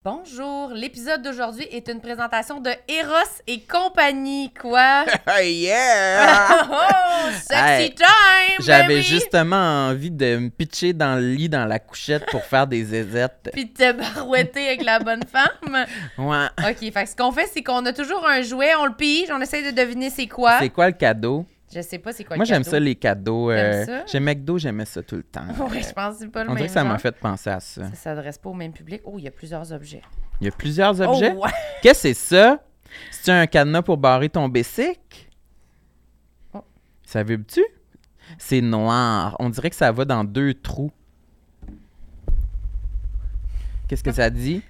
Bonjour, l'épisode d'aujourd'hui est une présentation de Eros et compagnie, quoi? Yeah! Oh, sexy Hey, time, J'avais baby! justement envie de me pitcher dans le lit, dans la couchette pour faire des zézettes. Puis de te barouetter avec la bonne femme. Ouais. OK, fait que ce qu'on fait, c'est qu'on a toujours un jouet, on le pige, on essaie de deviner c'est quoi. C'est quoi le cadeau? Je sais pas c'est quoi Moi, le cadeau. j'aime ça, les cadeaux. T'aimes ça? Chez McDo, j'aimais ça tout le temps. Oui, je pense que c'est pas le On même dirait que ça m'a genre. fait penser à ça. Ça s'adresse pas au même public. Oh, il y a plusieurs objets. Il y a plusieurs objets. Oh, ouais. Qu'est-ce que c'est ça? C'est un cadenas pour barrer ton bicycle? Oh. Ça vibre-tu? C'est noir. On dirait que ça va dans 2 trous. Qu'est-ce que ça dit?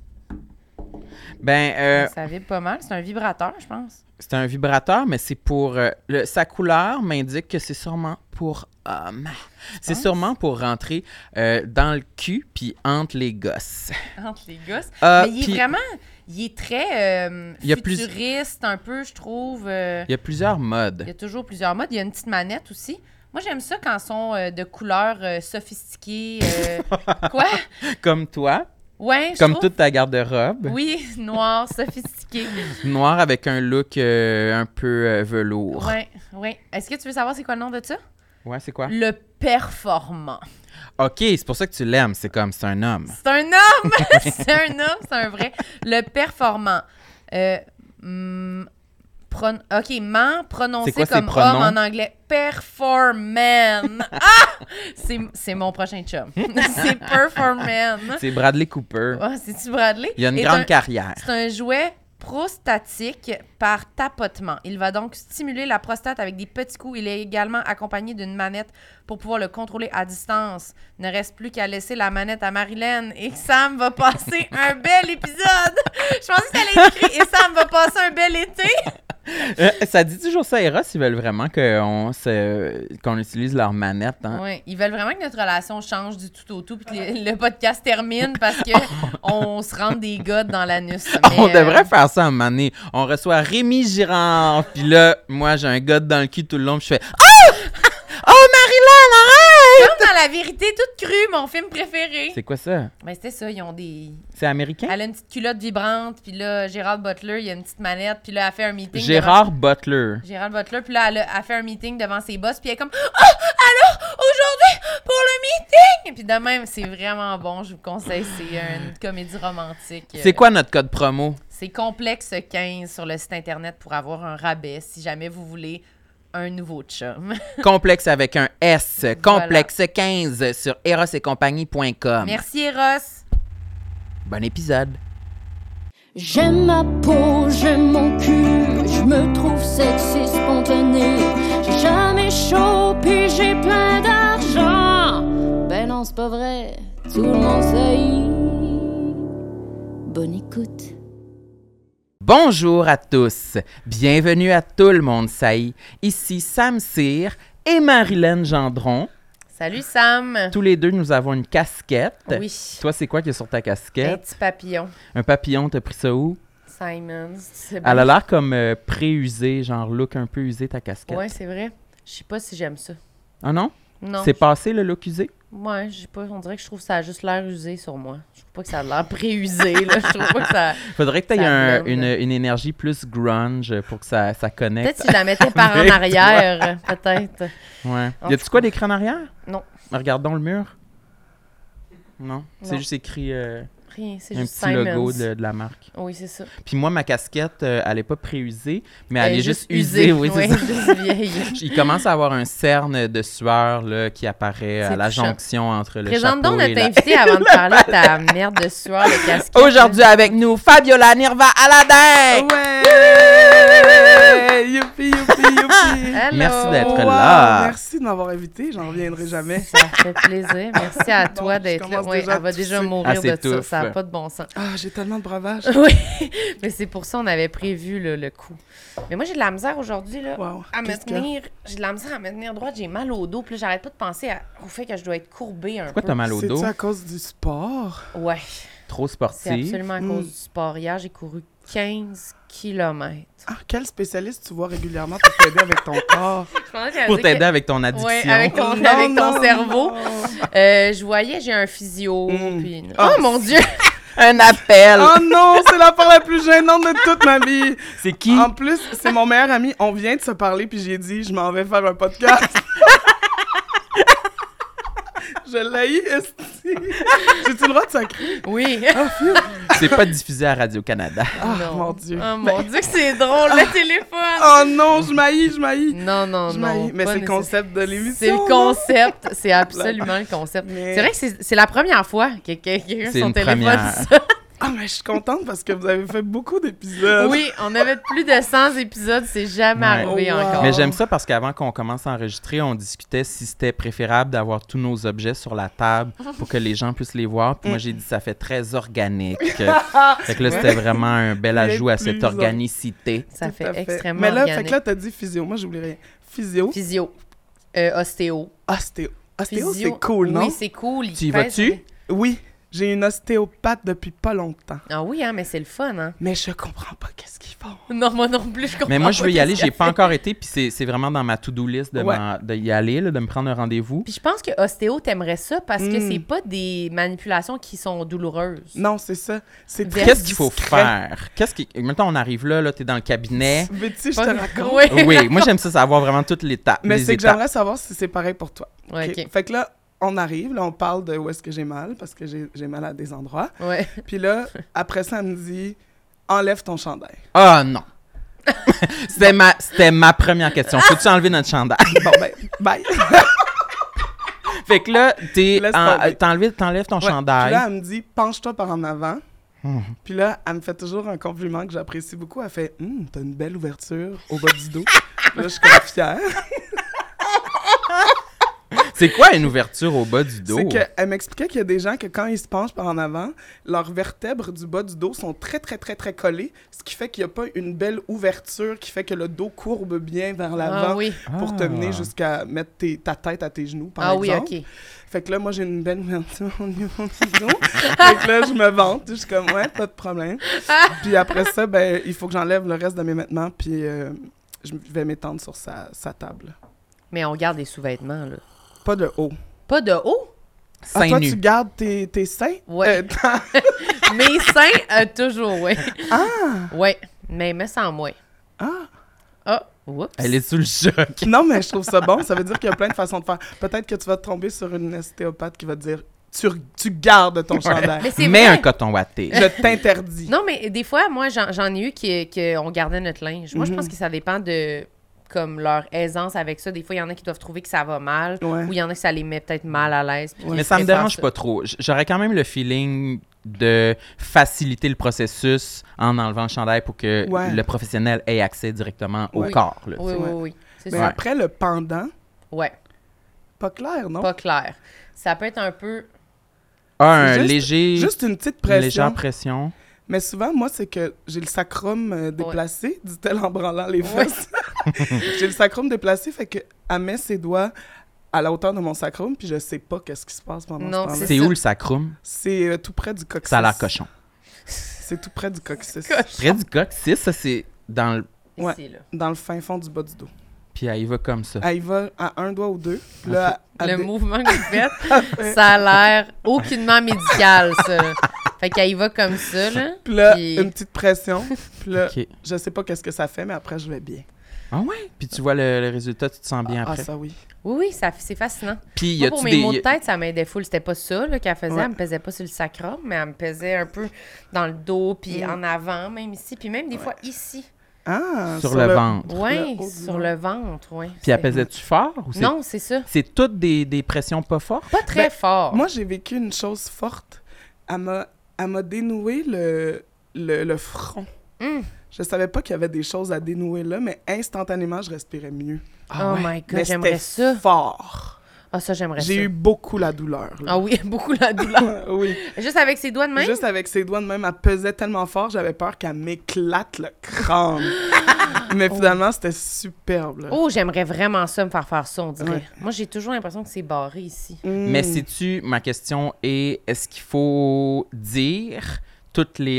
Ça vibre pas mal. C'est un vibrateur, je pense. C'est un vibrateur, mais c'est pour... sa couleur m'indique que c'est sûrement pour homme. C'est penses? sûrement pour rentrer dans le cul puis entre les gosses. Entre les gosses. Ah, Mais il est puis vraiment... Il est très Il y a plus- futuriste, un peu, je trouve. il y a plusieurs modes. Il y a toujours plusieurs modes. Il y a une petite manette aussi. Moi, j'aime ça quand ils sont de couleurs sophistiquées. Quoi? Comme toi, Ouais, je comme trouve. toute ta garde-robe. Oui, noir, sophistiqué. Noir avec un look un peu velours. Ouais, ouais. Est-ce que tu veux savoir c'est quoi le nom de ça? Ouais, c'est quoi? Le performant. OK, c'est pour ça que tu l'aimes. C'est c'est un homme. C'est un homme! C'est un homme, c'est un vrai. Le performant. OK, prononcé C'est quoi ces comme pronoms? homme en anglais. Performan. Ah! C'est mon prochain chum. C'est Performan. C'est Bradley Cooper. Oh, c'est-tu Bradley? Il a une Et grande carrière. C'est un jouet prostatique par tapotement. Il va donc stimuler la prostate avec des petits coups. Il est également accompagné d'une manette pour pouvoir le contrôler à distance. Il ne reste plus qu'à laisser la manette à Marilyn et Sam va passer un bel épisode. Je pensais que ça allait être écrit et Sam va passer un bel été. Ça dit toujours ça, Eros, ils veulent vraiment qu'on utilise leur manette. Hein? Oui, ils veulent vraiment que notre relation change du tout au tout puis que le podcast termine parce que on se rentre des gars dans l'anus. On Mais, devrait faire ça à un moment donné. On reçoit Rémi Girard, puis là, moi, j'ai un gars dans le cul tout le long, puis je fais « Oh! Oh, Marilyn, arrête! Comme dans La Vérité toute crue, mon film préféré. » C'est quoi ça? Ben, c'était ça, ils ont des... C'est américain? Elle a une petite culotte vibrante, puis là, Gérald Butler, il y a une petite manette, puis là, elle fait un meeting. Gérard Butler. Gérald Butler, puis là, elle fait un meeting devant ses boss, puis elle est comme « Oh, allô, aujourd'hui, pour le meeting! » Puis de même, c'est vraiment bon, je vous conseille, c'est une comédie romantique. C'est quoi notre code promo? C'est Complexe 15 sur le site Internet pour avoir un rabais, si jamais vous voulez un nouveau chum. Complexe avec un S. Complexe 15 sur erosetcompagnie.com. Merci, Eros. Bon épisode. J'aime ma peau, j'aime mon cul, je me trouve sexy spontané. J'ai jamais chaud, puis j'ai plein d'argent. Ben non, c'est pas vrai, tout le monde sait. Bonne écoute. Bonjour à tous. Bienvenue à Tout le monde saillit. Ici Sam Cyr et Marilyn Gendron. Salut, Sam. Tous les deux, nous avons une casquette. Oui. Toi, c'est quoi qui est sur ta Un casquette? petit papillon. Un papillon, t'as pris ça où? Simons. C'est Elle a l'air comme pré-usée, genre look un peu usé ta casquette. Ouais, c'est vrai. Je sais pas si j'aime ça. Ah non? Non. C'est passé le look usé? Ouais, je sais pas. On dirait que je trouve que ça a juste l'air usé sur moi. Je trouve pas que ça a l'air pré-usé, là. Je trouve pas que ça... Faudrait que tu Ça aies blende. une énergie plus grunge pour que ça connecte. Peut-être si je la mettais par en Avec arrière, peut-être. Ouais. En Y a-tu tout quoi cas. d'écrit en arrière? Non. Regardons le mur. Non. C'est Non. juste écrit Rien, c'est un juste petit Simons. logo de la marque. Oui, c'est ça. Puis moi, ma casquette, elle est pas pré-usée, mais elle est juste usée. usée. Oui, c'est ça. juste vieille. Il commence à avoir un cerne de sueur là, qui apparaît à C'est la touchant. jonction entre le Présente chapeau donc et notre la... invité avant de parler de ta merde de sueur de casquette. Aujourd'hui avec nous, Fabiola Nirva Aladin! Ouais! Youpi, youpi, youpi! Hello. Merci d'être Wow, là. Merci de m'avoir invité, j'en reviendrai jamais. Ça fait plaisir. Merci à toi Bon, d'être je là. commence Oui, déjà elle va à déjà tousser. mourir Ah, c'est de ça. tough. Ça n'a pas de bon sens. Ah, j'ai tellement de breuvage. Oui, mais c'est pour ça qu'on avait prévu là, le coup. Mais moi, j'ai de la misère aujourd'hui là, Wow. à me Qu'est-ce qu'il y a? tenir. J'ai de la misère à me tenir droite. J'ai mal au dos. Puis là, j'arrête pas de penser au fait que je dois être courbée un Pourquoi peu. t'as mal au dos? C'est-tu à cause du sport? Ouais, Trop c'est sportif. absolument à cause du sport. Hier, j'ai couru 15 km. Ah, quel spécialiste tu vois régulièrement pour t'aider avec ton corps? Pour t'aider avec ton addiction. Ouais, avec ton, Non, avec ton non, cerveau. non. Je voyais, j'ai un physio. Mm. Puis... Ah, Oh mon Dieu! Un appel! Oh non, c'est l'affaire la plus gênante de toute ma vie. C'est qui? En plus, c'est mon meilleur ami. On vient de se parler, puis j'ai dit, je m'en vais faire un podcast. Je l'ai esti. J'ai-tu le droit de sacrer? Oui. C'est pas diffusé à Radio-Canada. Ah, Non. mon Dieu. Oh mon Dieu, que c'est drôle, le téléphone! Oh non, je m'haïs. Non, non, Je non. m'haïs. Mais pas c'est le concept de l'émission. C'est le concept, c'est absolument le concept. Mais- C'est vrai que c'est la première fois que quelqu'un C'est son une téléphone. première. Ah, mais je suis contente parce que vous avez fait beaucoup d'épisodes. Oui, on avait plus de 100 épisodes, c'est jamais Ouais. arrivé Oh, wow. encore. Mais j'aime ça parce qu'avant qu'on commence à enregistrer, on discutait si c'était préférable d'avoir tous nos objets sur la table pour que les gens puissent les voir. Puis moi, j'ai dit ça fait très organique. Fait que là, c'était vraiment un bel ajout à cette Plus organicité. Ça Tout fait à fait. extrêmement Mais là, organique. fait que là, t'as dit physio. Moi, j'oublie rien. Physio. Physio, ostéo. Ostéo. Ostéo, Physio, c'est cool, non? Oui, c'est cool. il Tu y pèse- vas-tu? Oui. J'ai une ostéopathe depuis pas longtemps. Ah oui, hein, mais c'est le fun, hein? Mais je comprends pas qu'est-ce qu'ils font. Non, moi non plus, je comprends Mais moi, je pas veux y qu'est-ce aller. qu'il J'ai pas encore été. Puis c'est vraiment dans ma to-do list de, Ouais. de y aller, là, de me prendre un rendez-vous. Puis je pense que ostéo, t'aimerais ça parce que Mm. c'est pas des manipulations qui sont douloureuses. Non, c'est ça. C'est très Qu'est-ce qu'il faut discret. faire? Mettons, on arrive là, t'es dans le cabinet. Veux-tu, je Pas- te raconte? Oui. Oui, moi, j'aime ça, savoir vraiment toutes les étapes. Mais les c'est que étapes. j'aimerais savoir si c'est pareil pour toi. Ouais, Ok. ok. Fait que là, on arrive, là, on parle de où est-ce que j'ai mal, parce que j'ai mal à des endroits. Ouais. Puis là, après ça, elle me dit « Enlève ton chandail Ah, non. C'était ma première question. Peux-tu enlever notre chandail? » Bon, ben, bye. Fait que là, Laisse tomber. t'enlèves ton Ouais. chandail. Puis là, elle me dit « Penche-toi par en avant. Puis là, elle me fait toujours un compliment que j'apprécie beaucoup. Elle fait « T'as une belle ouverture au bas du dos. » Là, je suis comme fière. C'est quoi une ouverture au bas du dos? C'est qu'elle m'expliquait qu'il y a des gens que quand ils se penchent par en avant, leurs vertèbres du bas du dos sont très, très, très, très collées, ce qui fait qu'il n'y a pas une belle ouverture qui fait que le dos courbe bien vers Ah l'avant oui. pour te mener jusqu'à mettre ta tête à tes genoux, par Ah oui, exemple. ok. Fait que là, moi, j'ai une belle ouverture au niveau du dos. Fait que là, je me vante. Je suis comme, ouais, pas de problème. Puis après ça, ben, il faut que j'enlève le reste de mes vêtements, puis je vais m'étendre sur sa table. Mais on garde les sous-vêtements, là. Pas de haut. Pas de haut? Seins toi, nus. tu gardes tes seins? Ouais. Mes seins, toujours, oui. Ah! Oui, mais me sans moi. Ah! Ah, oups. Elle est sous le choc. Non, mais je trouve ça bon. Ça veut dire qu'il y a plein de façons de faire. Peut-être que tu vas te tomber sur une ostéopathe qui va te dire tu gardes ton chandail. Mais c'est Mets vrai. un coton watté. Je t'interdis. Non, mais des fois, moi, j'en ai eu qu'on gardait notre linge. Moi, je Mhm. pense que ça dépend de comme leur aisance avec ça. Des fois, il y en a qui doivent trouver que ça va mal, Ouais. ou il y en a que ça les met peut-être mal à l'aise. puis Ouais. Mais ils ça me préfèrent dérange pas trop. J'aurais quand même le feeling de faciliter le processus en enlevant le chandail pour que Ouais. le professionnel ait accès directement au Oui. corps. Là, Oui, tu sais. oui, oui. C'est Mais ça. après, le pendant, Ouais, pas clair, non? pas clair. Ça peut être un peu... Un Juste- léger, Juste une petite une légère pression. pression. Mais souvent, moi, c'est que j'ai le sacrum déplacé, dit-elle en branlant les fesses. J'ai le sacrum déplacé, fait qu'elle met ses doigts à la hauteur de mon sacrum, puis je sais pas qu'est-ce qui se passe pendant Non, ce temps-là. C'est ça. où le sacrum? C'est tout près du coccyx. Ça a l'air cochon. C'est tout près du coccyx. Près du coccyx, ça c'est dans le... Ouais. Ici, là. Dans le fin fond du bas du dos. Puis elle y va comme ça. Elle y va à un doigt ou deux. Puis là, Le mouvement que vous faites, ça a l'air aucunement médical, ça. Fait qu'elle y va comme ça, là. Puis là, Puis- une petite pression. Puis là, OK. je sais pas qu'est-ce que ça fait, mais après, je vais bien. Ah ouais? Puis tu vois le résultat, tu te sens bien Ah, après. ça oui. Oui, oui, c'est fascinant. Puis y Moi, pour a-tu mes des... maux de tête, ça m'aidait full. C'était pas ça là, qu'elle faisait. Ouais. Elle me pesait pas sur le sacrum, mais elle me pesait un peu dans le dos, puis Mm. en avant, même ici. Puis même des fois ici. Ah, Sur le ventre. Oui, haut du sur ventre. le ventre, oui. Puis elle pesait-tu fort? Ou c'est... Non, c'est ça. C'est toutes des pressions pas fortes? Pas très Ben, fort. Moi, j'ai vécu une chose forte. Elle m'a dénoué le front. Mm. Je savais pas qu'il y avait des choses à dénouer là, mais instantanément, je respirais mieux. Oh my God, Mais j'aimerais c'était ça. fort. Ah, ça, j'aimerais ça. J'ai eu beaucoup la douleur. là. Ah oui, beaucoup la douleur. Oui. Juste avec ses doigts de main? Juste avec ses doigts de même, elle pesait tellement fort, j'avais peur qu'elle m'éclate le crâne. Mais finalement, c'était superbe. Là. Oh, j'aimerais vraiment ça, me faire ça, on dirait. Ouais. Moi, j'ai toujours l'impression que c'est barré ici. Mm. Mais sais-tu, ma question est, est-ce qu'il faut dire toutes les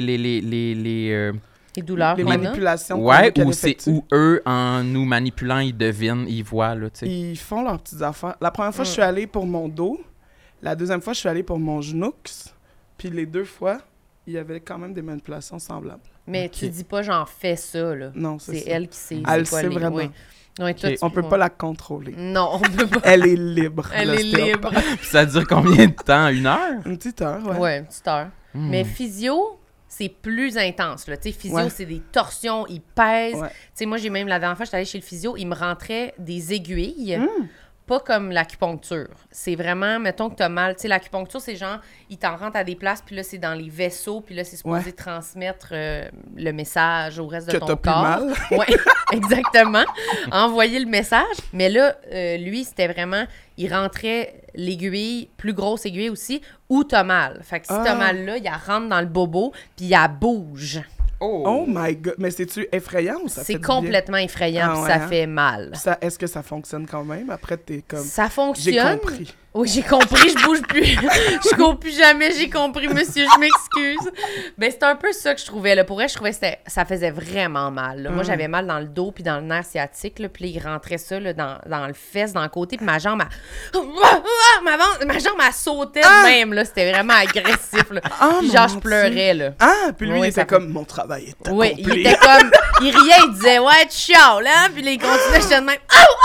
Les douleurs les qu'on a. manipulations. ouais, qu'elle ou c'est effectue. où eux, en nous manipulant, ils devinent, ils voient, là, tu sais. Ils font leurs petites affaires. La première fois, je suis allée pour mon dos. La deuxième fois, je suis allée pour mon genoux. Puis les deux fois, il y avait quand même des manipulations semblables. Mais tu dis pas, j'en fais ça, là. Non, C'est ça. elle qui sait. Elle c'est quoi sait les- vraiment. oui. Ouais, toi, Ok. tu- On peut pas la contrôler. Non, on peut pas. Elle est libre. Elle est libre. Puis ça dure combien de temps? 1 heure? Une petite heure, ouais. Ouais, une petite heure. Hmm. Mais physio, c'est plus intense, là. Tu sais, physio, Ouais. c'est des torsions, ils pèsent. Ouais. Tu sais, moi, j'ai même, la dernière fois, j'étais allée chez le physio, il me rentrait des aiguilles. Mm. Pas comme l'acupuncture. C'est vraiment, mettons que t'as mal. Tu sais, l'acupuncture, c'est genre, ils t'en rentrent à des places, puis là, c'est dans les vaisseaux, puis là, c'est supposé Ouais. transmettre le message au reste de Que ton t'as plus corps. mal. Oui, exactement. Envoyer le message. Mais là, lui, c'était vraiment, il rentrait l'aiguille, plus grosse aiguille aussi, où t'as mal. Fait que si t'as Ah. mal là, il rentre dans le bobo, puis il bouge. Oh my God. Mais c'est-tu effrayant ou ça fait C'est du bien? complètement effrayant, Ah puis ouais, ça hein? fait mal. Est-ce que ça fonctionne quand même? Après, t'es comme... Ça J'ai fonctionne. compris. Oui, j'ai compris, je bouge plus. Je cours plus jamais, j'ai compris, monsieur, je m'excuse. Ben, c'est un peu ça que je trouvais, là. Pour vrai, je trouvais que ça faisait vraiment mal, là. Moi, j'avais mal dans le dos puis dans le nerf sciatique, là. Puis là, il rentrait ça, là, dans le fesse, dans le côté, puis ma jambe, ma jambe, elle sautait de même, là. C'était vraiment agressif, là. Ah, Puis mon genre, je Dieu. pleurais, là. Ah, puis lui, Ouais, il ça était fait- comme, mon travail est accompli. Oui, il était comme, il riait, il disait, ouais, tu chiales, hein? Puis là, il continuait, j'étais de même.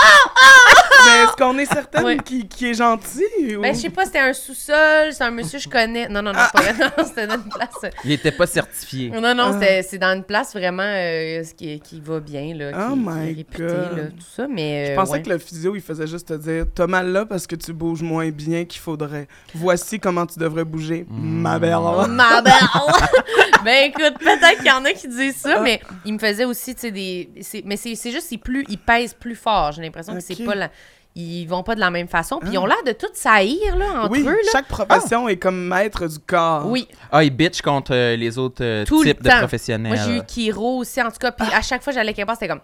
Mais est-ce qu'on est certaine Ouais. qu'il est gentil? Ou... Ben, je sais pas, c'était un sous-sol, c'est un monsieur que je connais. Non, c'est pas vrai, non, c'était dans une place. Il était pas certifié. Non, c'est dans une place vraiment qui va bien, là, Oh qui my est réputée, God. là, tout ça, mais... Je pensais ouais. que le physio, il faisait juste te dire « T'as mal là parce que tu bouges moins bien qu'il faudrait. Voici comment tu devrais bouger, ma belle. Oh, ma belle! Ben écoute, peut-être qu'il y en a qui disent ça, mais il me faisait aussi, tu sais, mais c'est juste, ils pèsent plus fort. J'ai l'impression que c'est Ok. pas ils vont pas de la même façon, puis ils ont l'air de tout saillir, là, entre Oui, eux, là. chaque profession est comme maître du corps. Oui, Ah, il bitch contre les autres Tout le types de temps. professionnels. moi j'ai eu Kiro aussi, en tout cas, puis à chaque fois j'allais quelque part, c'était comme...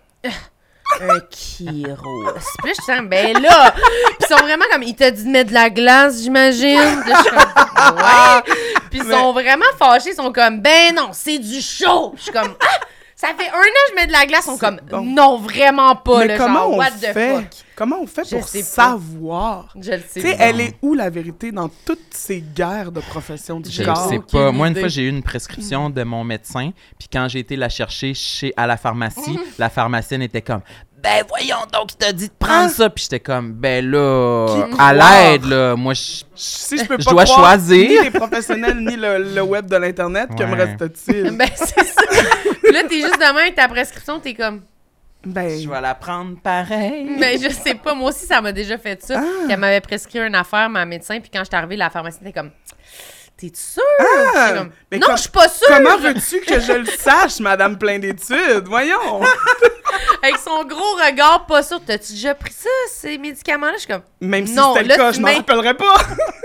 Un Kiro. Puis là, je sens, ben là! Puis ils sont vraiment comme, il t'a dit de mettre de la glace, j'imagine. Puis là, je suis comme, ouais. Puis ils sont vraiment fâchés, ils sont comme, ben non, c'est du chaud. Je suis comme, ah! Ça fait 1 an que je mets de la glace. Ils sont comme, bon. non, vraiment pas. Mais Là, comment genre, on what the fait? fuck? Comment on fait Je pour sais pas. savoir? Je le Tu sais sais, pas. elle est où la vérité dans toutes ces guerres de profession du Je J'ai ne corps? sais aucune pas. Moi, une idée. fois, j'ai eu une prescription de mon médecin, puis quand j'ai été la chercher à la pharmacie, la pharmacienne était comme « Ben voyons donc, il t'a dit de prendre ça! » Puis j'étais comme « Ben là, Qui à croire? l'aide, là, moi, Si je peux Je pas dois croire choisir. ni les professionnels ni le web de l'Internet, que me Ouais. reste-t-il? Ben, c'est ça. Puis là, t'es juste demain avec ta prescription, t'es comme, Ben, je vais la prendre pareil. ben, je sais pas. Moi aussi, ça m'a déjà fait ça. Qu'elle m'avait prescrit une affaire, ma médecin, puis quand je suis arrivée, la pharmacienne était comme, t'es-tu sûre? J'étais comme, mais non, com- je suis pas sûre! comment veux-tu que je le sache, madame plein d'études? Voyons! Avec son gros regard, pas sûr. T'as-tu déjà pris ça, ces médicaments-là? Je suis comme, Même si Non, c'était le là, cas, tu je m'en m'in- rappellerais pas!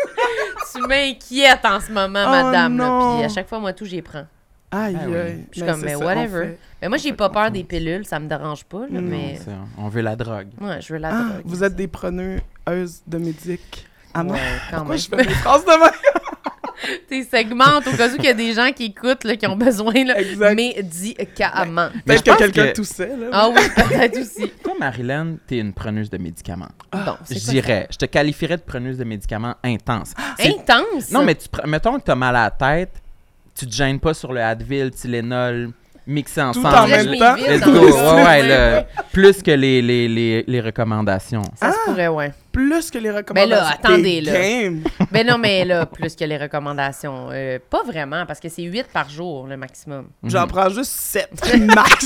tu m'inquiètes en ce moment, Oh madame. là. non. Puis à chaque fois, moi, tout, j'y prends. Aïe, Ah oui. aïe. Je suis comme, c'est mais ça, on whatever. fait. Mais moi, j'ai pas peur des pilules, ça me dérange pas, là, mais... Ça, on veut la drogue. Ouais, je veux la Ah, drogue. vous êtes des preneuses de médicaments. Ouais, quand Pourquoi même. je fais des phrases de même? T'es segmentes au cas où il y a des gens qui écoutent, là, qui ont besoin, là, Exact. médicaments. Mais Peut-être je que pense quelqu'un que- toussait, là. Ah oui, peut-être aussi. Toi, Marilyn, t'es une preneuse de médicaments. Bon, c'est Je quoi dirais, je te qualifierais de preneuse de médicaments intense. ça? C'est- Intense! Non, mais mettons que t'as mal à la tête, tu te gênes pas sur le Advil, Tylenol, mixé ensemble. en Dirais, même je temps. m'évite Let's dans go. le- Ouais, ouais, Ouais. là, plus que les recommandations. Ça se pourrait, ouais. Plus que les recommandations. Mais là, attendez, T'es là. game. Ben non, mais là, plus que les recommandations. Pas vraiment, parce que c'est 8 par jour, le maximum. J'en prends juste 7 max.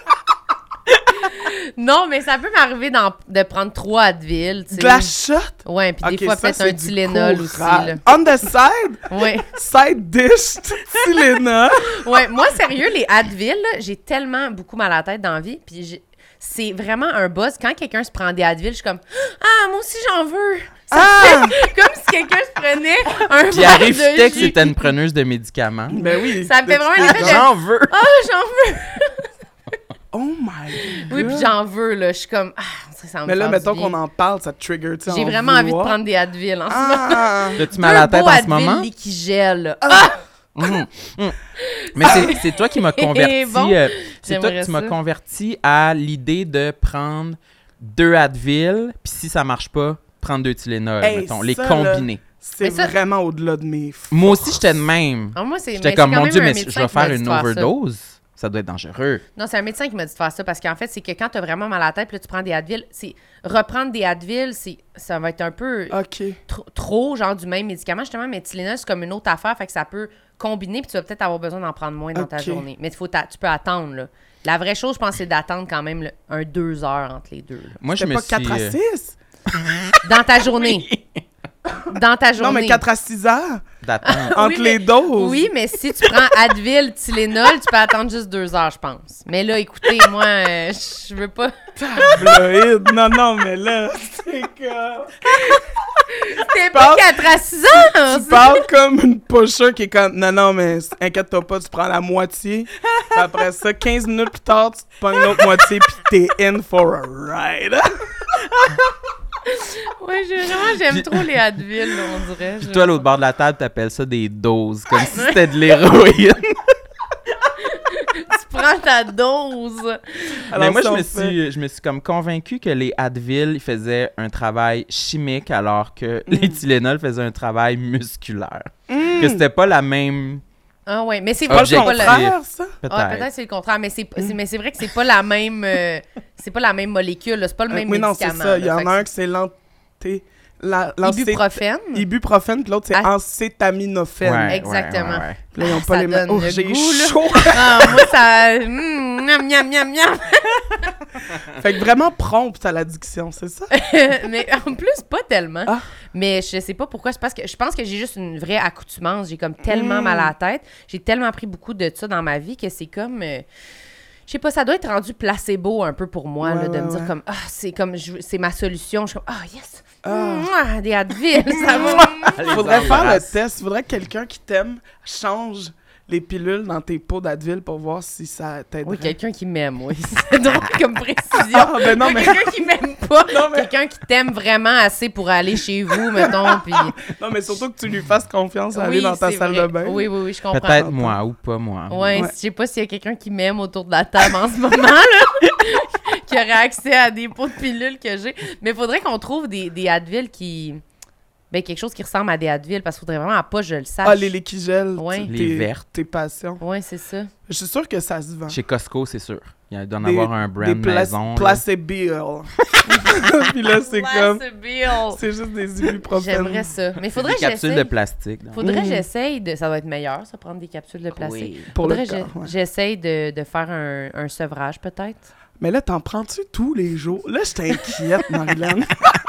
Non, mais ça peut m'arriver de prendre 3 Advil, tu sais. De la shot. Ouais, puis Ok, des fois, ça, peut-être c'est un du Tylenol aussi, courage. là. On the side, Ouais. side dish, Tylenol. Ouais, moi, sérieux, les Advil, là, j'ai tellement beaucoup mal à la tête dans la vie, puis c'est vraiment un buzz. Quand quelqu'un se prend des Advil, je suis comme « Ah, moi aussi, j'en veux! » Comme si quelqu'un se prenait un Puis verre arrive de que jus. c'était une preneuse de médicaments. Ben oui. Ça me fait vraiment l'effet de J'en veux. « Ah, j'en veux! Oh my » Oui, puis j'en veux, là. Je suis comme « Ah, ça me Mais là, fait mettons du bien. qu'on en parle, ça te trigger, tu sais. J'ai en vraiment envie de vouloir. prendre des Advil en ce moment. Ah! T'as-tu mal à la Deux tête beaux en ce Advil moment? Liquigel, là. Ah! Mhm. Mhm. Mais c'est toi qui m'as converti. Bon, c'est toi j'aimerais qui m'as ça. converti à l'idée de prendre 2 Advil, puis si ça marche pas, prendre 2 Tylenol, Hey, mettons, les ça, combiner. C'est vraiment au-delà de mes forces. Moi aussi, j'étais de même. Ah, moi, J'étais comme, mon Dieu, mais je vais faire une overdose. Ça doit être dangereux. Non, c'est un médecin qui m'a dit de faire ça parce qu'en fait, c'est que quand t'as vraiment mal à la tête, puis là, tu prends des Advil, reprendre des Advil, ça va être un peu trop, genre du même médicament. Justement, mais Tylenol, c'est comme une autre affaire, fait que ça peut combiner, puis tu vas peut-être avoir besoin d'en prendre moins dans ta journée. Mais tu peux attendre, là. La vraie chose, je pense, c'est d'attendre quand même 2 heures entre les deux. Là. Moi, je me suis... 4 à 6? Dans ta journée. Dans ta journée. Non, mais 4 à 6 heures. D'attendre. Entre les doses. Oui, mais si tu prends Advil, Tylenol, tu peux attendre juste 2 heures, je pense. Mais là, écoutez, moi, je veux pas... Tabloïd. Non, mais là, c'est comme... C'était pas 4 à 6 heures! Tu parles comme une pusher qui est comme... Non, mais inquiète-toi pas, tu prends la moitié. Puis après ça, 15 minutes plus tard, tu te prends une autre moitié, puis t'es in for a ride. Ouais, j'aime trop les Advil, là, on dirait. Puis toi, à l'autre bord de la table, t'appelles ça des doses, comme si c'était de l'héroïne. Tu prends ta dose. Alors, mais moi, je me suis comme convaincu que les Advil ils faisaient un travail chimique alors que les Tylenol faisaient un travail musculaire. Que c'était pas la même... Ah ouais, mais c'est vrai que c'est pas le contraire, ça? Peut-être. Ah, peut-être c'est le contraire, mais c'est vrai que c'est pas la même c'est pas la même molécule, là, c'est pas le même médicament. Oui, non, c'est ça. Il y en a un qui c'est ibuprofène. Ibuprofène, puis l'autre, c'est acétaminophène. Ouais, exactement. Ouais. Là, ils ont pas Ça les mêmes. donne Oh, le j'ai goût, là. chaud! Ah, moi, ça... miam, miam, miam, miam. Fait que vraiment prompte à l'addiction, c'est ça? Mais en plus, pas tellement. Ah. Mais je sais pas pourquoi. C'est parce que je pense que j'ai juste une vraie accoutumance. J'ai comme tellement mal à la tête. J'ai tellement pris beaucoup de ça dans ma vie que c'est comme... je sais pas, ça doit être rendu placebo un peu pour moi, là, de me dire comme, c'est ma solution. Je suis comme, yes! Des Advil, ça va! Faudrait faire le test. Faudrait que quelqu'un qui t'aime change les pilules dans tes pots d'Advil pour voir si ça t'aiderait. Oui, quelqu'un qui m'aime, oui. C'est drôle comme précision. Ben non, mais... Quelqu'un qui m'aime pas. Quelqu'un qui t'aime vraiment assez pour aller chez vous, mettons, puis... Non, mais surtout que tu lui fasses confiance à aller dans ta salle de bain. Oui, je comprends. Peut-être moi ou pas moi. Ouais. Je sais pas s'il y a quelqu'un qui m'aime autour de la table en ce moment, là, qui aurait accès à des pots de pilules que j'ai. Mais il faudrait qu'on trouve des Advil qui... Ben, quelque chose qui ressemble à des Advil, parce qu'il faudrait vraiment pas, je le sache. Ah, les Liquigel, les vertes. Tes passions. Oui, c'est ça. Je suis sûr que ça se vend. Chez Costco, c'est sûr. Il doit en avoir un brand maison. Placebo. Puis là, c'est comme... Placebo. C'est juste des ibuprofènes. J'aimerais ça. Mais faudrait des capsules de plastique. Faudrait que j'essaye de... Ça doit être meilleur, ça, prendre des capsules de plastique. Oui. Pour faudrait le corps, ouais. J'essaye de faire un sevrage, peut-être. Mais là, t'en prends-tu tous les jours? Là, je t'inquiète, Marilyn.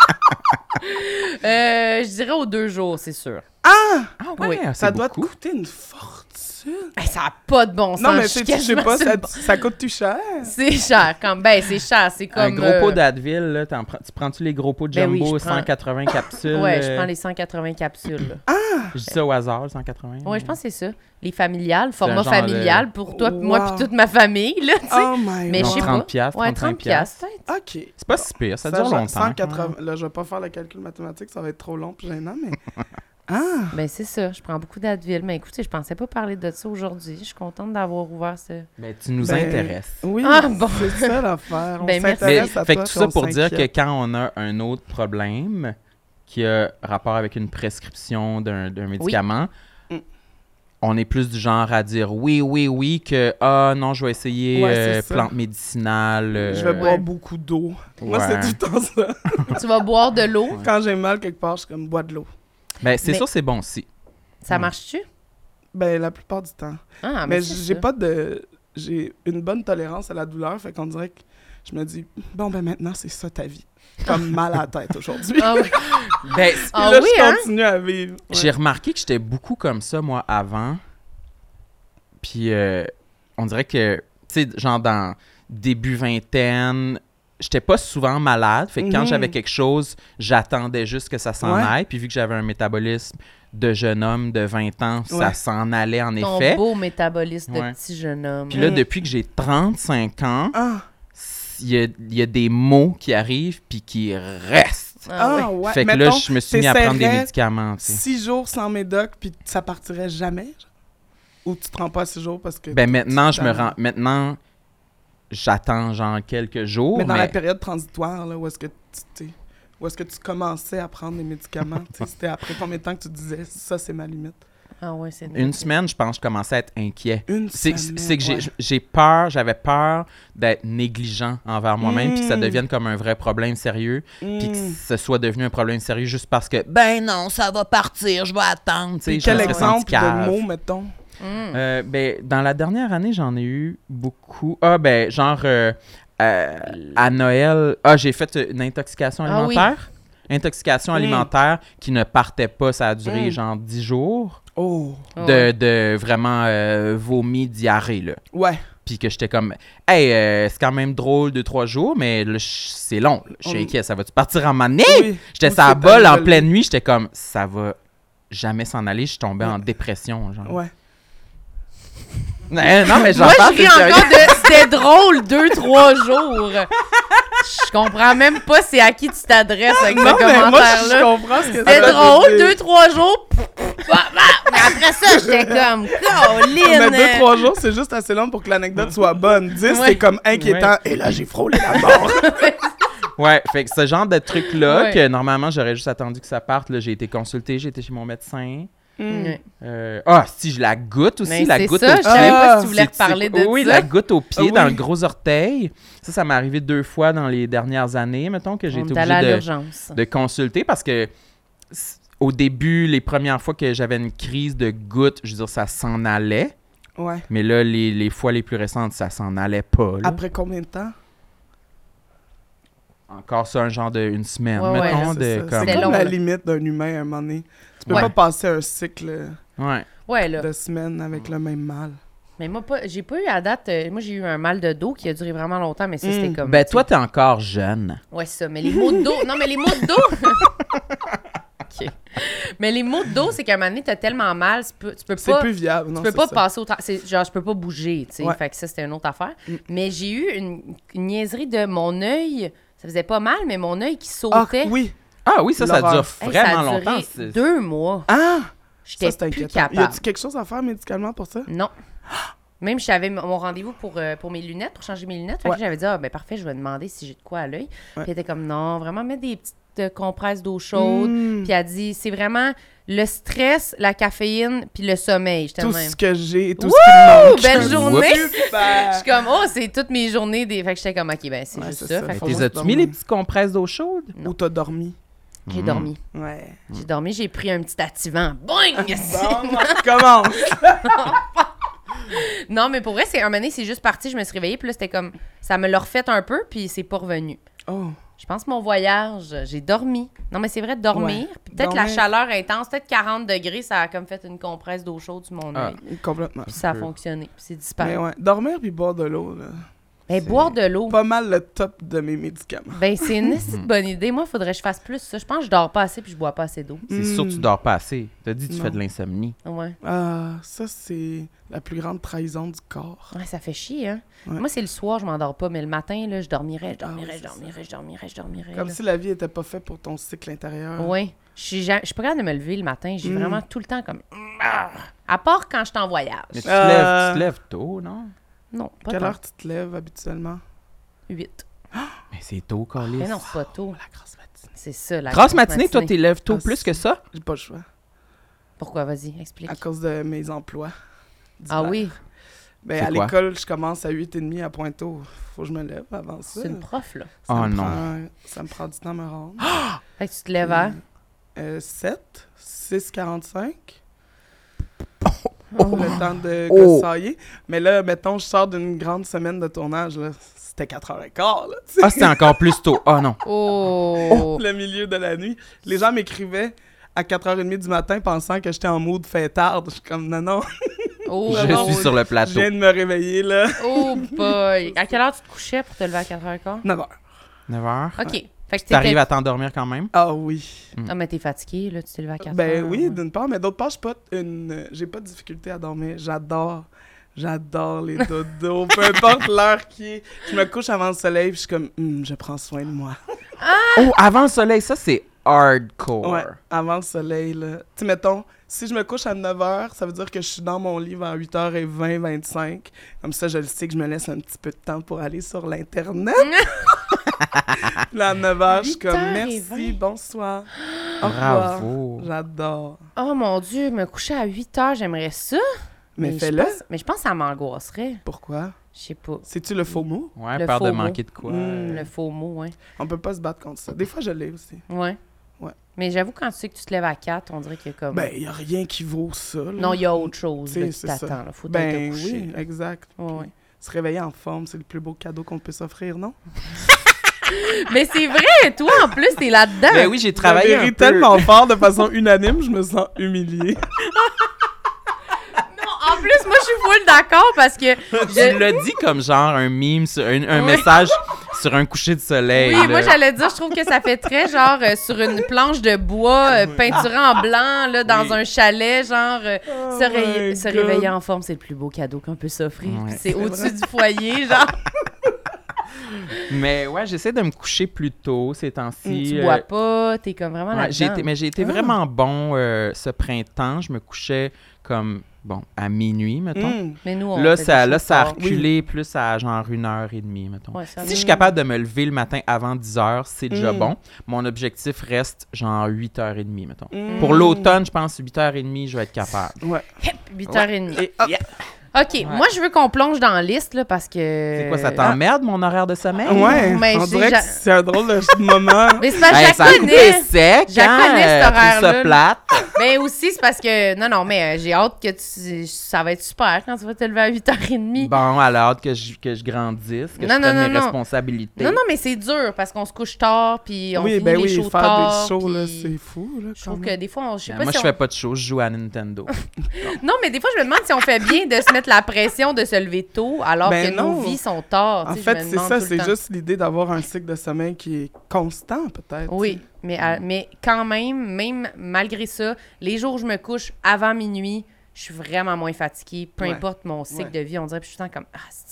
Je dirais aux 2 jours, c'est sûr. Ah ouais, oui. Ça doit te coûter une fortune. Ça n'a pas de bon sens. Non, mais je sais pas, ça coûte-tu cher? C'est cher. C'est cher. C'est comme... Un gros pot d'Advil, là, tu prends-tu les gros pots de Jumbo, 180 capsules? Ouais, je prends les 180 capsules. Là. Je dis ça au hasard, 180? Ouais, je pense que c'est ça. Les familiales, format familial pour toi, moi puis toute ma famille, là, tu sais. Oh my mais God. je sais pas. 30 piastres, ouais, 35 30 piastres, peut-être. OK. C'est pas si pire, ça dure longtemps. 180. Là, je vais pas faire le calcul mathématique, ça va être trop long puis gênant, mais... Ben c'est ça, je prends beaucoup d'Advil. Mais écoutez, je pensais pas parler de ça aujourd'hui. Je suis contente d'avoir ouvert ça. Ben, tu nous intéresses. Oui, bon. c'est ça l'affaire. On Ben, s'intéresse à fait toi, que tout ça on pour dire que s'inquiète. quand on a un autre problème qui a rapport avec une prescription d'un médicament, on est plus du genre à dire oui que non, je vais essayer plante médicinale. Je vais boire beaucoup d'eau. Moi, c'est tout le temps ça. Tu vas boire de l'eau. Quand j'ai mal quelque part, je suis comme bois de l'eau. Ben, c'est sûr, c'est bon aussi. Ça marche-tu? Ben, la plupart du temps. Ah, mais j'ai pas de... J'ai une bonne tolérance à la douleur, fait qu'on dirait que je me dis, bon, ben maintenant, c'est ça ta vie. Comme mal à la tête aujourd'hui. Ah oui, Ben, là, je continue à vivre. Ouais. J'ai remarqué que j'étais beaucoup comme ça, moi, avant. Puis, on dirait que, tu sais, genre dans début vingtaine, j'étais pas souvent malade. Fait que quand j'avais quelque chose, j'attendais juste que ça s'en aille. Puis vu que j'avais un métabolisme de jeune homme de 20 ans, ça s'en allait en effet. Ton beau métabolisme de petit jeune homme. Puis là, depuis que j'ai 35 ans, il y a des mots qui arrivent puis qui restent. Ouais. Fait que là, je me suis mis à prendre des médicaments. 6 jours sans médoc, puis ça partirait jamais? Genre? Ou tu te rends pas 6 jours parce que... Ben maintenant, Maintenant, j'attends genre quelques jours. Mais dans la période transitoire, là, où est-ce que tu Ou est-ce que tu commençais à prendre des médicaments? Tu sais, c'était après combien de temps que tu disais « ça, c'est ma limite ». Ah ouais, c'est Une semaine, je pense, je commençais à être inquiet. C'est que ouais. j'avais peur d'être négligent envers moi-même, puis que ça devienne comme un vrai problème sérieux, puis que ce soit devenu un problème sérieux juste parce que, ben non, ça va partir, je vais attendre. Puis quel exemple de mots, mettons? Ben, dans la dernière année, j'en ai eu beaucoup. Ah, ben, genre, à Noël, j'ai fait une intoxication alimentaire. Intoxication alimentaire qui ne partait pas, ça a duré genre 10 jours. De vraiment vomi, diarrhée, là. Ouais. Puis que j'étais comme, hey, c'est quand même drôle 2-3 jours, mais là, c'est long. Là. Je suis inquiet, ça va-tu partir en manée? Oui. J'étais sur la bolle en pleine nuit, j'étais comme, ça va jamais s'en aller. Je suis tombée en dépression, genre. Ouais. Non, mais j'en Moi, parle, je ris encore c'était drôle 2-3 jours. Je comprends même pas c'est à qui tu t'adresses avec ce commentaire-là. Moi, je comprends ce que c'était drôle 2-3 jours. Mais après ça, j'étais comme, Caroline! Mais 2-3 jours, c'est juste assez long pour que l'anecdote soit bonne. 10, c'est comme inquiétant. Et là, j'ai frôlé la mort. Ouais, fait que ce genre de truc-là, que normalement, j'aurais juste attendu que ça parte, là, j'ai été consultée, j'ai été chez mon médecin. Si je la goutte aussi, mais la goutte ça, au pied. Je savais pas si tu voulais reparler de ça. Oui, la goutte au pied dans le gros orteil. Ça m'est arrivé 2 fois dans les dernières années, mettons, que j'ai été obligée de consulter parce que au début, les premières fois que j'avais une crise de goutte, je veux dire, ça s'en allait. Ouais. Mais là, les fois les plus récentes, ça s'en allait pas. Là. Après combien de temps? Encore ça, un genre d'une semaine, mettons. C'est comme la limite d'un humain à un moment donné. Tu peux pas passer un cycle de semaines avec le même mal. Mais moi, j'ai pas eu à date... moi, j'ai eu un mal de dos qui a duré vraiment longtemps, mais ça, c'était comme... Ben, toi, t'es encore jeune. Ouais, ça. Mais les maux de dos... Non, mais les maux de dos... OK. Mais les maux de dos, c'est qu'à un moment donné, t'as tellement mal, tu peux pas... C'est plus viable, non, tu peux pas passer au... Genre, je peux pas bouger, tu sais. Fait que ça, c'était une autre affaire. Mais j'ai eu une niaiserie de mon œil... Ça faisait pas mal, mais mon œil qui sautait. Ah oui, ça dure vraiment longtemps. 2 mois. Ah! J'étais plus capable. Y a-tu quelque chose à faire médicalement pour ça? Non. Même j'avais mon rendez-vous pour mes lunettes, pour changer mes lunettes. Fait que j'avais dit, parfait, je vais demander si j'ai de quoi à l'œil. Puis elle était comme, non, vraiment mettre des petites compresses d'eau chaude. Puis elle dit, c'est vraiment le stress, la caféine, puis le sommeil. Tout ce que j'ai, tout ce qui me manque. Belle journée! Je suis comme, c'est toutes mes journées. Fait que j'étais comme, OK, ben c'est juste ça. As-tu mis les petites compresses d'eau chaude? Ou t'as dormi? J'ai dormi. Ouais. J'ai dormi, j'ai pris un petit activant. Boing! Bon, commence! Non, mais pour vrai, un moment donné, c'est juste parti. Je me suis réveillée, puis là, c'était comme... Ça me l'a refait un peu, puis c'est pas revenu. Oh! Je pense mon voyage, j'ai dormi. Non, mais c'est vrai, dormir. Puis peut-être la chaleur intense, peut-être 40 degrés, ça a comme fait une compresse d'eau chaude sur mon œil. Complètement. Puis ça a fonctionné, puis c'est disparu. Mais dormir puis boire de l'eau, là. Ben, boire de l'eau. Pas mal le top de mes médicaments. Ben, c'est une bonne idée. Moi, il faudrait que je fasse plus ça. Je pense que je dors pas assez puis je bois pas assez d'eau. C'est sûr que tu dors pas assez. T'as dit que tu fais de l'insomnie. Ouais. Ça, c'est la plus grande trahison du corps. Ouais, ça fait chier, hein. Ouais. Moi, c'est le soir, je m'endors pas, mais le matin, là, je dormirais. Comme si la vie était pas faite pour ton cycle intérieur. Oui. Je suis pas capable de me lever le matin. J'ai vraiment tout le temps comme... À part quand je suis en voyage. Mais tu te lèves tôt, non? Non, pas Quelle heure tu te lèves habituellement? 8. Mais c'est tôt, Carlis. Mais non, c'est pas tôt. La grasse matinée. C'est ça, la grasse matinée. Toi, tu lèves tôt plus que ça? J'ai pas le choix. Pourquoi? Vas-y, explique. À cause de mes emplois. Ah oui? Ben, à l'école, je commence à 8h30 à Pointeau. Faut que je me lève avant ça. C'est une prof, là. Ça me prend du temps à me rendre. Fait que tu te lèves à? 6h45. Le temps de gossailler. Mais là, mettons, je sors d'une grande semaine de tournage, là. C'était 4h15, là. Ah, c'était encore plus tôt. Ah non. Le milieu de la nuit. Les gens m'écrivaient à 4h30 du matin pensant que j'étais en mood fêtarde. Je suis comme, non. Je suis sur le plateau. Je viens de me réveiller, là. Oh boy. À quelle heure tu te couchais pour te lever à 4h15? 9h. 9h? OK. Ouais. Fait que t'arrives à t'endormir quand même? Ah oui. Ah, mais t'es fatigué, là, tu t'es levé à 4h. Ben oui, d'une part, mais d'autre part, j'ai pas de difficulté à dormir. J'adore les dodos, peu importe l'heure qui est. Je me couche avant le soleil, puis je suis comme, je prends soin de moi. Oh, avant le soleil, ça, c'est hardcore. Ouais, avant le soleil, là. Tu sais, mettons, si je me couche à 9h, ça veut dire que je suis dans mon lit vers 8h20, 25. Comme ça, je le sais que je me laisse un petit peu de temps pour aller sur l'Internet. Là, à 9h, je suis 8h20. comme, merci, bonsoir. Au revoir. Bravo. J'adore. Oh mon Dieu, me coucher à 8h, j'aimerais ça. Mais fais-le. Mais je pense que ça m'angoisserait. Pourquoi? Je sais pas. C'est-tu le faux mot? Ouais, Le peur de faux mot. manquer de quoi. Le faux mot, ouais. On peut pas se battre contre ça. Des fois, je l'ai aussi. Ouais. Ouais. Mais j'avoue, quand tu sais que tu te lèves à 4, on dirait qu'il y a comme... Ben, il y a rien qui vaut ça. Là. non, il y a autre chose T'sais, là, qui c'est t'attend. ça. Là. Faut Ben être couché. oui, exact. Ouais, ouais. Se réveiller en forme, c'est le plus beau cadeau qu'on peut s'offrir, non? Mais c'est vrai, toi, en plus, t'es là-dedans. Ben oui, j'ai travaillé Je un peu. tellement fort de façon unanime, je me sens humiliée. En plus, moi, je suis full d'accord parce que... Tu l'as dit comme genre un meme, sur un message sur un coucher de soleil. Oui, là. moi, j'allais dire, je trouve que ça fait très, genre, sur une planche de bois, peinturée en blanc, là, dans un chalet, genre, se réveiller en forme, c'est le plus beau cadeau qu'on peut s'offrir. Ouais. Puis c'est au-dessus du foyer, genre. Mais ouais, j'essaie de me coucher plus tôt ces temps-ci. Tu bois pas, t'es comme vraiment Ouais, là-dedans. j'ai été vraiment bon ce printemps. Je me couchais comme, bon, à minuit, mettons. Mais nous, on Là, fait ça, des là, choses ça a fortes. reculé plus à genre 1h30, mettons. Ouais, ça Si va. je suis capable de me lever le matin avant 10h, c'est déjà bon. Mon objectif reste genre 8h30, mettons. Pour l'automne, je pense 8h30, je vais être capable. Ouais. 8h30. Et hop! OK, moi, je veux qu'on plonge dans la liste, là, parce que... C'est quoi, ça t'emmerde, mon horaire de sommeil? Ouais, mais on j'ai dirait que c'est un drôle de moment. Mais c'est parce que Hey, je ça la a coupé connais. sec, Je la hein? connais, cet Trouve ça horaire-là. plate. Ben aussi, c'est parce que... Non, mais j'ai hâte que ça va être super quand tu vas te lever à 8h30. Bon, elle a hâte que je grandisse, que Non, je non, prenne non, mes non. responsabilités. Non, oui, mais c'est dur parce qu'on se couche tard, puis on Oui, finit ben les oui, shows faire tard. des shows, là, puis c'est fou, là. je trouve que des fois, je sais pas Moi, si je fais pas de show, je joue à Nintendo. Non, mais des fois, je me demande si on fait bien de se mettre la pression de se lever tôt alors Ben que non. nos vies sont tard. En tu sais, je fait, me c'est demande ça, tout le c'est temps. juste l'idée d'avoir un cycle de sommeil qui est constant, peut-être. Oui, mais quand même, malgré ça, les jours où je me couche avant minuit, je suis vraiment moins fatiguée, peu Ouais. importe mon cycle Ouais. de vie. On dirait que je suis tout le temps comme,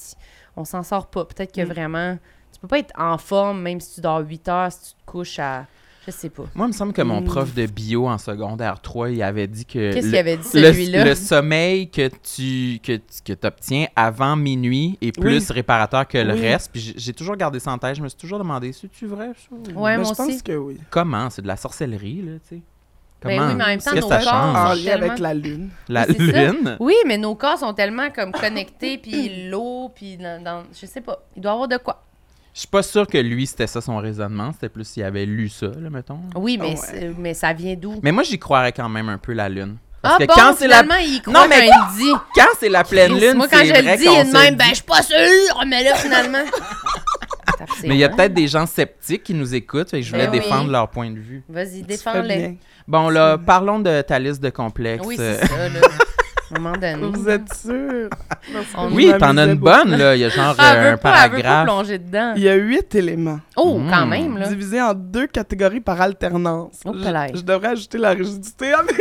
on s'en sort pas. Peut-être que vraiment, tu peux pas être en forme même si tu dors 8 heures, si tu te couches à... Je sais pas. Moi, il me semble que mon prof de bio en secondaire 3, il avait dit que Qu'est-ce qu'il avait dit, celui-là? le sommeil que tu obtiens avant minuit est plus réparateur que le Oui. reste. Puis j'ai toujours gardé ça en tête. Je me suis toujours demandé, c'est-tu vrai, ça? Ouais, Ben, moi je pense aussi. que oui. Comment? C'est de la sorcellerie, là, tu sais. Ben Comment? oui, mais en même temps, Qu'est-ce nos que ça corps change? En sont lien tellement- avec la lune. La Oui, c'est ça. lune? Oui, mais nos corps sont tellement comme connectés, puis l'eau, puis je sais pas. Il doit y avoir de quoi. Je suis pas sûr que lui, c'était ça son raisonnement. C'était plus s'il avait lu ça, là, mettons. Oui, mais, Ouais. mais ça vient d'où? Mais moi, j'y croirais quand même un peu, la lune. Parce que Bon, quand c'est la... finalement, il croit Non, mais quand il dit. Quand c'est la pleine lune, Moi, quand c'est je vrai le dis, qu'on il est de se même, dit- ben, je suis pas sûre, mais là, finalement. Mais il y a peut-être des gens sceptiques qui nous écoutent et je voulais Ben oui. défendre leur point de vue. Vas-y, Tu fais défends-les. bien. Bon, là, parlons de ta liste de complexes. Oui, c'est ça, là. À un moment donné. Vous êtes sûr? On- Oui, Je t'en as m'amusais une beaucoup. bonne, là. Il y a genre Ah, un elle veut pas paragraphe. plonger dedans. Il y a 8 éléments, Oh, quand même, là. divisés en 2 catégories par alternance. Oh, palais. Je devrais ajouter la rigidité à mes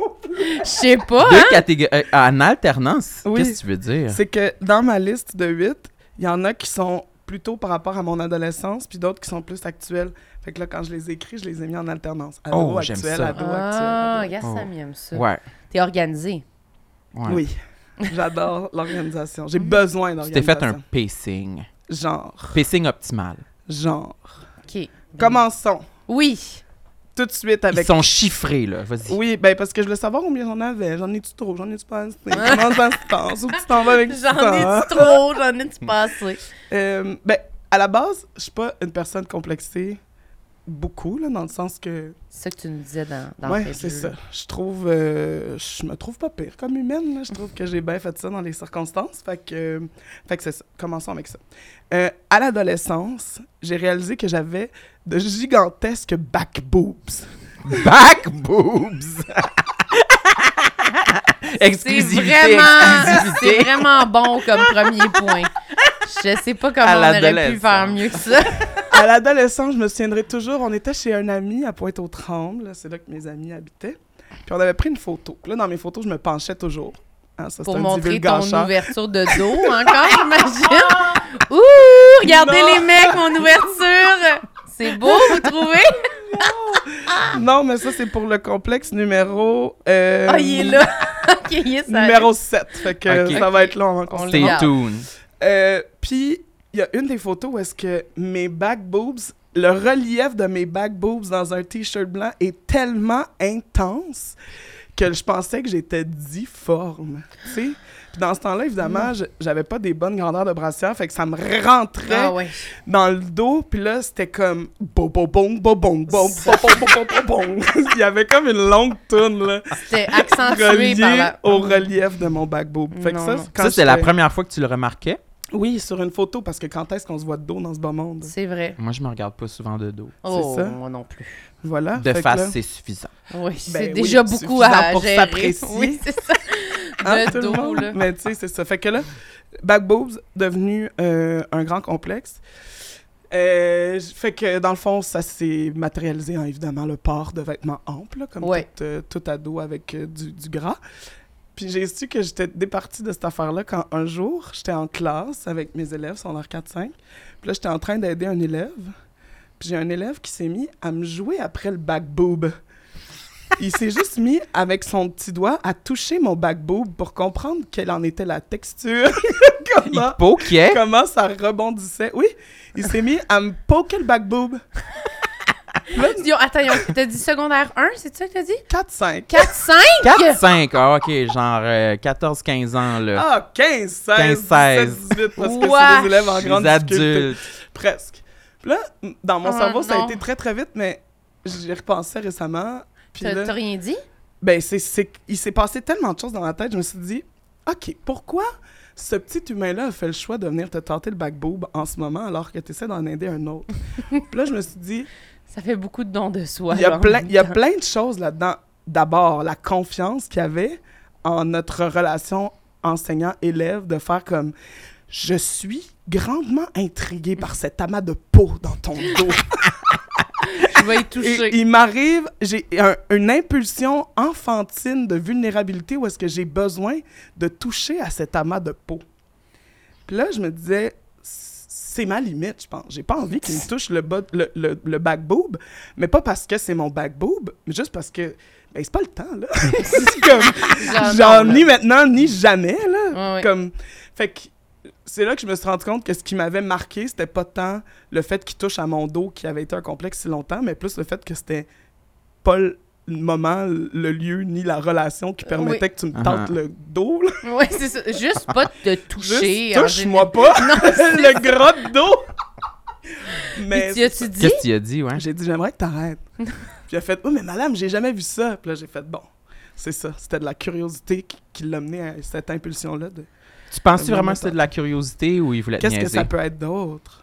Je sais pas, Deux hein? catégories en alternance. Oui. Qu'est-ce que tu veux dire? C'est que dans ma liste de 8, il y en a qui sont plutôt par rapport à mon adolescence, puis d'autres qui sont plus actuels. Fait que là, quand je les écris, je les ai mis en alternance. Ado, Oh, j'aime actuel, ça. ado, Ah, actuel. regarde, Oh. Sam, il aime ça. Ouais. T'es organisé. Ouais. Oui. J'adore l'organisation. J'ai besoin Tu d'organisation. t'es fait un pacing. Genre. Pacing optimal. Genre. OK. Commençons Oui. tout de suite Ils avec... sont chiffrés, là. Vas-y. Oui, ben parce que je voulais savoir combien j'en avais. J'en ai-tu trop? J'en ai-tu pas assez? Comment ça se passe? Où tu t'en vas avec ça? J'en ai-tu trop, j'en ai-tu pas assez. Ben, à la base, je suis pas une personne complexée beaucoup, là, dans le sens que... C'est ça que tu nous disais dans Ouais, le c'est jeu. ça. Je me trouve pas pire comme humaine, là. Je trouve que j'ai bien fait ça dans les circonstances. Fait que c'est ça. Commençons avec ça. À l'adolescence, j'ai réalisé que j'avais de gigantesques back boobs. Back boobs! C'est Exclusivité, vraiment, exclusivité. c'est vraiment bon comme premier point. Je sais pas comment À on aurait pu l'adolescence. faire mieux que ça. À l'adolescence, je me souviendrai toujours, on était chez un ami à Pointe-aux-Trembles. C'est là que mes amis habitaient. Puis on avait pris une photo. Puis là, dans mes photos, je me penchais toujours. Hein, ça, Pour c'est un montrer ton divulgateur. ouverture de dos encore, j'imagine. Ouh, regardez Non. les mecs, mon ouverture. C'est beau, vous trouvez? Non, mais ça, c'est pour le complexe numéro... Ah, il est là. OK, il est ça. Numéro 7. Fait que Ok. ça va être long avant qu'on On se le Stay regarde. tuned. Puis, il y a une des photos où est-ce que mes back boobs, le relief de mes back boobs dans un T-shirt blanc est tellement intense que je pensais que j'étais difforme, tu sais. Puis dans ce temps-là, évidemment, j'avais pas des bonnes grandeurs de brassière, fait que ça me rentrait dans le dos, puis là, c'était comme il y avait comme une longue toune, là. C'était accentué par la... au relief de mon back boob. Fait que ça, c'est la première fois que tu le remarquais? Oui, sur une photo, parce que quand est-ce qu'on se voit de dos dans ce bas monde? C'est vrai. Moi, je me regarde pas souvent de dos. Oh, c'est ça? moi non plus. Voilà. De face, c'est suffisant. Oui, c'est Ben déjà oui, beaucoup à pour gérer. s'apprécier. Oui, c'est ça. De dos, là. Mais tu sais, c'est ça. Fait que là, back boobs, devenu un grand complexe. Fait que dans le fond, ça s'est matérialisé en, évidemment, le port de vêtements amples, là, comme tout ado avec du gras. Puis j'ai su que j'étais départie de cette affaire-là quand un jour, j'étais en classe avec mes élèves, secondaire 4-5. Puis là, j'étais en train d'aider un élève. Puis j'ai un élève qui s'est mis à me jouer après le back boob. Il s'est juste mis avec son petit doigt à toucher mon back boob pour comprendre quelle en était la texture. Comment ça rebondissait. Oui, il s'est mis à me poker le back boob. Attends, t'as dit secondaire 1, c'est ça que t'as dit? 4-5. 4-5? 4-5, ah, OK, genre 14-15 ans, là. Ah, 15-16, 15-16. 17-18, parce que c'est des élèves en grande difficulté. Adultes. Presque. Puis là, dans mon cerveau, ça a été très, très vite, mais j'y repensais récemment. T'as rien dit? Ben, il s'est passé tellement de choses dans ma tête, je me suis dit, OK, pourquoi ce petit humain-là a fait le choix de venir te tenter le back boob en ce moment alors que tu essaies d'en aider un autre? Puis là, je me suis dit... Ça fait beaucoup de dons de soi. Il y a plein de choses là-dedans. D'abord, la confiance qu'il y avait en notre relation enseignant-élève, de faire comme « Je suis grandement intriguée par cet amas de peau dans ton dos. » Je vais y toucher. Et il m'arrive, j'ai une impulsion enfantine de vulnérabilité où est-ce que j'ai besoin de toucher à cet amas de peau. Puis là, je me disais, c'est ma limite, je pense. J'ai pas envie qu'il me touche le back boob, mais pas parce que c'est mon back boob, mais juste parce que, ben, c'est pas le temps, là. C'est comme, genre, ni maintenant, ni jamais, là. Ouais. Comme, fait que, c'est là que je me suis rendu compte que ce qui m'avait marqué, c'était pas tant le fait qu'il touche à mon dos qui avait été un complexe si longtemps, mais plus le fait que c'était pas le moment, le lieu, ni la relation qui permettait que tu me tentes le dos. Oui, c'est ça. Juste pas te toucher. Juste touche-moi pas le gras de dos. Mais tu dit? Qu'est-ce que tu as dit, ouais? J'ai dit, j'aimerais que t'arrêtes. Puis il a fait, oh, mais madame, j'ai jamais vu ça. Puis là, j'ai fait, bon, c'est ça. C'était de la curiosité qui l'a mené à cette impulsion-là de... Tu penses vraiment que c'était de la curiosité ou il voulait te niaiser? Qu'est-ce que ça peut être d'autre?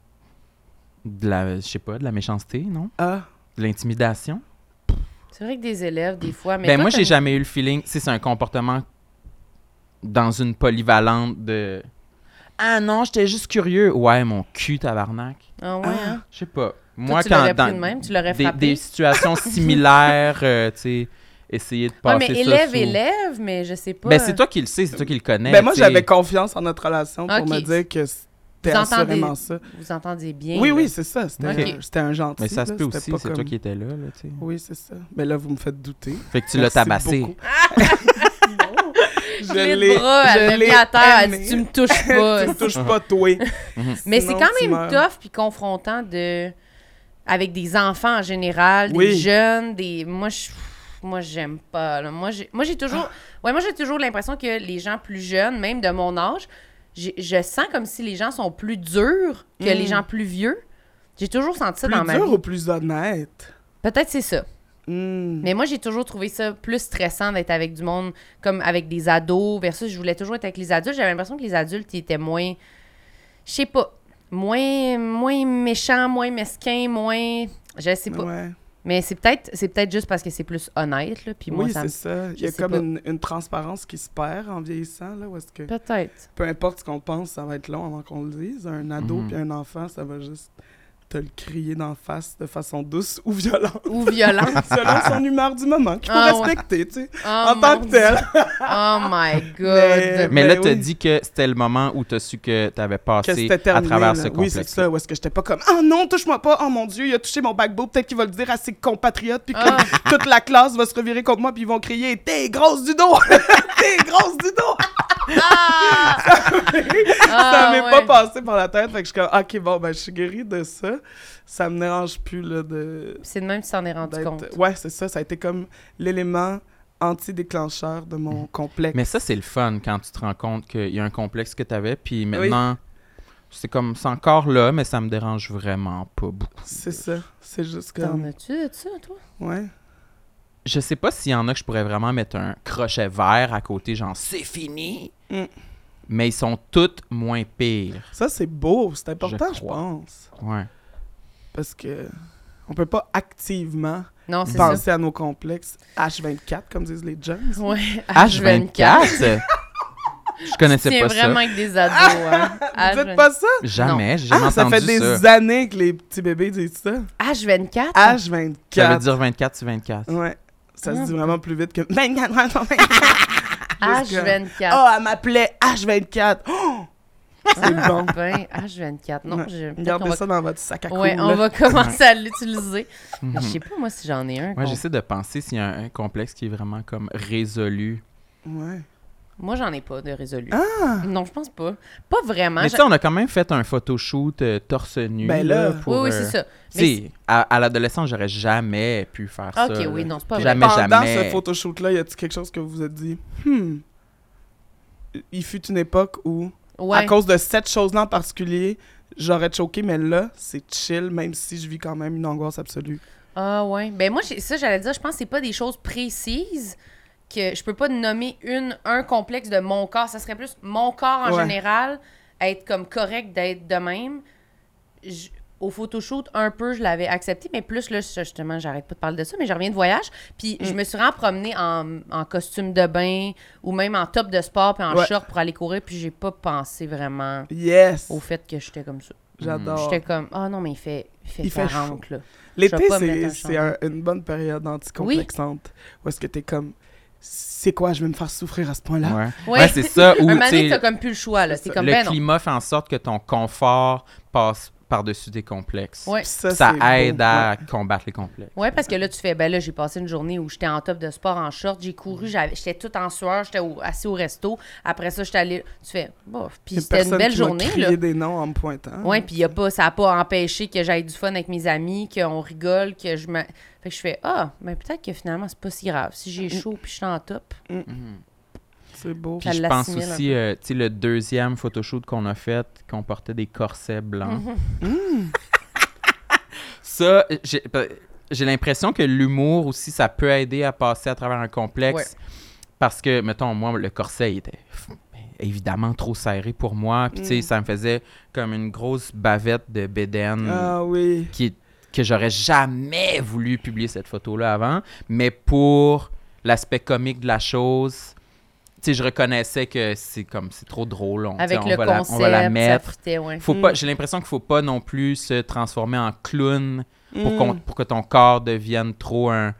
Je sais pas, de la méchanceté, non? Ah. De l'intimidation? C'est vrai que des élèves, des fois... Mais ben moi, j'ai jamais eu le feeling... C'est un comportement dans une polyvalente de... Ah non, j'étais juste curieux. Ouais, mon cul, tabarnak. Ah ouais, hein? Je sais pas. Moi, tu l'aurais pris de même, tu l'aurais frappé. Des situations similaires, tu sais... Essayer de passer ça. Mais élève, mais je sais pas. Ben, c'est toi qui le sais, c'est toi qui le connais. Ben, moi, j'avais confiance en notre relation pour me dire que c'était assurément ça. Vous entendiez bien. Oui, là. oui, c'est ça. C'était un gentil. Mais ça se peut aussi, c'est comme... toi qui étais là, tu sais. Oui, c'est ça. Mais là, vous me faites douter. Fait que tu l'as tabassé. Non. Je l'ai bras, elle m'a mis à terre, elle dit, tu me touches pas. Tu me touches pas, toi. Mais c'est quand même tough puis confrontant avec des enfants en général, des jeunes, Moi, j'aime pas. Là. Moi, j'ai toujours... moi, j'ai toujours l'impression que les gens plus jeunes, même de mon âge, je sens comme si les gens sont plus durs que les gens plus vieux. J'ai toujours senti ça dans ma vie. Plus dur ou plus honnête? Peut-être c'est ça. Mais moi, j'ai toujours trouvé ça plus stressant d'être avec du monde, comme avec des ados, versus je voulais toujours être avec les adultes. J'avais l'impression que les adultes, ils étaient moins... Je sais pas. Moins méchants, moins mesquins, moins... Je sais pas. Ouais. Mais c'est peut-être juste parce que c'est plus honnête, là, puis moi, oui, c'est ça. Il y a comme une transparence qui se perd en vieillissant, là, où est-ce que... Peut-être. Peu importe ce qu'on pense, ça va être long avant qu'on le dise. Un ado puis un enfant, ça va juste te le crier d'en face de façon douce ou violente. Ou violente. Selon son humeur du moment, qu'il faut respecter, tu sais, en mon tant que tel. Oh my God! Mais là, t'as dit que c'était le moment où t'as su que t'avais passé à travers ce complexe. Oui, c'est ça. Où est-ce que j'étais pas comme « Oh non, touche-moi pas! Oh mon Dieu, il a touché mon back boob. Peut-être qu'il va le dire à ses compatriotes, puis que toute la classe va se revirer contre moi, puis ils vont crier « T'es grosse du dos! T'es grosse du dos! » Ça m'est pas ouais. passé par la tête. Fait que je suis comme, OK, bon, ben, je suis guérie de ça. Ça me dérange plus, là, de... C'est de même que tu t'en es rendu d'être- compte. Ouais, c'est ça. Ça a été comme l'élément anti-déclencheur de mon complexe. Mais ça, c'est le fun quand tu te rends compte qu'il y a un complexe que tu avais, puis maintenant, c'est comme, c'est encore là, mais ça me dérange vraiment pas beaucoup. C'est ça. C'est juste T'en comme... as-tu de ça, toi? Ouais. Je sais pas s'il y en a que je pourrais vraiment mettre un crochet vert à côté, genre, c'est fini! Mm. Mais ils sont toutes moins pires. Ça, c'est beau. C'est important, je crois. pense. Ouais. Parce que on peut pas activement Non, c'est ça. penser à nos complexes H24, comme disent les jeunes. Ouais. H24? Je connaissais Tiens pas vraiment ça. avec des ados, hein. Vous dites pas ça? Jamais, j'ai jamais Ah, ça entendu fait des années que les petits bébés disent ça. H24? H24. Ça veut dire 24 sur 24. Ouais. Ça se Ah. dit vraiment plus vite que 24. H24. Oh, elle m'appelait H24. Oh! C'est bon. Ben, H24. Non, Ouais. peut-être qu'on Gardez va... ça dans votre sac à Ouais, cool, on là. va commencer à l'utiliser. Mais Mhm. je sais pas, moi, si j'en ai un. Ouais, j'essaie de penser s'il y a un complexe qui est vraiment comme résolu. Ouais. Moi, j'en ai pas de résolu. Ah! Non, je pense pas. Pas vraiment. Mais tu sais, on a quand même fait un photoshoot torse nu. Ben là. pour, Oui, c'est ça. Tu sais, à l'adolescence, j'aurais jamais pu faire ça. Ok, oui, là. non, c'est pas vrai. Jamais, Pendant jamais. ce photoshoot-là, y a-t-il quelque chose que vous vous êtes dit? Il fut une époque où, Ouais. à cause de cette chose-là en particulier, j'aurais choqué, mais là, c'est chill, même si je vis quand même une angoisse absolue. Ah, ouais. Ben, moi, ça, j'allais dire, je pense que c'est pas des choses précises que je peux pas nommer un complexe de mon corps. Ça serait plus mon corps en Ouais. général, être comme correct d'être de même. Au photoshoot, un peu, je l'avais accepté, mais plus, là, justement, j'arrête pas de parler de ça, mais je reviens de voyage, puis je me suis vraiment promenée en costume de bain ou même en top de sport puis en Ouais. short pour aller courir, puis j'ai pas pensé vraiment Yes! au fait que j'étais comme ça. J'adore. J'étais comme, ah non, mais il fait Il fait 40, là. L'été, je vais pas me mettre un c'est chandail. une bonne période anticomplexante. Où est-ce que t'es comme, c'est quoi, je vais me faire souffrir à ce point-là? Ouais, Ouais. Ouais, c'est ça. Ou, Un moment donné, tu sais, t'as comme plus le choix, là. C'est comme, le ben non. climat fait en sorte que ton confort passe par-dessus tes complexes. Ouais. Puis ça, Ça c'est aide beau. à Ouais. combattre les complexes. Ouais, parce que là, tu fais, ben là, j'ai passé une journée où j'étais en top de sport en short, j'ai couru, j'étais toute en sueur, j'étais assis au resto. Après ça, j'étais allée. Tu fais, bof. Puis Y a c'était une personne belle qui m'a journée, crié là. des noms en me pointant. Ouais, puis ça a pas empêché que j'aille du fun avec mes amis, qu'on rigole, que je me. Fait que je fais, ben peut-être que finalement, c'est pas si grave. Si j'ai chaud puis je suis en top. C'est beau. Ça Puis je pense l'assimile un aussi, tu sais, le deuxième photoshoot qu'on a fait, qu'on portait des corsets blancs. Ça, j'ai l'impression que l'humour aussi, ça peut aider à passer à travers un complexe. Ouais. Parce que, mettons, moi, le corset, il était évidemment trop serré pour moi. Puis, tu sais, ça me faisait comme une grosse bavette de bédaine Ah oui. que j'aurais jamais voulu publier cette photo-là avant. Mais pour l'aspect comique de la chose, tu sais, je reconnaissais que c'est trop drôle. Avec on le va concept, on va la mettre. ça fitait, ouais. Faut pas, j'ai l'impression qu'il faut pas non plus se transformer en clown Mm. pour que ton corps devienne trop un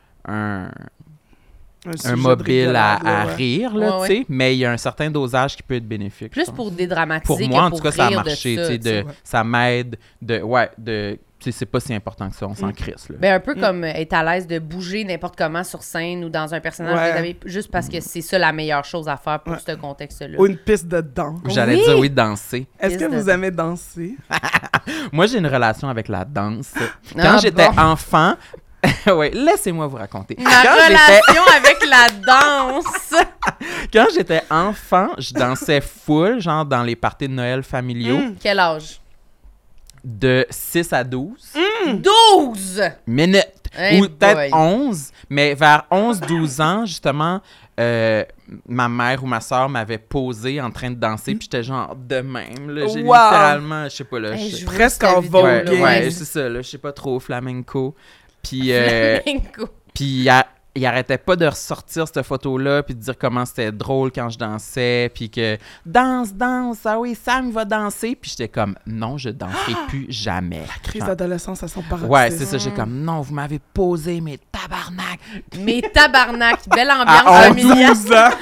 sujet de mobile à rigolade, là, ouais. rire, là, Ouais, tu sais. Mais il y a un certain dosage qui peut être bénéfique. Plus je pense. pour dédramatiser Pour que moi, en pour tout cas, ça a rire de marché. ça, Tu sais, tu sais. ça m'aide tu sais, c'est pas si important que ça, on s'en crisse, là. Ben, un peu comme être à l'aise de bouger n'importe comment sur scène ou dans un personnage Ouais. que vous avez, juste parce que c'est ça la meilleure chose à faire pour Ouais. ce contexte-là. Ou une piste de danse. J'allais Oui! dire oui, danser. Est-ce que Piste de vous aimez danser? Moi, j'ai une relation avec la danse. Quand Ah, j'étais bon. enfant... oui, laissez-moi vous raconter. Ma Quand relation avec la danse! Quand j'étais enfant, je dansais full, genre dans les parties de Noël familiaux, Quel âge? de 6 à 12 12! minutes. Hey Ou peut-être boy. 11, mais vers 11-12 ans, justement, ma mère ou ma soeur m'avait posé en train de danser, puis j'étais genre de même. Là, j'ai Wow. littéralement, je sais pas, là, Hey, je- je vois presque cette en vidéo, ouais, là. ouais, c'est ça, là, je sais pas trop, flamenco. Puis, Flamenco. puis il arrêtait pas de ressortir cette photo-là, puis de dire comment c'était drôle quand je dansais, puis que danse, ah oui, Sam va danser. Puis j'étais comme, non, je danserai plus jamais. Crise Genre, d'adolescence à son paroxysme. ouais, c'est ça, j'ai comme, non, vous m'avez posé mes tabarnak. Mais tabarnak, belle ambiance À 11 familiale. 12 ans.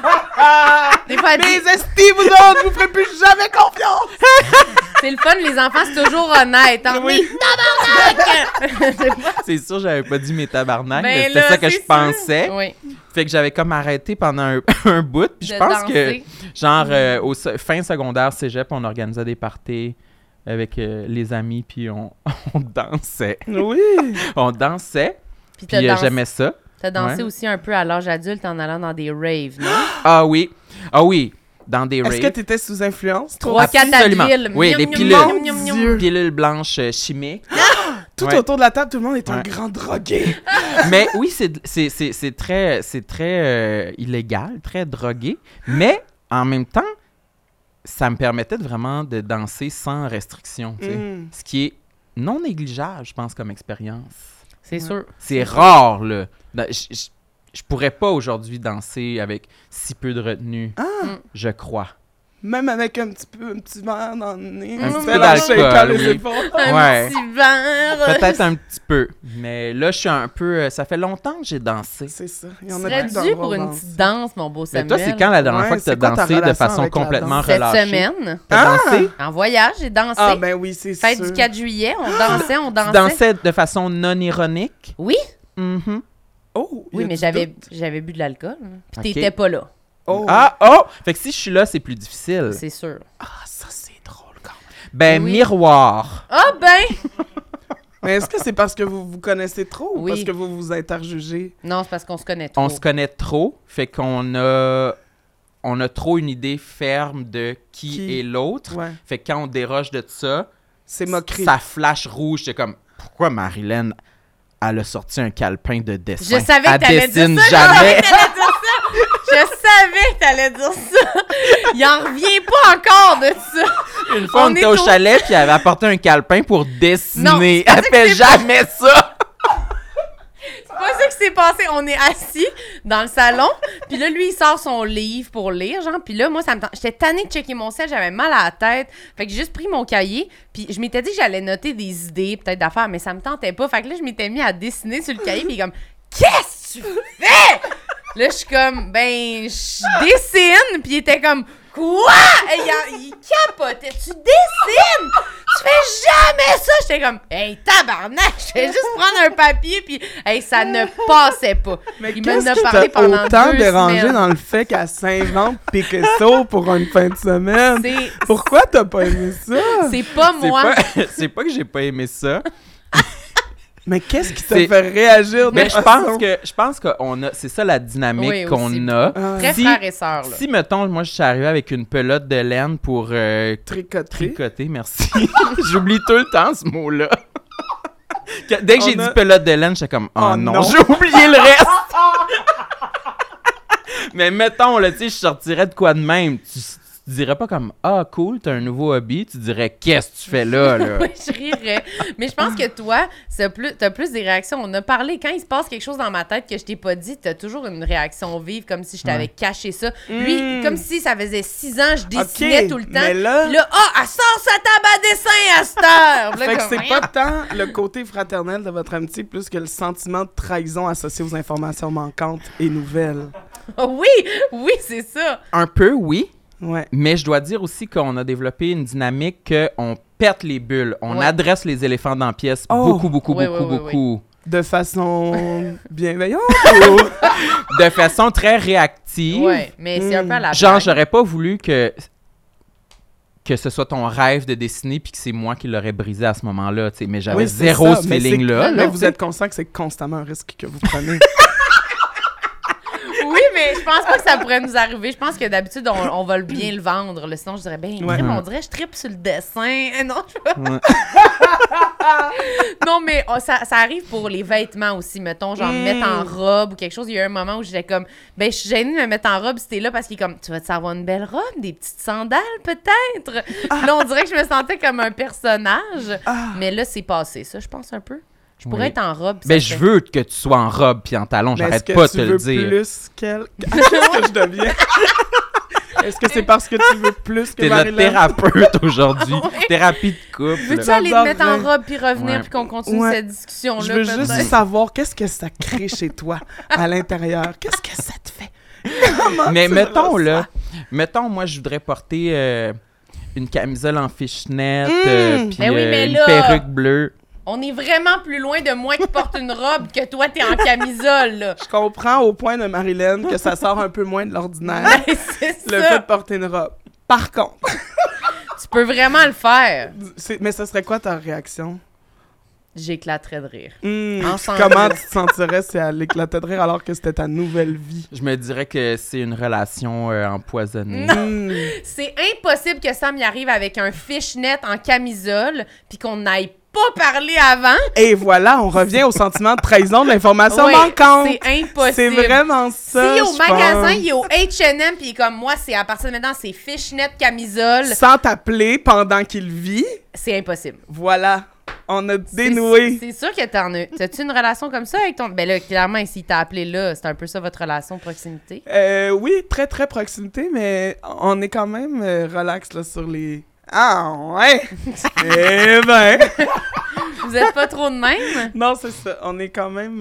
Des fois, elle dit, Mes estis, vous autres, je vous ferai plus jamais confiance! c'est le fun, les enfants, c'est toujours honnête. Hein? Oui. Mais tabarnak! C'est sûr, j'avais pas dit mes tabarnak, Ben mais c'était là, ça que c'est je pensais. sûr. Oui. Fait que j'avais comme arrêté pendant un bout. Puis je pense que, genre, fin secondaire, cégep, on organisait des parties avec les amis, puis on dansait. Oui! On dansait, puis j'aimais ça. T'as dansé aussi un peu à l'âge adulte en allant dans des raves, non? Ah oui, dans des raves. Est-ce que t'étais sous influence? 3-4 Advil. Oui, des pilules blanches chimiques. Tout autour de la table, tout le monde est un grand drogué. Mais oui, c'est très illégal, très drogué. Mais en même temps, ça me permettait vraiment de danser sans restriction. Ce qui est non négligeable, je pense, comme expérience. C'est sûr. C'est rare, là. Je pourrais pas aujourd'hui danser avec si peu de retenue, je crois. Même avec un petit verre dans le nez. Un petit peu d'alcool, les oui. épaules. Un petit verre. Peut-être un petit peu. Mais là, je suis un peu... ça fait longtemps que j'ai dansé. C'est ça. Tu serais dû pour une petite danse, mon beau Samuel. Mais toi, c'est quand la dernière fois que tu as dansé de façon complètement relâchée? Cette semaine. T'as dansé? En voyage, j'ai dansé. Ah, ben oui, c'est sûr. Fête du 4 juillet, on dansait. Tu dansais de façon non ironique? Oui. Mm-hmm. Oh, oui, mais j'avais bu de l'alcool. Puis t'étais pas là. Oh. Fait que si je suis là, c'est plus difficile. C'est sûr. Ah, ça, c'est drôle quand même. Ben, oui. Miroir. Ah, ben! Mais est-ce que c'est parce que vous vous connaissez trop ou Oui. parce que vous vous interjugez? Non, c'est parce qu'on se connaît trop. On se connaît trop, fait qu'on a trop une idée ferme de qui est l'autre. Ouais. Fait que quand on déroge de ça, c'est moquerie. Ça flash rouge. C'est comme, pourquoi Marilyn, elle a sorti un calepin de dessin? Je savais que t'allais dire ça. Jamais. Je savais que t'allais dire ça. Il en revient pas encore de ça. Une fois, on était au chalet, puis elle avait apporté un calepin pour dessiner. Non, elle fait jamais ça. C'est pas ça qui s'est passé. On est assis dans le salon, puis là, lui, il sort son livre pour lire, genre. Puis là, moi, ça me tente. J'étais tannée de checker mon sel, j'avais mal à la tête. Fait que j'ai juste pris mon cahier, puis je m'étais dit que j'allais noter des idées, peut-être d'affaires, mais ça me tentait pas. Fait que là, je m'étais mis à dessiner sur le cahier, puis comme, qu'est-ce que tu fais? Là, je suis comme, ben, je dessine, puis il était comme, quoi? Il capotait, tu dessines? Tu fais jamais ça! J'étais comme, hey, tabarnak, je vais juste prendre un papier, puis, hey, ça ne passait pas. Mais il qu'est-ce m'en a qui parlé t'a pendant autant 2 dérangé semaines. dans le fait qu'elle s'invente Picasso pour une fin de semaine? Pourquoi t'as pas aimé ça? C'est pas moi. C'est pas que j'ai pas aimé ça. Mais qu'est-ce qui t'a fait réagir de Mais façon? je pense que c'est ça la dynamique qu'on a. Très frères et sœurs, là. Si, mettons, moi, je suis arrivé avec une pelote de laine pour tricoter, merci. J'oublie tout le temps ce mot-là. Dès que j'ai dit pelote de laine, j'étais comme, oh non, j'ai oublié le reste. Mais mettons, là, tu sais, je sortirais de quoi de même. Tu dirais pas comme, ah, cool, t'as un nouveau hobby. Tu dirais, qu'est-ce que tu fais là? Oui, je rirais. Mais je pense que toi, t'as plus des réactions. On a parlé, quand il se passe quelque chose dans ma tête que je t'ai pas dit, t'as toujours une réaction vive, comme si je t'avais caché ça. Lui, comme si ça faisait 6 ans, je dessinais tout le temps. Mais là, elle sort sa table à dessin à cette heure! Fait que c'est pas tant le côté fraternel de votre amitié, plus que le sentiment de trahison associé aux informations manquantes et nouvelles. Oui, c'est ça. Un peu, oui. Ouais. Mais je dois dire aussi qu'on a développé une dynamique qu'on pète les bulles. On adresse les éléphants dans la pièce beaucoup. De façon bienveillante ou... De façon très réactive. Oui, mais c'est un peu à la genre, blague. j'aurais pas voulu que ce soit ton rêve de dessiner puis que c'est moi qui l'aurais brisé à ce moment-là. T'sais. Mais j'avais zéro ce feeling-là. Mais vous êtes conscient que c'est constamment un risque que vous prenez. Oui, mais je pense pas que ça pourrait nous arriver. Je pense que d'habitude, on va bien le vendre. Là. Sinon, je dirais, on dirait, je trippe sur le dessin. Non, non, mais ça arrive pour les vêtements aussi, mettons, genre me mettre en robe ou quelque chose. Il y a eu un moment où j'étais comme, je suis gênée de me mettre en robe si t'es là parce qu'il est comme, tu vas-tu avoir une belle robe, des petites sandales peut-être? Là, on dirait que je me sentais comme un personnage. Mais là, c'est passé, ça, je pense un peu. Je pourrais être en robe. Mais je veux que tu sois en robe puis en talons. J'arrête pas de te le dire. Plus qu'est-ce que je deviens? Est-ce que c'est parce que tu veux plus que Marilyn? T'es notre thérapeute aujourd'hui. Thérapie de couple. Veux-tu aller te mettre en robe puis revenir puis qu'on continue cette discussion-là? Je veux juste savoir qu'est-ce que ça crée chez toi à l'intérieur. Qu'est-ce que ça te fait? Mais mettons, moi, je voudrais porter une camisole en fishnet puis une perruque bleue. On est vraiment plus loin de moi qui porte une robe que toi, t'es en camisole, là. Je comprends au point de Marilyn que ça sort un peu moins de l'ordinaire, C'est le ça. fait de porter une robe. Par contre, Tu peux vraiment le faire. mais ce serait quoi ta réaction? J'éclaterais de rire. Comment tu te sentirais si elle éclatait de rire alors que c'était ta nouvelle vie? Je me dirais que c'est une relation empoisonnée. C'est impossible que Sam y arrive avec un fishnet en camisole puis qu'on n'aille pas parler avant. Et voilà, on revient au sentiment de trahison de l'information Oui, manquante. c'est impossible. C'est vraiment ça. S'il est au je magasin, pense. il est au H&M puis il est comme moi, c'est à partir de maintenant, c'est fishnet camisole. Sans t'appeler pendant qu'il vit, C'est impossible. voilà. On a dénoué. C'est sûr que t'en as. T'as-tu une relation comme ça avec ton. Ben là, clairement, s'il t'a appelé là, c'est un peu ça votre relation de proximité. Oui, très, très proximité, mais on est quand même relax là, sur les... Ah, ouais! Eh ben! Vous êtes pas trop de même? Non, c'est ça. On est quand même...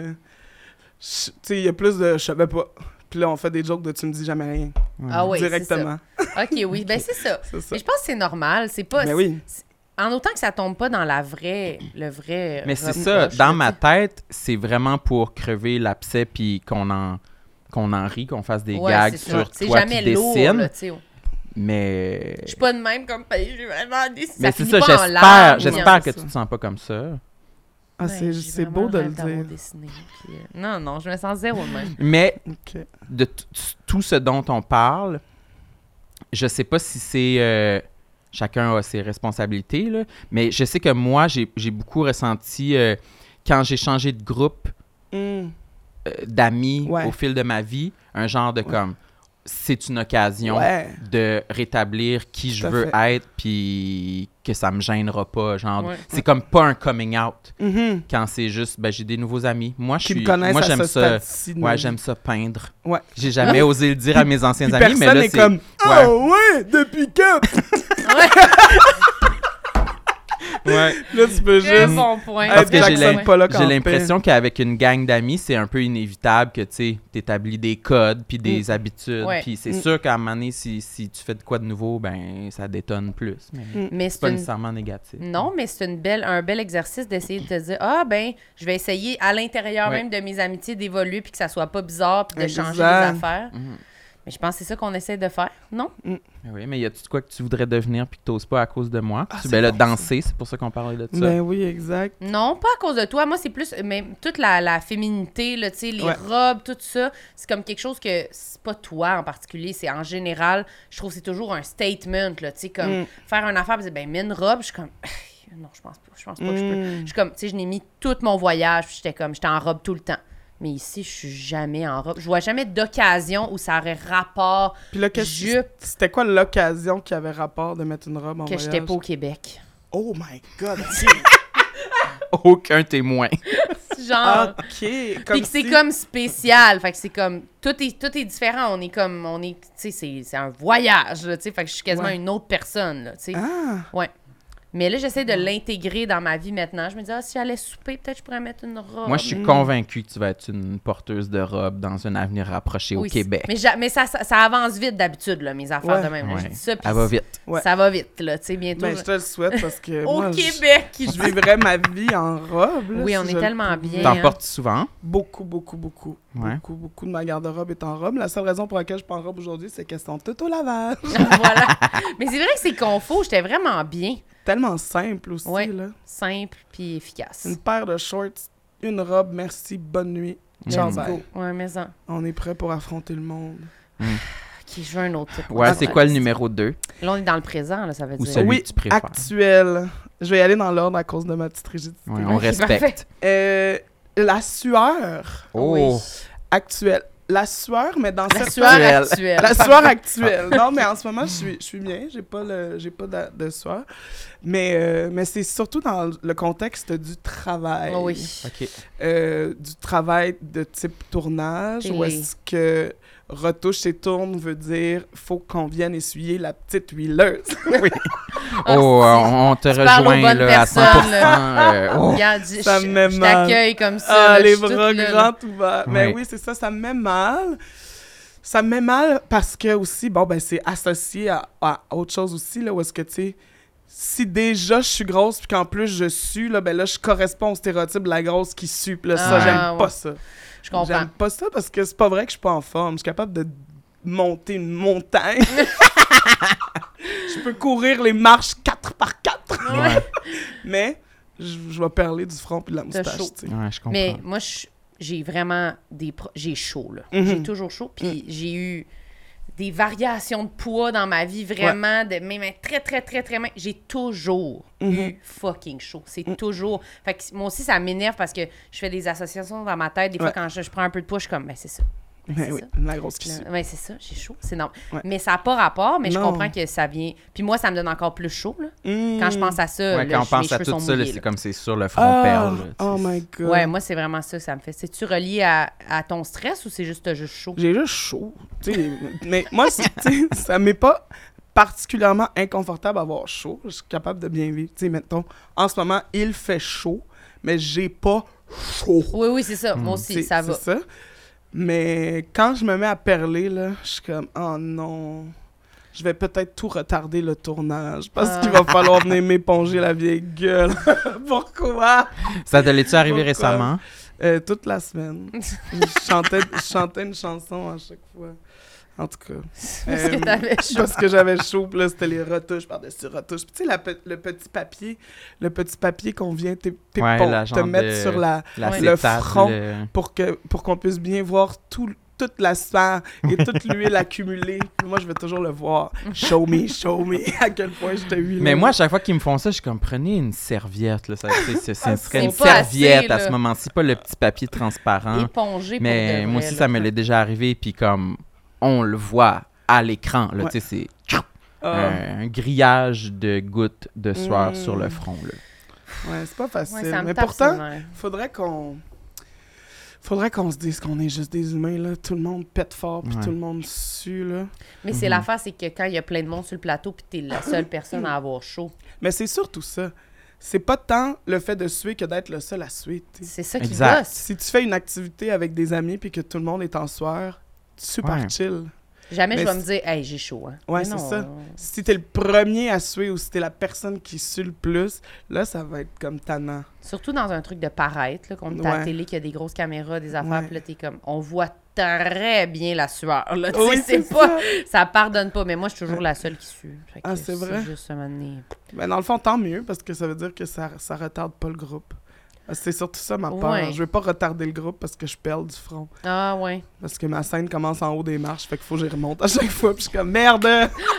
tu sais, il y a plus de « je savais pas ». Puis là, on fait des jokes de « tu me dis jamais rien Ah oui, directement. c'est ça. OK, oui. Ben c'est ça. C'est ça. Mais je pense que c'est normal. C'est pas... Mais oui. En autant que ça tombe pas dans le vrai... Mais c'est reproche, ça, dans là, ma tu sais. tête, c'est vraiment pour crever l'abcès puis qu'on en rit, qu'on fasse des Ouais, gags c'est sur ça. C'est toi jamais qui lourd, dessine. là, tu sais. Mais Je suis pas de même comme j'ai vraiment des... mais c'est finit ça, pas en larmes, j'espère que c'est tu ça. te sens pas comme ça. Ah, Ouais, c'est j'ai beau vraiment de le rêve d'avoir dire. dessiné, puis, non, je me sens zéro de même. Mais OK. de tout ce dont on parle, je sais pas si c'est chacun a ses responsabilités là, mais je sais que moi j'ai beaucoup ressenti quand j'ai changé de groupe d'amis Ouais. au fil de ma vie, un genre de comme c'est une occasion Ouais. de rétablir qui je Tout à veux fait. être puis que ça me gênera pas, genre Ouais. c'est comme pas un coming out Mhm. quand c'est juste ben j'ai des nouveaux amis. Moi Qui me connaissent moi à j'aime ce ça. stade-ci de ma Ouais, vie. j'aime ça peindre. Ouais. J'ai jamais osé le dire à mes anciens Puis amis, mais personne là n'est c'est comme Ouais. Oh ouais, depuis quand? Ouais. Là, tu peux Très juste... bon point. Parce que j'ai Jackson Pollock en J'ai paix. l'impression qu'avec une gang d'amis, c'est un peu inévitable que tu établis des codes puis des habitudes. Ouais. Puis c'est sûr qu'à un moment donné, si tu fais de quoi de nouveau, ben ça détonne plus. Mais Mais c'est pas c'est une... nécessairement négatif. Non, mais c'est un bel exercice d'essayer de te dire ah ben je vais essayer à l'intérieur Ouais. même de mes amitiés d'évoluer puis que ça soit pas bizarre puis de changer des Exact. affaires. Mhm. Mais je pense que c'est ça qu'on essaie de faire, non? Oui, mais y a-tu de quoi que tu voudrais devenir puis que t'oses pas à cause de moi? Ah, Tu c'est ben là, bon, ça. danser, c'est pour ça qu'on parlait de ça. Ben oui, exact. Non, pas à cause de toi. Moi, c'est plus mais toute la féminité, là, tu sais, les Ouais. robes, tout ça. C'est comme quelque chose que c'est pas toi en particulier, c'est en général. Je trouve que c'est toujours un statement, là, tu sais, comme faire une affaire, puis dire, ben, mets une robe. Je suis comme, non, je pense pas que je peux. Je suis comme, tu sais, je n'ai mis tout mon voyage, puis j'étais en robe tout le temps. Mais ici, je suis jamais en robe. Je vois jamais d'occasion où ça aurait rapport Puis là, jupe c'était quoi l'occasion qui avait rapport de mettre une robe en que voyage? j'étais pas au Québec. Oh my God! Aucun témoin. Genre... OK. Puis que c'est comme spécial, fait que c'est comme tout est différent, tu sais c'est un voyage là, tu sais, fait que je suis quasiment Ouais. une autre personne là, tu sais. Ah! Ouais. Mais là j'essaie de l'intégrer dans ma vie maintenant. Je me dis si j'allais souper, peut-être je pourrais mettre une robe. Moi, je suis convaincu que tu vas être une porteuse de robe dans un avenir rapproché au Oui, Québec. Mais ça avance vite d'habitude là, mes affaires Ouais. de même. Là. Je Ouais. dis ça puis Elle va vite. Ouais. ça va vite là, tu sais bientôt. Ben, je te le souhaite parce que Au moi, Québec, je vivrais ma vie en robe. Là, Oui, on si est je le tellement pouvais. bien. T'en hein. portes souvent? Beaucoup Ouais. de ma garde-robe est en robe. La seule raison pour laquelle je suis pas en robe aujourd'hui, c'est qu'elles sont toutes au lavage. Voilà. Mais c'est vrai que c'est confort, j'étais vraiment bien, Tellement simple aussi, Ouais. là. simple puis efficace. Une paire de shorts, une robe, merci, bonne nuit. Ciao, Let's bye. go. Ouais, mais ça. On est prêt pour affronter le monde. Ok, je veux un autre type. Ouais, On c'est va quoi le rester. numéro 2? Là, on est dans le présent, là, ça veut Ou dire. celui Oui, que tu préfères? actuel. Je vais y aller dans l'ordre à cause de ma petite rigidité. Ouais, on Ok, respecte. La sueur Oh! Oui. actuelle. La sueur, mais dans La cette sueur actuelle. La sueur actuelle. Non, mais en ce moment, je suis bien. J'ai pas de sueur. Mais c'est surtout dans le contexte du travail. Oh oui. OK. Du travail de type tournage, Télé. où est-ce que retouche et tourne veut dire faut qu'on vienne essuyer la petite huileuse. Oui. Ah, Oh, si. on te Tu parles aux rejoint bonnes là, à 100%. personnes, oh. Regarde, Ça me met je mal. t'accueille comme ça. Ah, là, je les suis toute bras là, là. grands ouverts. Mais Oui. oui, c'est ça, ça me met mal. Ça me met mal parce que aussi, bon, ben c'est associé à autre chose aussi, là, où est-ce que, tu sais, si déjà je suis grosse puis qu'en plus je sue, là, ben là, je corresponds au stéréotype de la grosse qui sue. Puis là, ça, j'aime pas ça. Je comprends. J'aime pas ça parce que c'est pas vrai que je suis pas en forme. Je suis capable de monter une montagne. Je peux courir les marches 4x4. Ouais. Mais je vais perler du front puis de la moustache. chaud. Tu sais. Ouais, je comprends. Mais moi, j'ai vraiment j'ai chaud, là. J'ai toujours chaud. Puis j'ai eu des variations de poids dans ma vie, vraiment, de même très, très, très, très mince. J'ai toujours eu fucking chaud. C'est toujours... Fait que moi aussi, ça m'énerve parce que je fais des associations dans ma tête. Des fois, quand je prends un peu de poids, je suis comme, ben c'est ça. Ben oui, ça. la grosse qui sue. Oui, c'est ça, j'ai chaud, c'est normal. Ouais. Mais ça n'a pas rapport, mais je Non. comprends que ça vient... Puis moi, ça me donne encore plus chaud, là. Quand je pense à ça, Ouais, là, quand on pense mes à cheveux tout sont ça, là, mouillés, c'est là. comme c'est sur le front perle. là, tu Oh sais. my God. Ouais, moi, c'est vraiment ça que ça me fait. C'est-tu relié à ton stress ou c'est juste chaud? J'ai juste chaud. Tu sais, mais moi, tu sais, ça m'est pas particulièrement inconfortable d'avoir chaud. Je suis capable de bien vivre. Tu sais, mettons, en ce moment, il fait chaud, mais j'ai pas chaud. Oui, oui, c'est ça. Moi aussi, C'est- ça va. C'est ça. Mais quand je me mets à perler, là, je suis comme, oh non, je vais peut-être tout retarder le tournage parce qu'il va falloir venir m'éponger la vieille gueule. Pourquoi? Ça te l'est-tu arrivé Pourquoi? récemment? Toute la semaine. je chantais une chanson à chaque fois. En tout cas. Parce que t'avais chaud. Parce que j'avais chaud, puis là, c'était les retouches par-dessus retouches. Puis tu sais, le petit papier qu'on vient Ouais, la te genre mettre de- sur La le cétate, front le- pour qu'on puisse bien voir toute la sphère et toute l'huile accumulée. Puis moi, je veux toujours le voir. Show me à quel point je t'ai huilé. Mais moi, à chaque fois qu'ils me font ça, je suis comme, prenez une serviette. Là, ça serait une c'est pas serviette assez, à là. ce moment-ci, pas le petit papier transparent. Épongé pour Mais de moi vrai, aussi, là. ça me l'est déjà arrivé, puis comme on le voit à l'écran, là, Ouais. tu sais, c'est Ah, un grillage de gouttes de sueur Mm. sur le front. Là. ouais, c'est pas facile. Ouais, ça me mais tape pourtant, sur le nerf. faudrait qu'on se dise qu'on est juste des humains, là. Tout le monde pète fort, puis Ouais. tout le monde sue, là. Mais c'est l'affaire, c'est que quand il y a plein de monde sur le plateau puis t'es la seule personne à avoir chaud, Mais c'est surtout ça. C'est pas tant le fait de suer que d'être le seul à suer, tu sais. c'est ça qui Exact. gosse. Si tu fais une activité avec des amis puis que tout le monde est en sueur, super Ouais. chill. Jamais Mais je vais me dire, hey, j'ai chaud. Hein. Ouais, Mais c'est non, ça. Si t'es le premier à suer ou si t'es la personne qui sue le plus, là, ça va être comme tannant. Surtout dans un truc de paraître, là, qu'on est à la Ouais. télé, qu'il y a des grosses caméras, des affaires, Ouais. puis là, t'es comme, on voit très bien la sueur. Là, tu sais, Oui, c'est c'est pas, ça pardonne pas, mais moi, je suis toujours la seule qui sue. Fait que Ah, c'est vrai? juste un moment donné. Mais dans le fond, tant mieux, parce que ça veut dire que ça retarde pas le groupe. C'est surtout ça ma peur. Ouais. Je veux pas retarder le groupe parce que je perds du front. Ah, ouais. Parce que ma scène commence en haut des marches, fait qu'il faut que j'y remonte à chaque fois, puis je suis comme merde!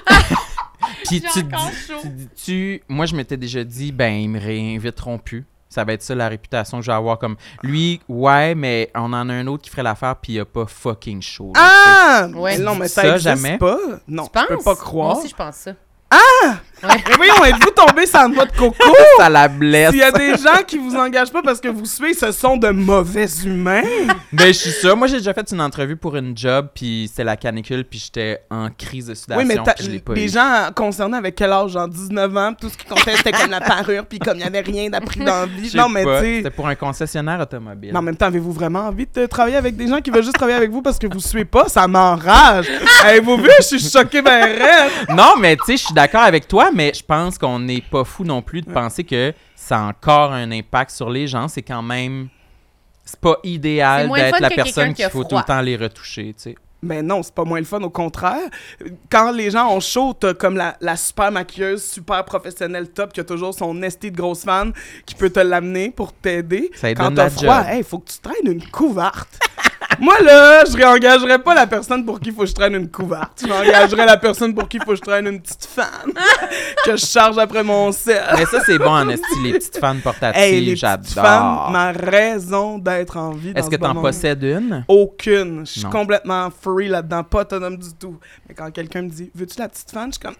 Puis J'ai tu te encore dis- chaud. tu dis-tu, moi je m'étais déjà dit, ben ils me réinviteront plus. Ça va être ça la réputation que je vais avoir comme lui, ouais, mais on en a un autre qui ferait l'affaire puis il a pas fucking chaud. là, Ah! Ouais. Mais non, mais ça, Ça, existe jamais? pas. Non, Tu penses? je peux pas croire. Moi aussi, je pense ça. Mais voyons, êtes-vous tombé sans noix de coco? tu sais. Ça la blesse. S'il y a des gens qui vous engagent pas parce que vous suivez, ce sont de mauvais humains. Ben je suis sûr. Moi j'ai déjà fait une entrevue pour une job puis c'était la canicule puis j'étais en crise de sudation. Oui, mais puis je l'ai pas les eu. gens concernés avec quel âge? Genre 19 ans, tout ce qui comptait, c'était comme la parure, puis comme il n'y avait rien d'appris dans la vie. Je sais Non, mais pas. tu sais... C'était pour un concessionnaire automobile. Mais en même temps, avez-vous vraiment envie de travailler avec des gens qui veulent juste travailler avec vous parce que vous suivez pas? Ça m'enrage! Avez-vous vu? Je suis choqué ben raide! Non, mais tu sais, je suis d'accord avec toi, mais je pense qu'on n'est pas fou non plus de penser que ça a encore un impact sur les gens. C'est quand même... C'est pas C'est idéal moins d'être fun la que quelqu'un personne qui qu'il a faut tout froid. le temps les retoucher, tu sais. Mais non, c'est pas moins le fun, au contraire. Quand les gens ont chaud, t'as comme la super maquilleuse, super professionnelle top, qui a toujours son esti de grosse fan, qui peut te l'amener pour t'aider. Ça lui Quand donne t'as la froid, job. hey, faut que tu traînes une couverte. Moi, là, je réengagerais pas la personne pour qui il faut que je traîne une couverte. Je réengagerais la personne pour qui il faut que je traîne une petite fan que je charge après mon sel. Mais ça, c'est bon en esti, les petites fans portatives, Hey, les petites fans, j'adore. ma raison d'être en vie dans Est-ce que ce beau t'en monde. possèdes une? Aucune. Je suis Non. complètement free là-dedans, pas autonome du tout. Mais quand quelqu'un me dit « Veux-tu la petite fan? » Je suis comme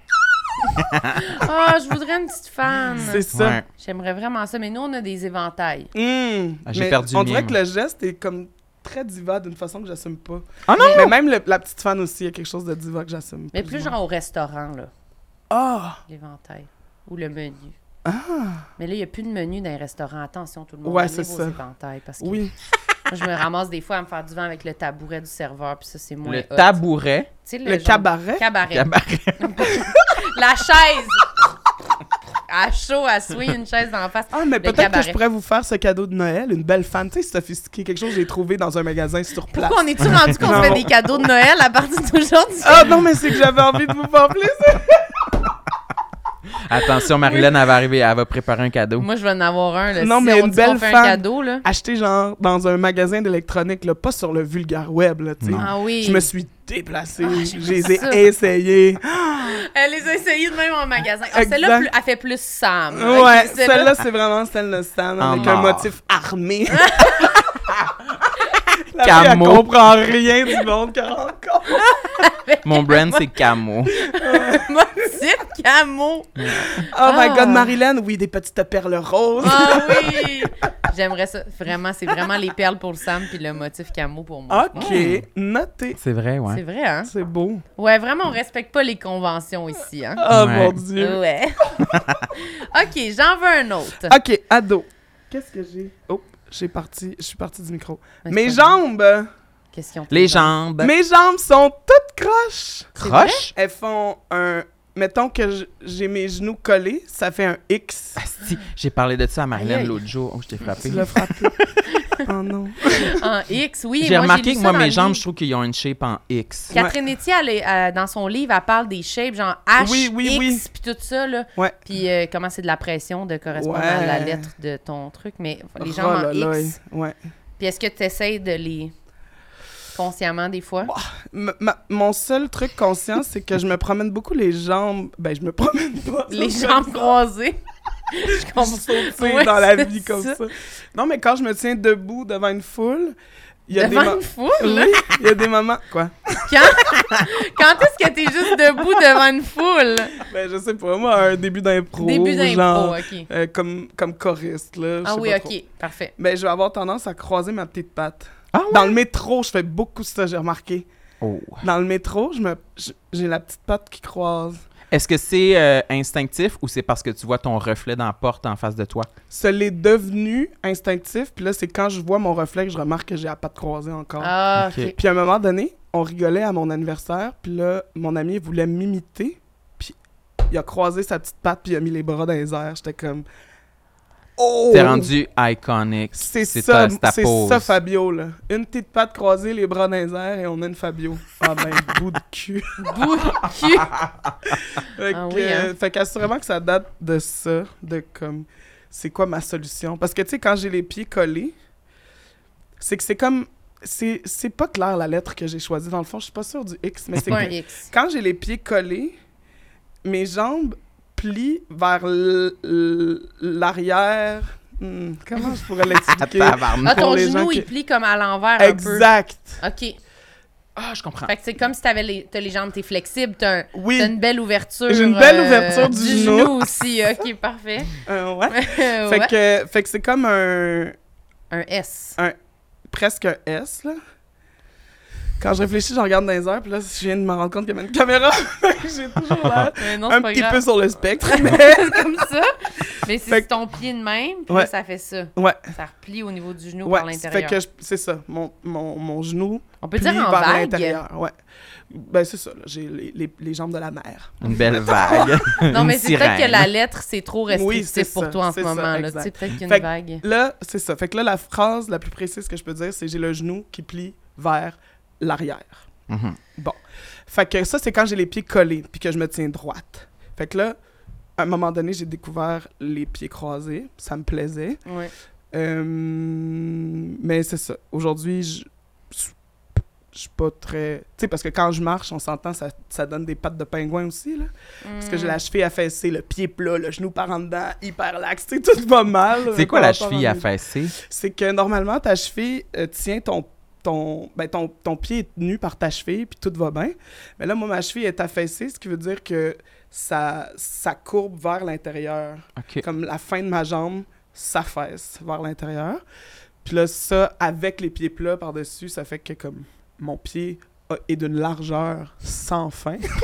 Ah, je voudrais une petite fan. « C'est ça. Ouais. J'aimerais vraiment ça, mais nous, on a des éventails. Ah, j'ai Mais perdu on le dirait mien, que moi. le geste est comme très diva d'une façon que j'assume pas. Ah non! Mais même la petite fan aussi, il y a quelque chose de diva que j'assume Mais plus genre au restaurant, là, Ah! l'éventail. Ou le menu. Ah! Mais là, il n'y a plus de menu dans les restaurants. Attention, tout le monde. Ouais, Amenez c'est vos ça. éventails, parce que Oui. moi, je me ramasse des fois à me faire du vent avec le tabouret du serveur, puis ça, c'est moins Le hot. tabouret. Tu sais, Le genre- cabaret. Cabaret. Cabaret. La chaise! à chaud, à swing une chaise d'en face. Ah, mais de peut-être que cabaret. je pourrais vous faire ce cadeau de Noël, une belle fan, tu sais, sophistiqué, quelque chose que j'ai trouvé dans un magasin sur place. Pourquoi on est-tu rendu qu'on se fait des cadeaux de Noël à partir d'aujourd'hui? Ah non, mais c'est que j'avais envie de vous faire plaisir. Attention, Marilyn, elle va arriver, elle va préparer un cadeau. Moi, je vais en avoir un. Là. Non, Si mais on une dit belle qu'on fait fan. un cadeau, là. Acheté genre dans un magasin d'électronique, là, pas sur le vulgaire web, là, tu sais. Non. Ah oui. Je me suis déplacée, je j'aimerais les ai ça. essayés. Elle les a essayées de même en magasin. Ah, Exact. celle-là, elle fait plus Sam. Ouais, Ok, celle-là, c'est vraiment celle de Stan, En avec un or. motif armé. La Camo. fille, elle comprend rien du monde qu'elle rencontre. Mon brand, c'est Camo. motif camo. Oh my Ah. God, Marilyn, oui, des petites perles roses. Ah oui! J'aimerais ça. Vraiment, c'est vraiment les perles pour le Sam puis le motif camo pour moi. OK, noté. C'est vrai, ouais. C'est vrai, hein? C'est beau. Ouais, vraiment, on respecte pas les conventions ici, hein? Oh Ouais. mon Dieu. Ouais. OK, j'en veux un autre. OK, ado. Qu'est-ce que j'ai? Oh, je suis partie du micro. Mais Mes c'est pas grave. jambes! Qu'est-ce qu'ils ont Les jambes. Mes jambes sont toutes croches. Croche. Elles font un... Mettons que j'ai mes genoux collés, ça fait un X. Asti, j'ai parlé de ça à Marilyn Aïe, aïe. l'autre jour. Oh, je t'ai frappé. Tu l'as frappé. Oh non. En X, oui. J'ai remarqué lu que ça moi, dans mes le jambes, livre. je trouve qu'ils ont une shape en X. Catherine Etier, dans son livre, elle parle des shapes, genre H, Oui, oui, X, oui. puis tout ça, là. Ouais. Puis comment c'est de la pression de correspondre à la lettre de ton truc. Mais les jambes Oh en là là, X. ouais. Puis est-ce que tu essaies de les... consciemment, des fois? Mon seul truc conscient, c'est que je me promène beaucoup les jambes. Ben, je me promène pas. Les Ça, jambes comme ça. croisées. Je Je comprends. saute Ouais, dans la c'est vie comme ça. ça. Non, mais quand je me tiens debout devant une foule, il y a Devant des une foule? Oui, il y a des moments... Quoi? Quand est-ce que t'es juste debout devant une foule? Ben, je sais pas, moi, un début d'impro. Début d'impro, genre, OK. comme choriste, là. je Ah sais oui, pas OK. trop. Parfait. Ben, je vais avoir tendance à croiser ma petite patte. Ah ouais? Dans le métro, je fais beaucoup ça, j'ai remarqué. Oh. Dans le métro, j'ai la petite patte qui croise. Est-ce que c'est instinctif ou c'est parce que tu vois ton reflet dans la porte en face de toi? Ce l'est devenu instinctif, puis là, c'est quand je vois mon reflet que je remarque que j'ai la patte croisée encore. Ah, OK. OK. Puis à un moment donné, on rigolait à mon anniversaire, puis là, mon ami voulait m'imiter, puis il a croisé sa petite patte, puis il a mis les bras dans les airs. J'étais comme... Oh! T'es rendu iconic. C'est ta c'est pose. ça, Fabio, là. Une petite patte croisée, les bras dans les airs, et on a une Fabio. Ah ben, bout de cul. Bout de cul. Fait Ah que, oui, hein. fait qu'assurément que ça date de ça, de comme... C'est quoi ma solution? Parce que, tu sais, quand j'ai les pieds collés, c'est que c'est comme... C'est pas clair, la lettre que j'ai choisie. Dans le fond, je suis pas sûre du X, mais c'est Pas un que X. quand j'ai les pieds collés, mes jambes plient vers l'arrière. Comment je pourrais l'expliquer? Tabarnak. Ah, ton pour les gens genou, qui- il plie comme à l'envers un peu. Exact. OK. Ah, je comprends. Fait que c'est comme si t'as les jambes, t'es flexible, t'as Oui. une belle ouverture. J'ai une belle ouverture du genou. aussi. OK, parfait. Ouais. Ouais. Fait que c'est comme un... Un S. presque un S, là. Quand je réfléchis, je regarde dans les airs, puis là, je viens de me rendre compte qu'il y avait une caméra. J'ai toujours l'air Mais non, un c'est pas petit grave. peu sur le spectre, mais... C'est comme ça. Mais si Fait c'est ton pied de même, puis Ouais. là, ça fait ça. Ouais, Ça replie au niveau du genou ouais. par Fait l'intérieur. que c'est ça, mon genou On peut plie dire en vers vague. l'intérieur, ouais. Ben, c'est ça, là, j'ai les jambes de la mer. Une belle vague. Non, mais Une c'est peut-être que sirène. la lettre, c'est trop restrictif c'est pour ça, toi en ce c'est ça, moment. Là. Tu exact. sais, peut-être qu'il y a Fait une que vague. Là, c'est ça. Fait que là, la phrase la plus précise que je peux dire, c'est « j'ai le genou qui plie vers l'arrière ». Mhm. Bon. Fait que ça, c'est quand j'ai les pieds collés puis que je me tiens droite. Fait que là, à un moment donné, j'ai découvert les pieds croisés. Ça me plaisait. Ouais. Mais c'est ça. Aujourd'hui, je suis pas très... Tu sais, parce que quand je marche, on s'entend, ça donne des pattes de pingouin aussi, là. Parce que j'ai la cheville affaissée, le pied plat, le genou par en dedans, hyper lax. Tu sais, tout va mal. C'est quoi la Par rapport cheville à- affaissée? C'est que normalement, ta cheville tient ton pied est nu par ta cheville, puis tout va bien. Mais là, moi, ma cheville est affaissée, ce qui veut dire que ça courbe vers l'intérieur. OK. Comme la fin de ma jambe s'affaisse vers l'intérieur. Puis là, ça, avec les pieds plats par-dessus, ça fait que comme mon pied est d'une largeur sans fin. Fait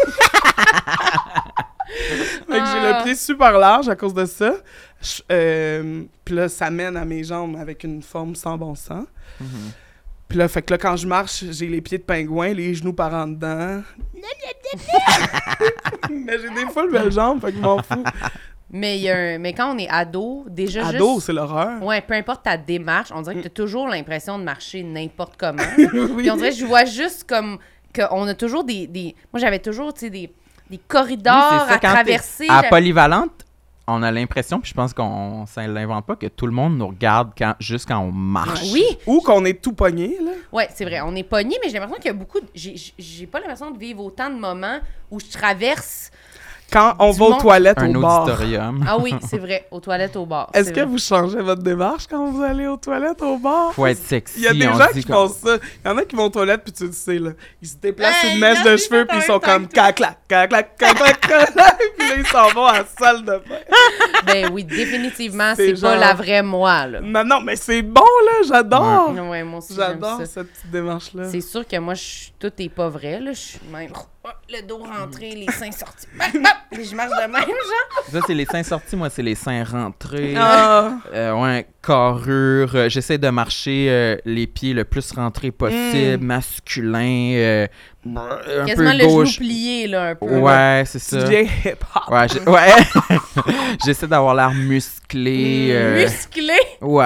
que j'ai le pied super large à cause de ça. Puis là, ça mène à mes jambes avec une forme sans bon sens. Mhm. Puis là, fait que là, quand je marche, j'ai les pieds de pingouin, les genoux par en dedans. Mais j'ai des full belles jambes, fait que je m'en fous. Mais quand on est ado, déjà Ado, juste... c'est l'horreur. Ouais, peu importe ta démarche, on dirait que t'as toujours l'impression de marcher n'importe comment. Oui. Puis on dirait que je vois juste comme qu'on a toujours des... Moi, j'avais toujours, tu sais, des corridors Oui, c'est ça, à quand traverser. À Polyvalente, on a l'impression, puis je pense qu'on ne l'invente pas, que tout le monde nous regarde juste quand on marche. Oui, Ou qu'on est tout pogné, là. ouais, c'est vrai. On est pogné, mais j'ai l'impression qu'il y a beaucoup... J'ai pas l'impression de vivre autant de moments où je traverse... Quand on Du va aux monde. toilettes Un au bar. auditorium. Ah oui, c'est vrai, aux toilettes au bar. Est-ce c'est que vrai. vous changez votre démarche quand vous allez aux toilettes au bar? Faut être sexy. Il y a des on gens se dit qui comme- font ça. Il y en a qui vont aux toilettes, puis tu le sais, là. Ils se déplacent Hey, une mèche là, de c'est cheveux, pas puis ils en sont même temps comme que toi. cac-clac, cac-clac, cac-clac, cac-clac. Puis là, ils s'en vont à la salle de bain. Ben oui, définitivement, C'est c'est pas genre- la vraie moi, là. Non, mais c'est bon, là. J'adore. Ouais, moi aussi, j'aime J'adore ça. cette petite démarche-là. C'est sûr que moi, tout est pas vrai, là. Je suis même... le dos rentré, les seins sortis. Puis je marche de même, genre. Ça, c'est les seins sortis. Moi, c'est les seins rentrés. Ah. Ouais, carrure. J'essaie de marcher les pieds le plus rentrés possible, masculin. Un Quasiment peu le gauche. genou plié, là, un peu. Ouais, c'est Tu ça. deviens hip-hop. Ouais, ouais. J'essaie d'avoir l'air musclé. Musclé.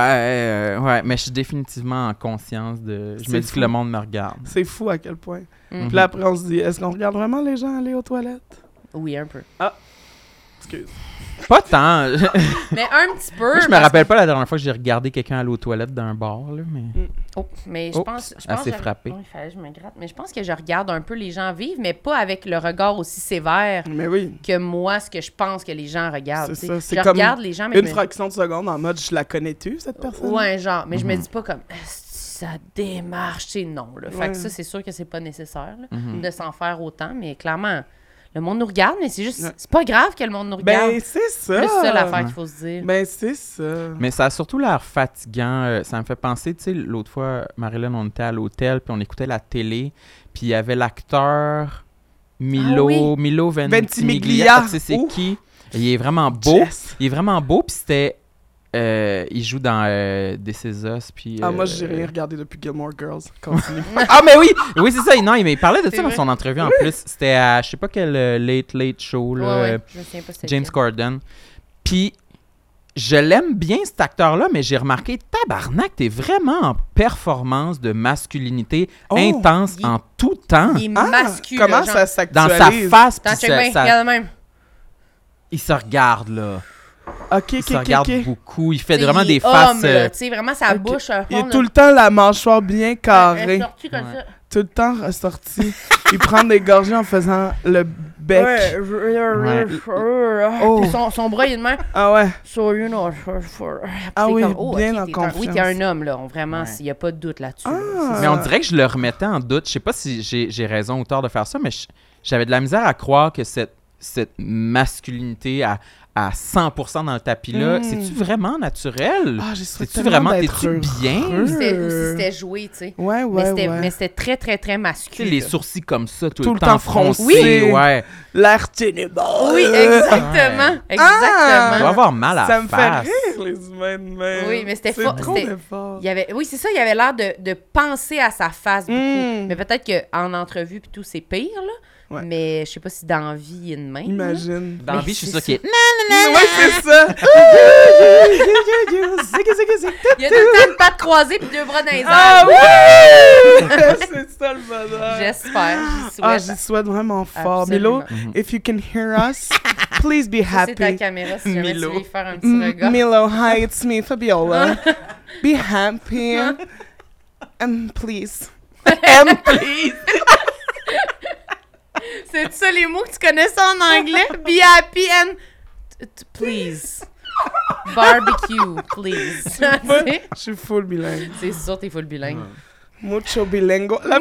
Ouais, mais je suis définitivement en conscience de... Je C'est me dis fou. que le monde me regarde. C'est fou à quel point. Mhm. Puis là, après, on se dit, est-ce qu'on regarde vraiment les gens aller aux toilettes? Oui, un peu. Excuse. Pas tant. Mais un petit peu. Moi, je me parce- rappelle pas la dernière fois que j'ai regardé quelqu'un aller aux toilettes d'un bar, là, mais... Oh, mais je Oups, pense assez que frappé. il fallait que je me gratte. Mais je pense que je regarde un peu les gens vivre, mais pas avec le regard aussi sévère Mais oui. que moi, ce que je pense que les gens regardent. C'est tu sais. ça, c'est Je comme regarde les gens, mais Une je me- fraction de seconde en mode, je la connais-tu, cette personne? Ouais, genre, mais je me Mhm. dis pas comme ça démarche, tu sais, non. Là. Fait Ouais. que ça, c'est sûr que c'est pas nécessaire là, Mhm. de s'en faire autant, mais clairement, le monde nous regarde, mais c'est juste, Ouais. c'est pas grave que le monde nous regarde. Ben, c'est ça. C'est ça l'affaire qu'il faut se dire. Ben, c'est ça. Mais ça a surtout l'air fatigant. Ça me fait penser, tu sais, l'autre fois, Marilyn, on était à l'hôtel, puis on écoutait la télé, puis il y avait l'acteur Milo, Ah oui. Milo Ventimiglia. Tu sais, c'est Ouf. qui? Il est vraiment beau. Jess. Il est vraiment beau, puis c'était... il joue dans This Is Us, puis... Ah, moi, j'ai rien regardé depuis Gilmore Girls. Continue. Ah, mais oui! Oui, c'est ça. Non, il parlait de C'est ça dans vrai. son entrevue, en plus. C'était à, je sais pas quel Late Show, Ouais, là, ouais, je me souviens pas c'était James lequel. Corden. Puis, je l'aime bien, cet acteur-là, mais j'ai remarqué, tabarnak, t'es vraiment en performance de masculinité Oh, intense il- en tout temps. Il est Ah, masculin. comment genre. ça Dans sa s'actualise? face, Attends, puis check bien, ça- regarde de même. il se regarde, là. Ok, Il ok, se ok, regarde ok. beaucoup. Il fait T'sais, vraiment il des est faces... homme, là, tu sais, vraiment sa Ok. bouche. Il est tout le temps la mâchoire bien carrée. sorti comme Ouais. ça. Tout le temps ressorti. Il prend des gorgées en faisant le bec. Oh. Puis son bras, il est de même. Ah ouais. So, you know, Ah c'est oui, comme, bien ok, en t'es confiance. Oui, t'es un homme, là. Vraiment, Ouais. il n'y a pas de doute là-dessus. Ah. là. Mais on dirait que je le remettais en doute. Je sais pas si j'ai raison ou tort de faire ça, mais j'avais de la misère à croire que cette masculinité à 100% dans le tapis-là, Mm. c'est-tu vraiment naturel? Ah, j'ai souhaité C'est-tu vraiment, t'es-tu bien? C'était joué, tu sais. Ouais, Mais ouais, c'était- ouais. mais c'était très, très, très Tu sais, masculin. les sourcils comme ça, tout Tout le temps froncés. froncés. Ouais. L'air ténébreux. Oui, exactement. Tu Exactement. dois avoir mal à Ça la me fait face. rire, les humains de même. Oui, mais c'était C'est fort- trop c'était- d'efforts. Il y avait, oui, c'est ça, il avait l'air de penser à sa face beaucoup. Mm. Mais peut-être qu'en entrevue puis tout, c'est pire, là. Ouais. Mais je sais pas si dans la vie, il y a une main. Imagine. Dans la vie, je suis sûr qu'il est... Ouais, c'est ça. Il y a tout le temps une patte croisée puis deux bras dans les airs. Ah oui! C'est ça le bonheur. J'espère, j'y souhaite. Ah, j'y souhaite vraiment fort. Absolument. Milo, if you can hear us, please be Ça, c'est ta happy. caméra si jamais Milo. tu veux y faire un petit regard. Milo, hi, it's me, Fabiola. Be happy. And please. And please. C'est ça les mots que tu connais ça en anglais? Be happy and... Please. Barbecue, please. Tu sais? Je suis full bilingue. C'est sûr, t'es full bilingue. Mucho bilingo. La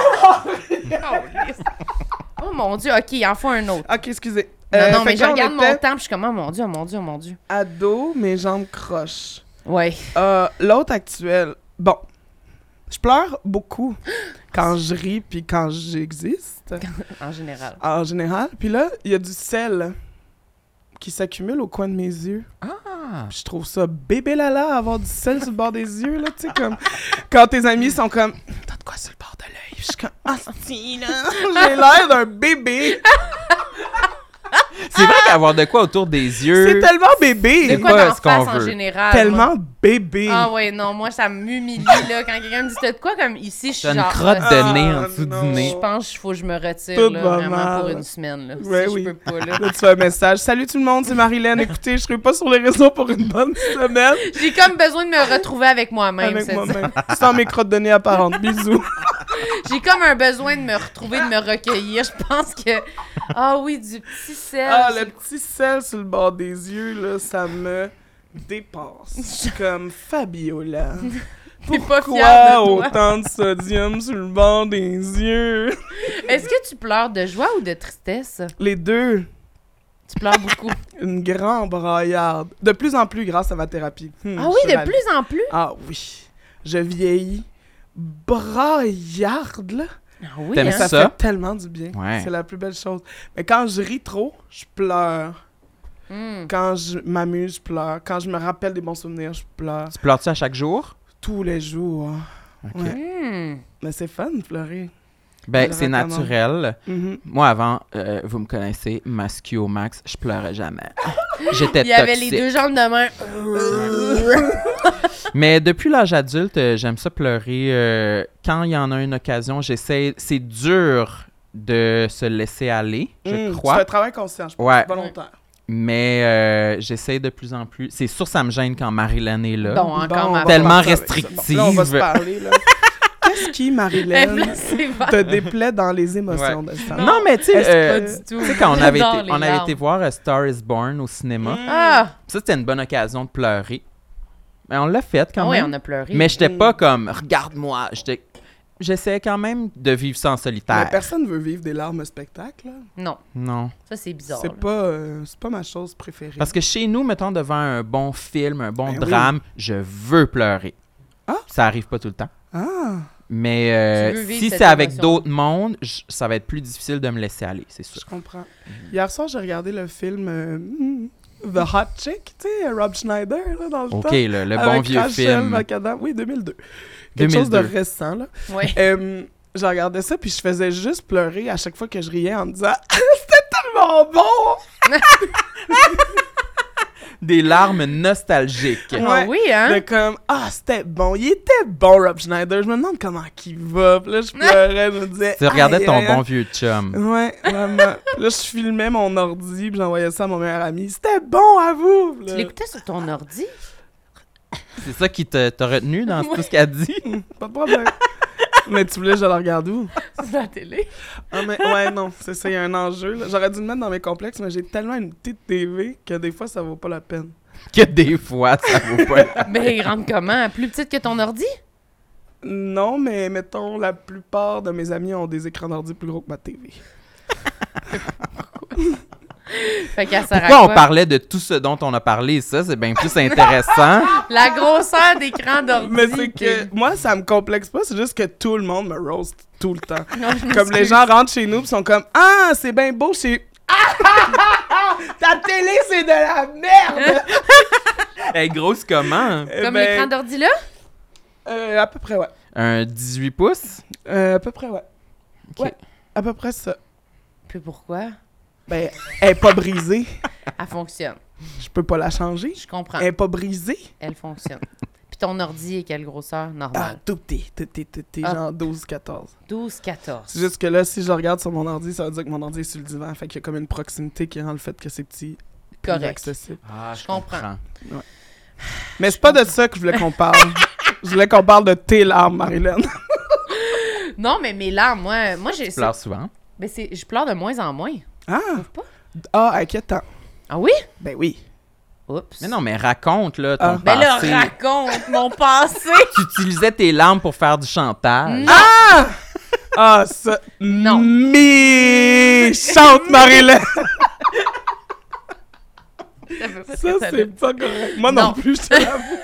Oh mon Dieu, OK, il en faut un autre. Ok, excusez. Non, Fait mais que je là, on regarde était mon temps puis je suis comme, oh mon Dieu, oh mon Dieu, oh mon Dieu. ado, mes jambes croches. Ouais. L'autre actuel. Bon. Je pleure beaucoup quand je ris puis quand j'existe, En général. en général. Puis là, il y a du sel qui s'accumule au coin de mes yeux. Ah! Puis je trouve ça bébé lala avoir du sel sur le bord des yeux, là, tu sais, comme quand tes amis sont comme « T'as de quoi sur le bord de l'œil? » Je suis comme « Ah, si, là! » J'ai l'air d'un bébé. C'est vrai qu'avoir de quoi autour des yeux... C'est tellement bébé. De quoi pas d'en ce qu'on face en veut. général? Tellement bébé. Ah ouais, non, moi, ça m'humilie, là. Quand quelqu'un me dit, t'as de quoi comme ici, je suis T'as une genre... crotte ah, de nez en Ah, dessous non. du nez. Je pense qu'il faut que je me retire, Tout là, va vraiment, mal. pour une semaine, là. Ouais, si oui. je peux pas, là. Là, tu fais un message. Salut tout le monde, c'est Marilyn. Écoutez, je serai pas sur les réseaux pour une bonne semaine. J'ai comme besoin de me retrouver avec moi-même, Avec c'est moi-même. Sans mes crottes de nez apparentes. Bisous. J'ai comme un besoin de me retrouver, de me recueillir. Je pense que... Ah oui, du petit sel. Ah, le petit sel sur le bord des yeux, là, ça me dépasse. Je suis comme Fabiola. T'es pas Pourquoi fière de toi. autant de sodium sur le bord des yeux? Est-ce que tu pleures de joie ou de tristesse? Les deux, Tu pleures beaucoup. une grande braillarde. De plus en plus grâce à ma thérapie. Ah je oui, suis de ravie. plus en plus? Ah oui. Je vieillis braillarde, là. Ah oui, T'aimes hein? Ça ça? fait tellement du bien. Ouais. C'est la plus belle chose. Mais quand je ris trop, je pleure. Hmm. Quand je m'amuse, je pleure. Quand je me rappelle des bons souvenirs, je pleure. Tu pleures-tu à chaque jour? Tous les jours. Ok. Ouais. Hmm. Mais c'est fun de pleurer. Ben, Je c'est recommande. naturel. Mhm. Moi, avant, vous me connaissez, mascu au max, je pleurais jamais. J'étais Il y avait toxique. les deux jambes de main. Mais depuis l'âge adulte, j'aime ça pleurer. Quand il y en a une occasion, j'essaie... C'est dur de se laisser aller, je C'est un crois. travail conscient, je pense. Ouais. Volontaire. Mais j'essaie de plus en plus... C'est sûr, ça me gêne quand Marilyn est là. Bon, encore on ma va Tellement partir avec ça. restrictive. Bon, là, on va se parler, là. Qu'est-ce qui, Marilyn, te déplaît dans les émotions de ça? Non, mais tu sais... Pas du tout. Tu sais, quand on avait J'adore été, les on avait larmes. été voir A Star is Born au cinéma, Ah! ça, c'était une bonne occasion de pleurer. Mais on l'a fait quand Ah oui, même. on a pleuré. Mais j'étais pas comme « Regarde-moi ». J'essayais quand même de vivre ça en Mais solitaire. personne veut vivre des larmes au spectacle, là. Non, Non. ça, c'est bizarre. C'est là. pas ma chose préférée. Parce que chez nous, mettons, devant un bon film, un bon Ben oui. drame, je veux pleurer. Ah. Ça arrive pas tout le temps. Ah! Mais Tu veux vivre si cette c'est avec émotion. d'autres mondes, ça va être plus difficile de me laisser aller, c'est sûr. Je comprends. Hier soir, j'ai regardé le film The Hot Chick, tu sais, Rob Schneider, là, dans le OK, temps. le bon Avec vieux Rachel film. McAdams. Oui, 2002. Quelque chose de 2002. récent, là. Ouais. Je regardais ça, puis je faisais juste pleurer à chaque fois que je riais en me disant « C'était tellement bon! Des larmes nostalgiques. Ah Ouais. oui, hein? De comme « Ah, c'était bon! Il était bon, Rob Schneider! Je me demande comment il va. » Puis là, je pleurais, je me disais... Tu regardais Aïe, ton aïe, aïe. bon vieux chum. Ouais, vraiment. Puis là, je filmais mon ordi, puis j'envoyais ça à mon meilleur ami. « C'était bon à vous! » Puis Tu là, l'écoutais sur ton ordi? C'est ça qui t'a retenu dans tout ce qu'elle dit? Pas de problème. Mais tu voulais que je le regarde où? Sur la télé? Ah, mais, ouais, non, c'est ça, il y a un enjeu. Là. J'aurais dû le mettre dans mes complexes, mais j'ai tellement une petite TV que des fois, ça vaut pas la peine. Que des fois, ça vaut pas. Ben, il rentre comment? Plus petite que ton ordi? Non, mais mettons, la plupart de mes amis ont des écrans d'ordi plus gros que ma TV. Fait qu'elle sert à Pourquoi on quoi? parlait de tout ce dont on a parlé? Ça, c'est bien plus intéressant. La grosseur d'écran d'ordi. Mais c'est que moi, ça me complexe pas, c'est juste que tout le monde me roast tout le temps. Non, je Comme les m'excuse. gens rentrent chez nous pis sont comme « Ah, c'est bien beau chez... Ta télé, c'est de la merde! Elle est grosse comment? » Comme l'écran d'ordi là? À peu près, ouais. Un 18 pouces? À peu près, ouais. Ok. Ouais, à peu près ça. Puis pourquoi? Ben, elle est pas brisée. Elle fonctionne. Je peux pas la changer. Je comprends. Elle est pas brisée. Elle fonctionne. Puis ton ordi est quelle grosseur? Ah, Normale. tout petit, Ah. genre 12-14. 12, 14. C'est juste que là, si je regarde sur mon ordi, ça veut dire que mon ordi est sur le divan. Fait qu'il y a comme une proximité qui rend le fait que c'est petit plus Correct. accessible. Ah, je comprends. Mais c'est pas de ça que je voulais qu'on parle. Je voulais qu'on parle de tes larmes, Marilyn. Non, mais mes larmes, moi j'ai... Tu pleures souvent? Ben, je pleure de moins en moins. Ah! Trouve pas? Ah, inquiétant. Ah oui? Ben oui. Oups. Mais non, mais raconte, là, ton Ah. Ben là, passé. raconte mon passé! Tu utilisais tes larmes pour faire du chantage. Non. Ah! Ah, ça... Non. Méchante, Marilyn! Ça fait pas ce Ça, que ça c'est veut pas correct. Moi non Non. plus, je te l'avoue.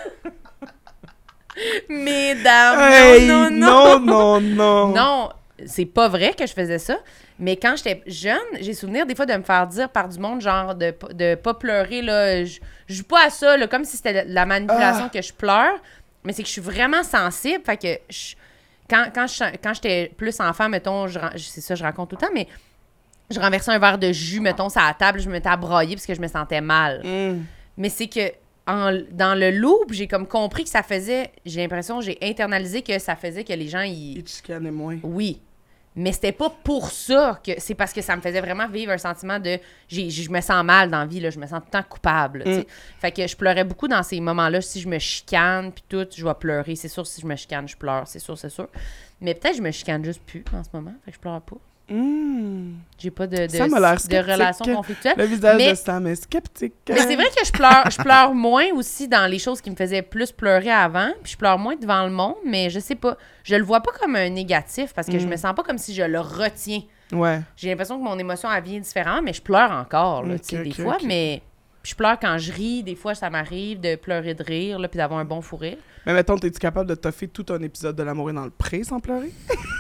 Mesdames, Hey, non, non, non. non, non. Non, c'est pas vrai que je faisais ça. Mais quand j'étais jeune, j'ai souvenir des fois de me faire dire par du monde, genre de pas pleurer, là. Je joue pas à ça, là, comme si c'était de la manipulation que je pleure. Mais c'est que je suis vraiment sensible. Fait que quand j'étais plus enfant, mettons, c'est ça, je raconte tout le temps, mais je renversais un verre de jus, mettons, sur la table, je me mettais à brailler parce que je me sentais mal. Mais c'est que dans le loop, j'ai comme compris que ça faisait... J'ai l'impression, j'ai internalisé que ça faisait que les gens... Ils te chicanaient moins. Oui. Mais c'était pas pour ça que... C'est parce que ça me faisait vraiment vivre un sentiment de... Je me sens mal dans la vie, là, je me sens tout le temps coupable. Tu sais. Fait que je pleurais beaucoup dans ces moments-là. Si je me chicane, puis tout, je vais pleurer. C'est sûr, si je me chicane, je pleure. C'est sûr, c'est sûr. Mais peut-être que je me chicane juste plus en ce moment. Fait que je pleure pas. J'ai pas de relation conflictuelle. Le visage de Sam est sceptique. Mais c'est vrai que je pleure moins aussi dans les choses qui me faisaient plus pleurer avant. Puis je pleure moins devant le monde, mais je sais pas. Je le vois pas comme un négatif parce que je me sens pas comme si je le retiens. Ouais. J'ai l'impression que mon émotion, elle vient différemment, mais je pleure encore, là, des fois. Mais je pleure quand je ris. Des fois, ça m'arrive de pleurer de rire, là, puis d'avoir un bon fou rire. Mais mettons, es-tu capable de toffer tout un épisode de L'amour est dans le pré sans pleurer?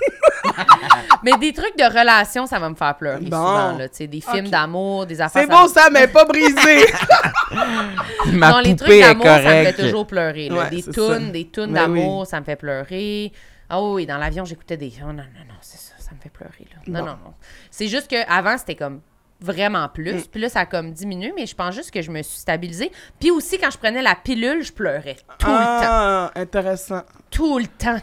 Mais des trucs de relation, ça va me faire pleurer souvent, là. Tu sais, des films d'amour, des affaires... C'est beau, ça, mais pas brisé! Ma non, les trucs poupée est d'amour, ça me fait correcte. toujours pleurer. Là. Ouais, des tunes d'amour, ça me fait pleurer. Ah oui, dans l'avion, j'écoutais des... Oh non, c'est ça me fait pleurer, là. Non. C'est juste qu'avant, c'était comme vraiment plus. Puis là, ça a comme diminué, mais je pense juste que je me suis stabilisée. Puis aussi, quand je prenais la pilule, je pleurais tout le temps. Ah, intéressant. Tout le temps.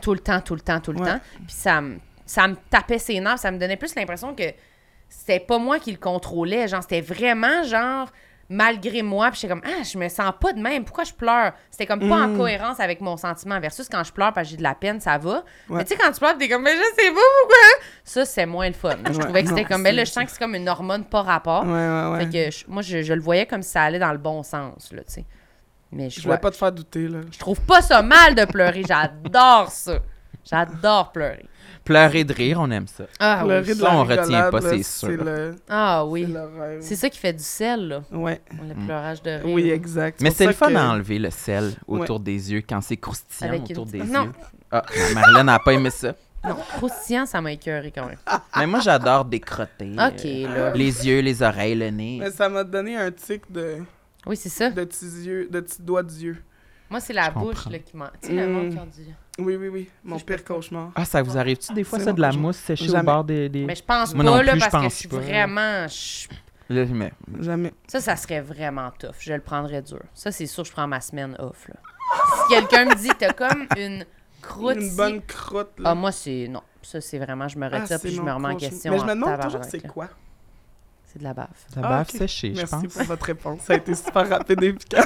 Puis ça me tapait ses nerfs. Ça me donnait plus l'impression que c'était pas moi qui le contrôlais. Genre, c'était vraiment, genre, malgré moi. Puis j'étais comme, je me sens pas de même. Pourquoi je pleure? C'était comme pas en cohérence avec mon sentiment. Versus quand je pleure parce que j'ai de la peine, ça va. Mais tu sais, quand tu pleures, t'es comme, mais je sais pas pourquoi. Ça, c'est moins le fun. Je trouvais que c'était comme, là, je sens que c'est comme une hormone pas rapport. Ouais. Fait que moi, je le voyais comme si ça allait dans le bon sens, là, tu sais. Mais Je voulais pas te faire douter, là. je trouve pas ça mal de pleurer. J'adore ça. J'adore pleurer. Pleurer de rire, on aime ça. Ah oui. Pleurer de Ça, la on retient rigolade, pas, là, c'est sûr. Ah oui. C'est le rêve. C'est ça qui fait du sel, là. Ouais. Le pleurage de rire. Oui, exact. Mais pour c'est le ça fun que- à enlever le sel autour des yeux quand c'est croustillant Avec autour une- des Non. yeux. Ah, Marilyn n'a pas aimé ça. Non, croustillant, ça m'a écœuré quand même. Mais moi, j'adore décrotter. OK, là. Les yeux, les oreilles, le nez. Mais ça m'a donné un tic de Oui, c'est ça. petits doigts d'yeux. Moi, c'est la Je bouche comprends. là, qui m'a... Tu sais, le monde qui en dit... Oui. Mon je pire peux pas. cauchemar. Ah, ça vous arrive-tu des fois, C'est ça, mon de la cauchemar. mousse séchée au Jamais. bord des... Mais je pense Moi non pas, là, plus, je parce que pense je suis pas. vraiment... Là, mais- Jamais. Ça serait vraiment tough. Je le prendrais dur. Ça, c'est sûr, je prends ma semaine off, là. Si quelqu'un me dit, t'as comme une croûte Une ici... bonne croûte, là. Ah, moi, c'est... Non. Ça, c'est vraiment... Je me retire c'est puis je mon me remets en cauchemar. question. Mais je me en demande toujours tabarnak, c'est là. quoi. C'est de la bave. Ça va ok. sécher, je Merci pense. pour votre réponse. Ça a été super rapide et efficace.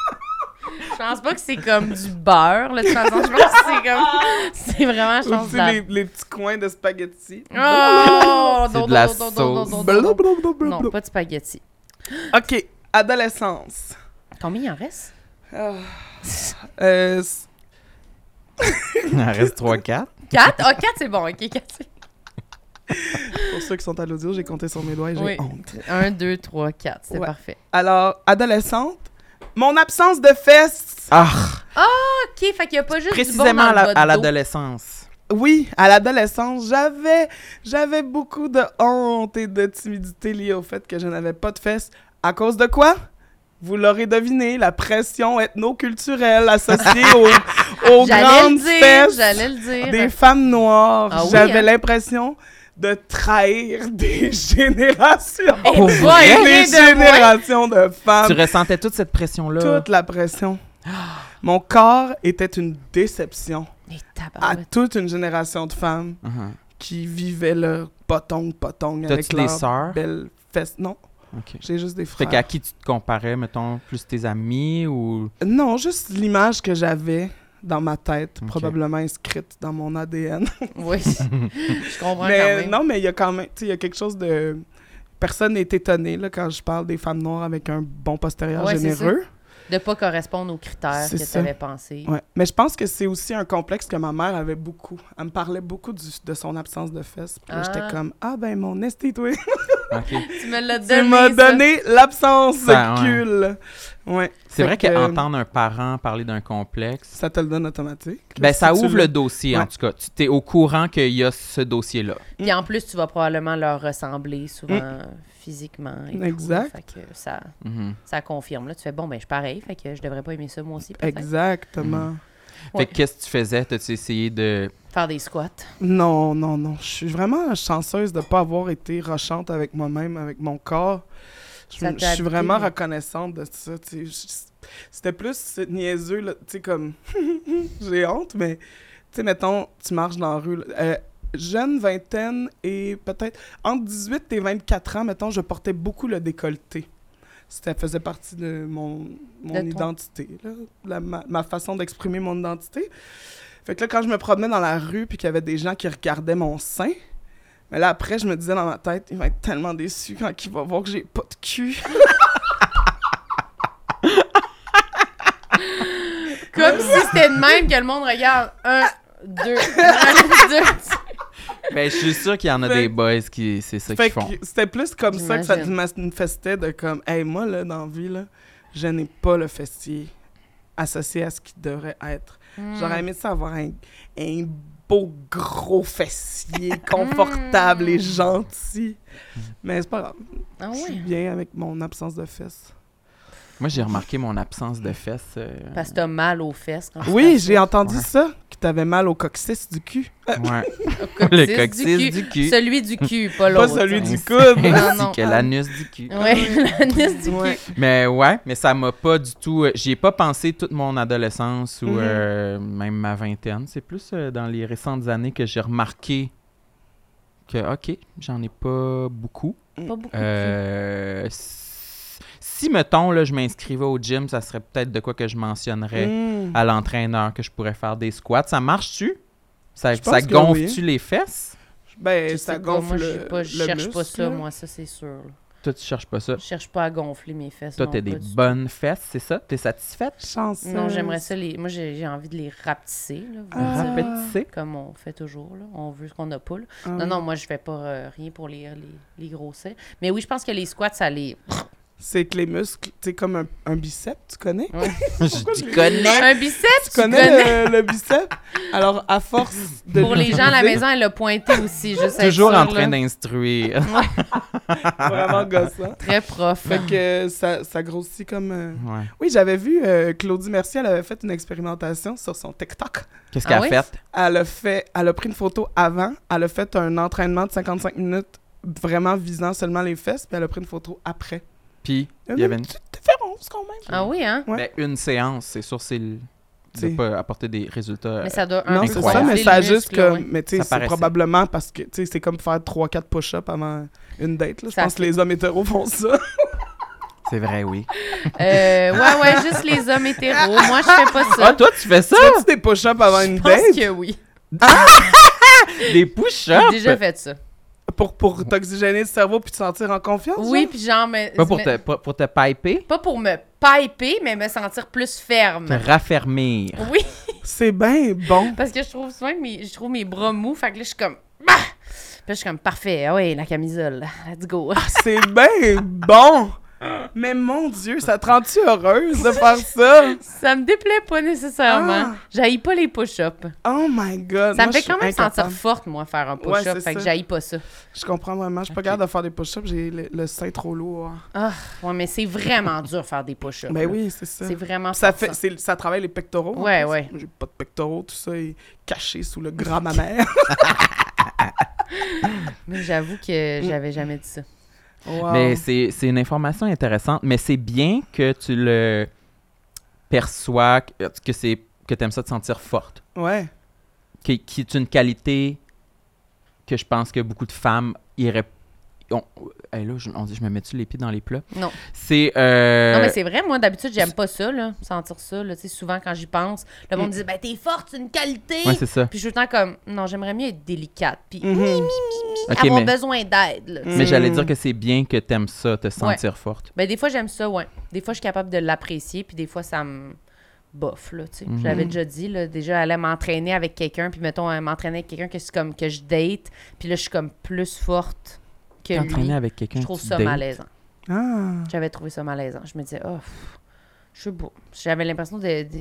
Je pense pas que c'est comme du beurre, là, de toute façon. Je pense que c'est comme... C'est vraiment, je pense, Aussi de la... les petits coins de spaghettis. Oh! C'est de la sauce. Non, pas de spaghetti. OK. Adolescence. Combien il en reste? Ah. Il en reste 3-4. 4? Ah, 4, c'est bon. OK, 4, c'est... Pour ceux qui sont à l'audio, j'ai compté sur mes doigts et j'ai Oui. honte. 1, 2, 3, 4. C'est Ouais. parfait. Alors, adolescente, mon absence de fesses. Ah! OK, fait qu'il n'y a pas juste du bon Précisément dans le bas de à dos. l'adolescence. Oui, à l'adolescence, j'avais beaucoup de honte et de timidité liée au fait que je n'avais pas de fesses. À cause de quoi? Vous l'aurez deviné, la pression ethno-culturelle associée aux grandes fesses J'allais le dire. des femmes noires. Ah oui, J'avais hein? l'impression de trahir des générations. Et Pour pas vrai? rien Des de moins. générations de femmes. Tu ressentais toute cette pression-là. Toute la pression. Mon corps était une déception Mais à tabarouette. toute une génération de femmes Uh-huh. qui vivaient leur potong avec T'as-tu des leurs sœurs? belles fesses. Non, OK. j'ai juste des Fait frères. qu'à qui tu te comparais, mettons, plus tes amis ou... Non, juste l'image que j'avais dans ma tête, Ok. probablement inscrite dans mon ADN. Oui, je comprends quand Mais même. non, mais il y a quand même, tu sais, il y a quelque chose de... Personne n'est étonné là, quand je parle des femmes noires avec un bon postérieur Ouais, c'est généreux. De pas correspondre aux critères C'est que tu ça. avais pensé. Ouais. Mais je pense que c'est aussi un complexe que ma mère avait beaucoup. Elle me parlait beaucoup de son absence de fesses. Puis là, Ah. j'étais comme, ah ben mon esti, toi. OK. Tu me l'as Tu donné, m'as ça. donné l'absence Ça, de ouais. cul. Ouais. C'est Fait vrai que, qu'entendre un parent parler d'un complexe, Ça te le donne automatique. ben ça Si tu ouvre le dossier, en Ouais. tout cas. Tu t'es au courant qu'il y a ce dossier-là. Puis en plus, tu vas probablement leur ressembler souvent physiquement. Et tout. Exact. Fait que ça Mhm. confirme. Là, tu fais, bon, ben je suis pareil. Fait que je devrais pas aimer ça moi aussi, peut-être. Exactement. Ouais. Fait que qu'est-ce que tu faisais? T'as-tu essayé de Faire des squats. Non. Je suis vraiment chanceuse de ne pas avoir été rochante avec moi-même, avec mon corps. Je suis vraiment reconnaissante de ça. C'était plus niaiseux, là, tu sais, comme... J'ai honte, mais... Tu sais, mettons, tu marches dans la rue... jeune vingtaine et peut-être... Entre 18 et 24 ans, mettons, je portais beaucoup le décolleté. Ça faisait partie de mon identité, là, ma façon d'exprimer mon identité. Fait que là, quand je me promenais dans la rue puis qu'il y avait des gens qui regardaient mon sein, mais là, après, je me disais dans ma tête, il va être tellement déçu quand il va voir que j'ai pas de cul. Comme si c'était de même que le monde regarde 1, 2, 1, 2. Ben, je suis sûre qu'il y en a des boys qui c'est ça qu'ils font. C'était plus comme ça que ça te manifestait de comme, hey, moi, là, dans la vie, là, je n'ai pas le fessier associé à ce qui devrait être. J'aurais aimé ça avoir un beau gros fessier confortable et gentil. Mais c'est pas grave. Je suis bien avec mon absence de fesses. Moi, j'ai remarqué mon absence de fesses. Parce que t'as mal aux fesses. Quand oui, j'ai entendu ça, que t'avais mal au coccyx du cul. Ouais. Le coccyx du cul. Celui du cul, pas l'autre. Pas celui du coude. Ainsi que l'anus du cul. Oui, l'anus du cul. Mais ça m'a pas du tout... J'y ai pas pensé toute mon adolescence ou même ma vingtaine. C'est plus dans les récentes années que j'ai remarqué que, OK, j'en ai pas beaucoup. Pas beaucoup. Si, mettons, là, je m'inscrivais au gym, ça serait peut-être de quoi que je mentionnerais à l'entraîneur que je pourrais faire des squats. Ça marche-tu? Ça gonfle-tu les fesses? Ben, ça gonfle moi, je cherche pas ça, moi, ça, c'est sûr. Là. Toi, tu cherches pas ça? Je cherche pas à gonfler mes fesses. Toi, t'as des bonnes fesses, c'est ça? T'es satisfaite? Chanceuse. Non, j'aimerais ça. Moi, j'ai envie de les rapetisser. Rapetisser? Comme on fait toujours. Là. On veut ce qu'on n'a pas. Là. Non, moi, je fais pas rien pour les grossir. Mais oui, je pense que les squats, ça les... C'est que les muscles, tu sais, comme un biceps, tu connais? Ouais. Je connais. Un biceps, tu connais le biceps? Alors, à force de... Pour les gens à la maison, elle l'a pointé aussi. Toujours en train d'instruire. Vraiment gossant. Très prof. Fait que ça grossit comme... Ouais. Oui, j'avais vu Claudie Mercier, elle avait fait une expérimentation sur son TikTok. Qu'est-ce qu'elle a fait? Elle a pris une photo avant, elle a fait un entraînement de 55 minutes vraiment visant seulement les fesses, puis elle a pris une photo après. Puis, il y avait une petite différence quand même. Ah oui, hein? Ouais. Ben, une séance, c'est sûr, ça n'a pas apporté des résultats mais ça doit non, c'est ça, mais ça a juste comme... Mais tu sais, c'est probablement parce que, tu sais, c'est comme faire 3-4 push-ups avant une date, là. Je pense que les hommes hétéros font ça. C'est vrai, oui. Ouais, juste les hommes hétéros. Moi, je fais pas ça. Ah, toi, tu fais ça? Tu fais-tu des push-ups avant une date? Je pense que oui. Des push-ups? J'ai déjà fait ça. Pour t'oxygéner le cerveau puis te sentir en confiance? Oui, puis genre... Pas pour te piper? Pas pour me piper, mais me sentir plus ferme. Te raffermir. Oui. C'est bien bon. Parce que je trouve souvent que je trouve mes bras mous, fait que là, je suis comme... Bah! Puis là, je suis comme, parfait, ah ouais, la camisole, let's go. C'est bien bon! Mais mon Dieu, ça te rend-tu heureuse de faire ça? Ça me déplaît pas nécessairement. J'haïs pas les push-ups. Oh my God! Ça me fait quand même sentir forte, moi, faire un push-up. Fait que j'haïs pas ça. Je comprends vraiment. Je suis pas capable de faire des push-ups. J'ai le sein trop lourd. Ah, ouais, mais c'est vraiment dur de faire des push-ups. Ben oui, c'est ça. C'est vraiment ça travaille les pectoraux. Ouais. J'ai pas de pectoraux. Tout ça est caché sous le gras mammaire. Mais j'avoue que j'avais jamais dit ça. Wow. Mais c'est une information intéressante, mais c'est bien que tu le perçois, que tu aimes ça te sentir forte. Ouais. Qui est une qualité que je pense que beaucoup de femmes iraient... là, je me mets-tu les pieds dans les plats? Non. C'est... Non, mais c'est vrai, moi, d'habitude, j'aime pas ça, là, sentir ça. Là, souvent, quand j'y pense, le monde me dit « Ben, t'es forte, c'est une qualité! » Ouais, c'est ça. Puis je suis tout le temps comme « Non, j'aimerais mieux être délicate. » Puis Okay, avoir besoin d'aide. Là, mais j'allais dire que c'est bien que t'aimes ça, te sentir forte. Ben, des fois, j'aime ça, ouais. Des fois, je suis capable de l'apprécier, puis des fois, ça me bof, là, tu sais. Je l'avais déjà dit, là, déjà, aller m'entraîner avec quelqu'un, puis mettons, m'entraîner avec quelqu'un que c'est comme que je date, puis là, je suis comme plus forte que lui. Avec quelqu'un je trouve ça malaisant. Ah. J'avais trouvé ça malaisant. Je me disais, je suis beau. J'avais l'impression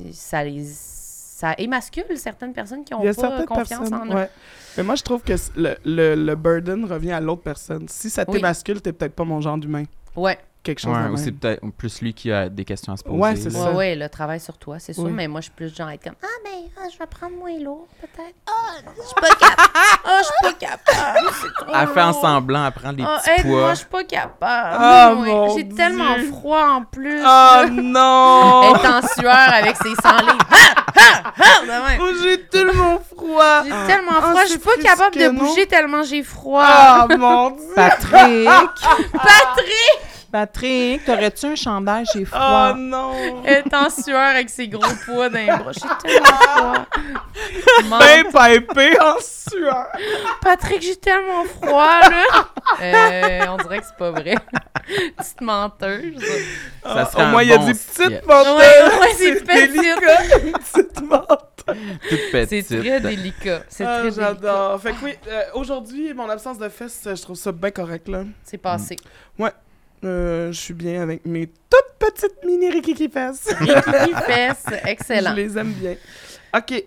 ça émascule certaines personnes qui ont pas confiance en eux. Ouais. Mais moi, je trouve que le burden revient à l'autre personne. Si ça t'émascule, t'es peut-être pas mon genre d'humain. Ouais. quelque chose de ou c'est même. peut-être plus lui qui a des questions à se poser. Ouais, c'est là. ça. Ouais, le travail sur toi, c'est sûr. Oui. Mais moi, je suis plus genre être comme je vais prendre moins lourd, peut-être. Je suis pas capable. Je suis pas capable. C'est trop Elle fait en lourd. semblant, elle prend des petits Aide-moi, poids. je suis pas capable. Ah, Oui, mon j'ai tellement Dieu. froid en plus. Oh Elle non! est en sueur avec ses 100 livres. De même. Oh, j'ai tellement froid! J'ai tellement froid, je suis pas capable de bouger tellement j'ai froid. Ah, mon Dieu! Patrick! Patrick Patrick, t'aurais-tu un chandail? J'ai froid. Oh non! est en sueur avec ses gros poids dans les bras. J'ai tellement froid. Ben pipé en sueur! Patrick, j'ai tellement froid, là. On dirait que c'est pas vrai. Petite menteuse. Ça serait Au moins, un il y a bon des sketch. petites menteuses! Ouais, c'est délicat, une petite menteuse! Toute petite. C'est très délicat. C'est Ah, très délicat. j'adore. Fait que oui, aujourd'hui, mon absence de fesses, je trouve ça bien correct, là. C'est passé. Je suis bien avec mes toutes petites mini rikiki fesses. Ricky Fess, excellent. Je les aime bien. OK.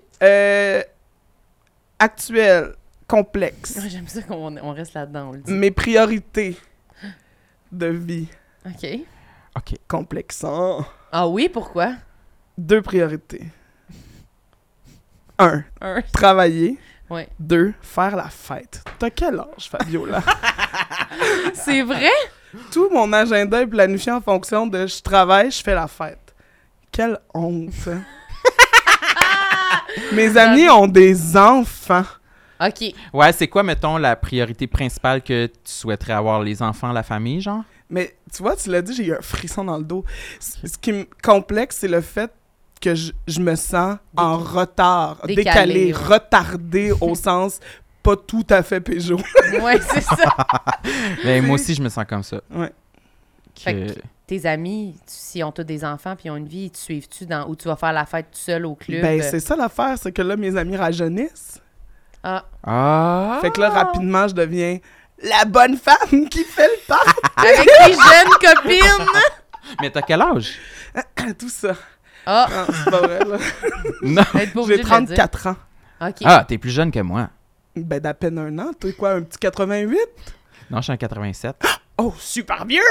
Actuel, complexe. Ouais, j'aime ça qu'on reste là-dedans, on le dit. Mes priorités de vie, OK. OK. complexant. Ah oui, pourquoi? 2 priorités. 1. Un. Travailler. Ouais. 2. Faire la fête. T'as quel âge, Fabiola? C'est vrai? Tout mon agenda est planifié en fonction de je travaille, je fais la fête. Quelle honte. Mes amis ont des enfants. OK. Ouais, c'est quoi, mettons, la priorité principale que tu souhaiterais avoir, les enfants, la famille, genre? Mais tu vois, tu l'as dit, j'ai eu un frisson dans le dos. Ce qui me complexe, c'est le fait que je me sens en retard, décalé, ouais. retardé au sens pas tout à fait péjo. Ouais, c'est ça. Ben, moi aussi, je me sens comme ça. Ouais. Fait que tes amis, si on tous des enfants puis ils ont une vie, ils te suivent-tu dans où tu vas faire la fête tout seul au club? Ben, c'est ça l'affaire, c'est que là, mes amis rajeunissent. Ah, Ah! Fait que là, rapidement, je deviens la bonne femme qui fait le pas. avec tes jeunes copines! Mais t'as quel âge? Tout ça. Ah, Non, c'est pas vrai, là. Non. être pas obligé J'ai de le dire. 34 ans. OK. Ah, t'es plus jeune que moi. Ben, d'à peine un an. Toi, quoi, un petit 88? Non, je suis en 87. Oh, super vieux!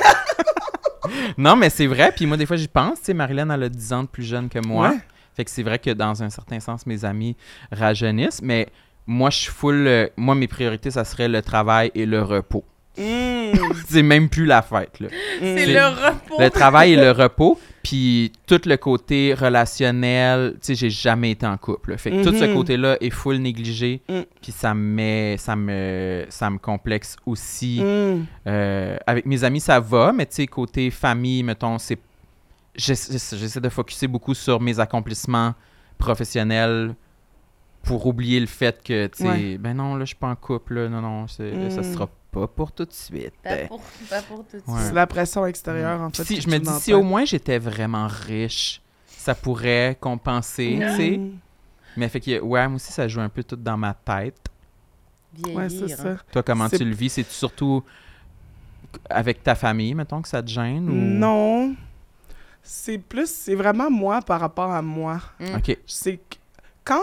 Non, mais c'est vrai. Puis moi, des fois, j'y pense. Tu sais, Marilyn, elle a 10 ans de plus jeune que moi. Ouais. Fait que c'est vrai que dans un certain sens, mes amis rajeunissent. Mais moi, je suis full... moi, mes priorités, ça serait le travail et le repos. C'est même plus la fête, là. C'est le repos. Le travail et le repos. Puis tout le côté relationnel, tu sais, j'ai jamais été en couple. Fait que tout ce côté-là est full négligé. Puis ça me complexe aussi. Avec mes amis, ça va, mais tu sais, côté famille, mettons, c'est... J'essaie de focusser beaucoup sur mes accomplissements professionnels pour oublier le fait que, tu sais, Ouais. ben non, là, je suis pas en couple, là, non, ça sera pas pour tout de suite. Pas pour tout de suite. Ouais. C'est la pression extérieure, en fait. Si, que je me tu dis, n'en si perds. au moins j'étais vraiment riche, ça pourrait compenser, tu sais. Mais fait que, ouais, moi aussi, ça joue un peu tout dans ma tête. Vieillir, Ouais, c'est ça. Toi, comment C'est- tu le vis? C'est surtout avec ta famille, mettons, que ça te gêne? Ou... Non. C'est vraiment moi par rapport à moi. OK. C'est que quand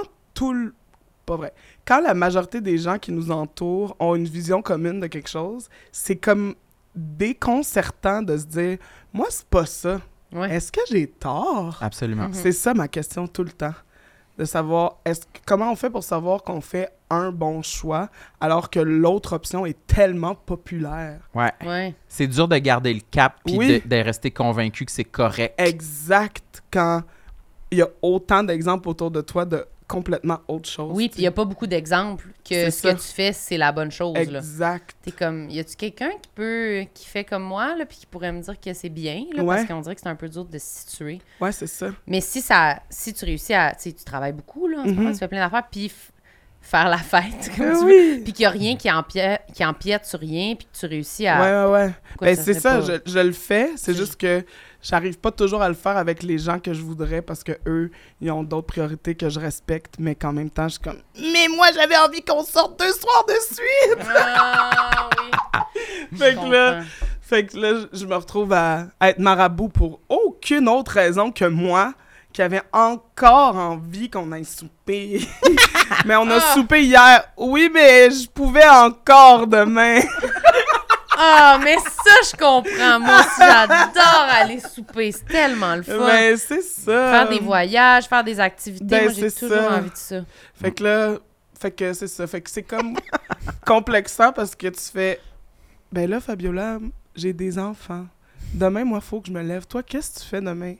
pas vrai. Quand la majorité des gens qui nous entourent ont une vision commune de quelque chose, c'est comme déconcertant de se dire « Moi, c'est pas ça. Ouais. Est-ce que j'ai tort? Absolument. C'est ça ma question tout le temps. De savoir, comment on fait pour savoir qu'on fait un bon choix alors que l'autre option est tellement populaire? Ouais. Ouais. C'est dur de garder le cap puis Oui. de rester convaincu que c'est correct. Exact, quand il y a autant d'exemples autour de toi de complètement autre chose. Oui, puis il n'y a pas beaucoup d'exemples que C'est ce ça. que tu fais, c'est la bonne chose. Là. Exact. T'es comme, y a-tu quelqu'un qui fait comme moi, là, puis qui pourrait me dire que c'est bien, là, Ouais. parce qu'on dirait que c'est un peu dur de se situer. Ouais, c'est ça. Mais si tu réussis à, tu sais, tu travailles beaucoup, là, en ce moment, tu fais plein d'affaires, puis faire la fête, comme tu veux, Oui. puis qu'il n'y a rien qui empiète sur rien, puis que tu réussis à... Ouais. Pourquoi Ben, c'est ça, serait pas- je le fais. C'est juste que j'arrive pas toujours à le faire avec les gens que je voudrais parce que eux, ils ont d'autres priorités que je respecte, mais qu'en même temps, je suis comme « Mais moi, j'avais envie qu'on sorte 2 soirs de suite! Ah oui! » Fait que là, je me retrouve à être marabout pour aucune autre raison que moi, qui avait encore envie qu'on aille souper. Mais on a soupé hier. Oui, mais je pouvais encore demain. Ah, mais ça, je comprends. Moi aussi, j'adore aller souper. C'est tellement le fun. Mais c'est ça. Faire des voyages, faire des activités. Ben, Moi, j'ai c'est toujours ça. envie de ça. Fait que là, c'est ça. Fait que c'est comme complexant parce que tu fais, ben là, Fabiola, j'ai des enfants. Demain, moi, faut que je me lève. Toi, qu'est-ce que tu fais demain?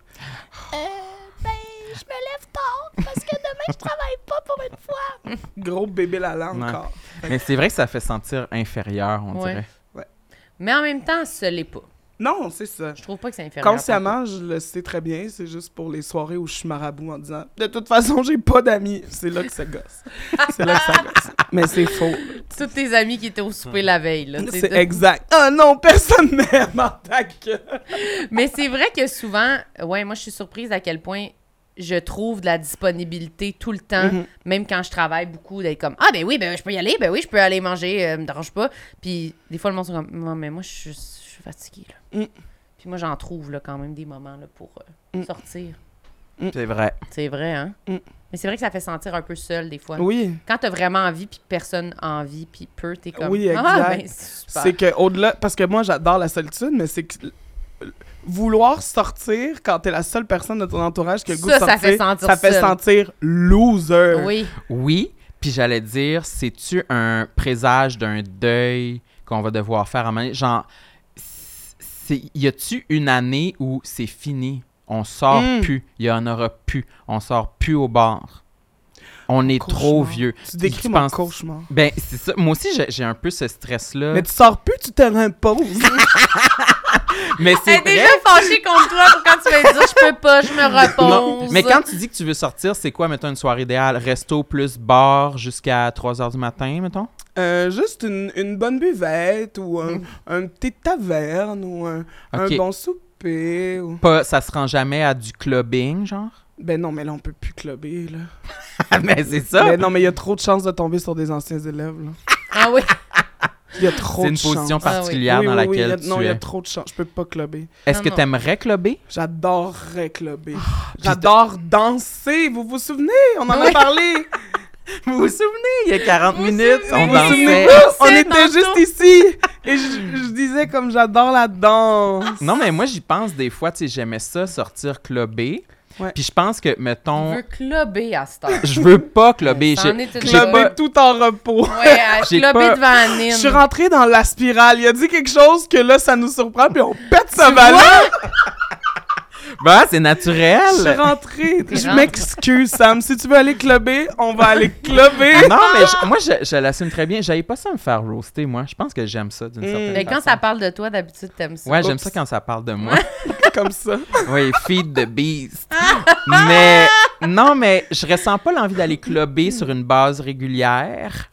Je me lève tard parce que demain, je travaille pas pour une fois. Gros bébé lala Ouais. encore. Mais c'est vrai que ça fait sentir inférieur, on Ouais. dirait. Mais en même temps, ce l'est pas. Non, c'est ça. Je trouve pas que c'est inférieur. Consciemment, je le sais très bien. C'est juste pour les soirées où je suis marabout en disant de toute façon, j'ai pas d'amis. C'est là que ça gosse. C'est là que ça gosse. Mais c'est faux. là. Tous tes amis qui étaient au souper la veille. Là, C'est exact. Ah non, personne m'aime en ta gueule. Mais c'est vrai que souvent, ouais, moi, je suis surprise à quel point je trouve de la disponibilité tout le temps, Mhm. même quand je travaille beaucoup, d'être comme « Ah, ben oui, ben je peux y aller, ben oui, je peux aller manger, me dérange pas. » Puis des fois, le monde sont comme « Non, mais moi, je suis fatiguée, là. Mm. Puis moi, j'en trouve, là, quand même, des moments, là, pour sortir. C'est vrai. C'est vrai, hein? Mm. Mais c'est vrai que ça fait sentir un peu seul, des fois. Oui. Quand t'as vraiment envie, puis personne a envie, puis peu, t'es comme Oui, Ah, exact. ben c'est super. C'est que au-delà, parce que moi j'adore la solitude, mais c'est que vouloir sortir quand t'es la seule personne de ton entourage qui a le goût de Ça, sortir, ça fait sentir ça fait seul. sentir loser. Oui. Oui, puis j'allais dire, c'est-tu un présage d'un deuil qu'on va devoir faire à un moment donné? Genre, y a-tu une année où c'est fini? On sort plus. Il y en aura plus. On sort plus au bar. On est Cauchemar. trop vieux. Tu décris Tu mon penses- cauchemar. Ben, c'est ça. Moi aussi, j'ai un peu ce stress-là. Mais tu sors plus, tu te reposes. Mais c'est Elle est vrai. déjà fâchée contre toi pour quand tu vas dire je peux pas, je me repose. Non, mais quand tu dis que tu veux sortir, c'est quoi, mettons, une soirée idéale? Resto plus bar jusqu'à 3 h du matin, mettons? Juste une bonne buvette ou un thé de taverne ou un Ok. bon souper. Ou... Pas, ça se rend jamais à du clubbing, genre? Ben non, mais là, on peut plus clubber, là. Mais c'est ça! Mais non, mais il y a trop de chances de tomber sur des anciens élèves, là. Ah oui. Il y a trop C'est de une position chances. particulière Oui, dans oui, oui, laquelle non, tu il y a es. trop de chances. Je peux pas clubber. Est-ce Non, que non. t'aimerais clubber? J'adorerais clubber. J'adore danser. Vous vous souvenez? On en a parlé. Vous vous souvenez, il y a 40 Vous minutes, souvenez? on Vous vous souvenez? dansait. On C'est était tantôt. juste ici. Et je disais comme j'adore la danse. Non, mais moi, j'y pense des fois, tu sais, j'aimais ça, sortir clubber. Ouais. Puis je pense que, On mettons, veut clubber à cette heure. je veux pas clubber. Ça en J'ai- est une j'ai bonne. pas- Clubber tout en repos. Ouais, à J'ai clubber pas- devant Anine. Je suis rentrée dans la spirale. Il a dit quelque chose que là, ça nous surprend, puis on pète sa Tu valeur. Ben, c'est Je suis naturel. rentrée. T'es Je rentrée. m'excuse, Sam. Si tu veux aller clubber, on va aller clubber. Non, mais moi, je l'assume très bien. J'avais pas ça me faire roaster, moi. Je pense que j'aime ça d'une certaine Mais façon. quand ça parle de toi, d'habitude, t'aimes ça. Ouais, j'aime Oups. ça quand ça parle de moi. Comme ça. Oui, feed the beast. Mais non, mais je ressens pas l'envie d'aller clubber sur une base régulière.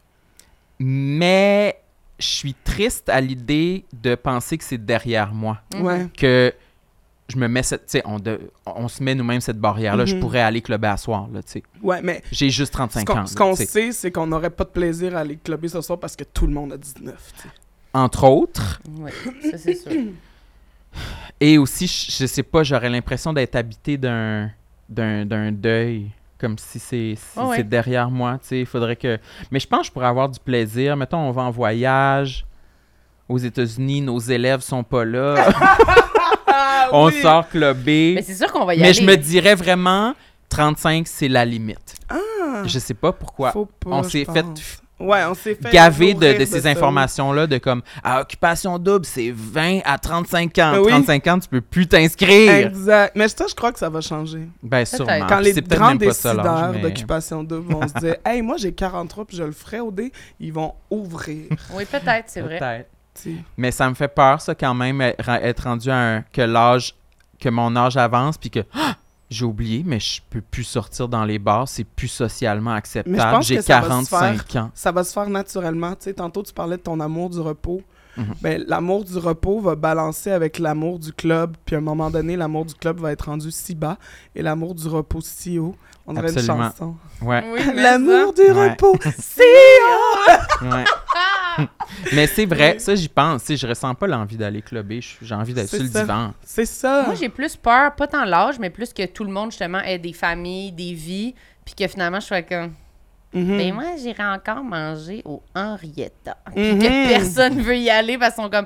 Mais je suis triste à l'idée de penser que c'est derrière moi. Ouais. Que je me mets cette. Tu sais, on se met nous-mêmes cette barrière-là. Je Mhm. pourrais aller clubber à soir, là, tu sais. Ouais, mais J'ai juste 35 ans. ce là, qu'on tu sais. sait, c'est qu'on n'aurait pas de plaisir à aller clubber ce soir parce que tout le monde a 19. tu sais. Entre autres. Oui, ça c'est sûr. Et aussi, je sais pas, j'aurais l'impression d'être habité d'un deuil, comme si c'est Oh ouais. c'est derrière moi, tu sais, il faudrait que... Mais je pense que je pourrais avoir du plaisir. Mettons, on va en voyage aux États-Unis, nos élèves sont pas là, on oui. sort clubber. Mais c'est sûr qu'on va y Mais aller. je me dirais vraiment, 35, c'est la limite. Ah, Je sais pas pourquoi. faut pas, On je s'est pense. fait Ouais, on s'est fait gaver nourrir de ces ça. informations-là, de comme, à occupation double, c'est 20 à 35 ans. Oui. 35 ans, tu peux plus t'inscrire. Exact. Mais ça, je crois que ça va changer. Ben, Peut-être. sûrement. Quand Puis les c'est peut-être grands même pas ça, l'âge, décideurs mais- d'occupation double vont se dire « Hey, moi, j'ai 43 puis je le ferai au dé », ils vont ouvrir. Oui, peut-être, c'est vrai. Peut-être. tu sais. Mais ça me fait peur, ça, quand même, être rendu à que mon âge avance, puis que ah, j'ai oublié, mais je peux plus sortir dans les bars, c'est plus socialement acceptable. pense J'ai que ça va se 45 ans. Ça va se faire naturellement. Tu sais, tantôt, tu parlais de ton amour du repos. Mhm. Ben, l'amour du repos va balancer avec l'amour du club. Puis à un moment donné, l'amour du club va être rendu si bas et l'amour du repos si haut. On dirait une Absolument. chanson. Ouais, Oui, mais L'amour du Ouais. repos si haut! ouais. Mais c'est vrai, ça, j'y pense. Tu sais, je ressens pas l'envie d'aller clubber. J'ai envie d'être C'est sur le ça. divan. C'est ça. Moi, j'ai plus peur, pas tant l'âge, mais plus que tout le monde, justement, ait des familles, des vies, puis que finalement, je sois comme... Mhm. Ben moi, j'irai encore manger au Henrietta. Puis Mhm. que personne veut y aller parce qu'ils sont comme...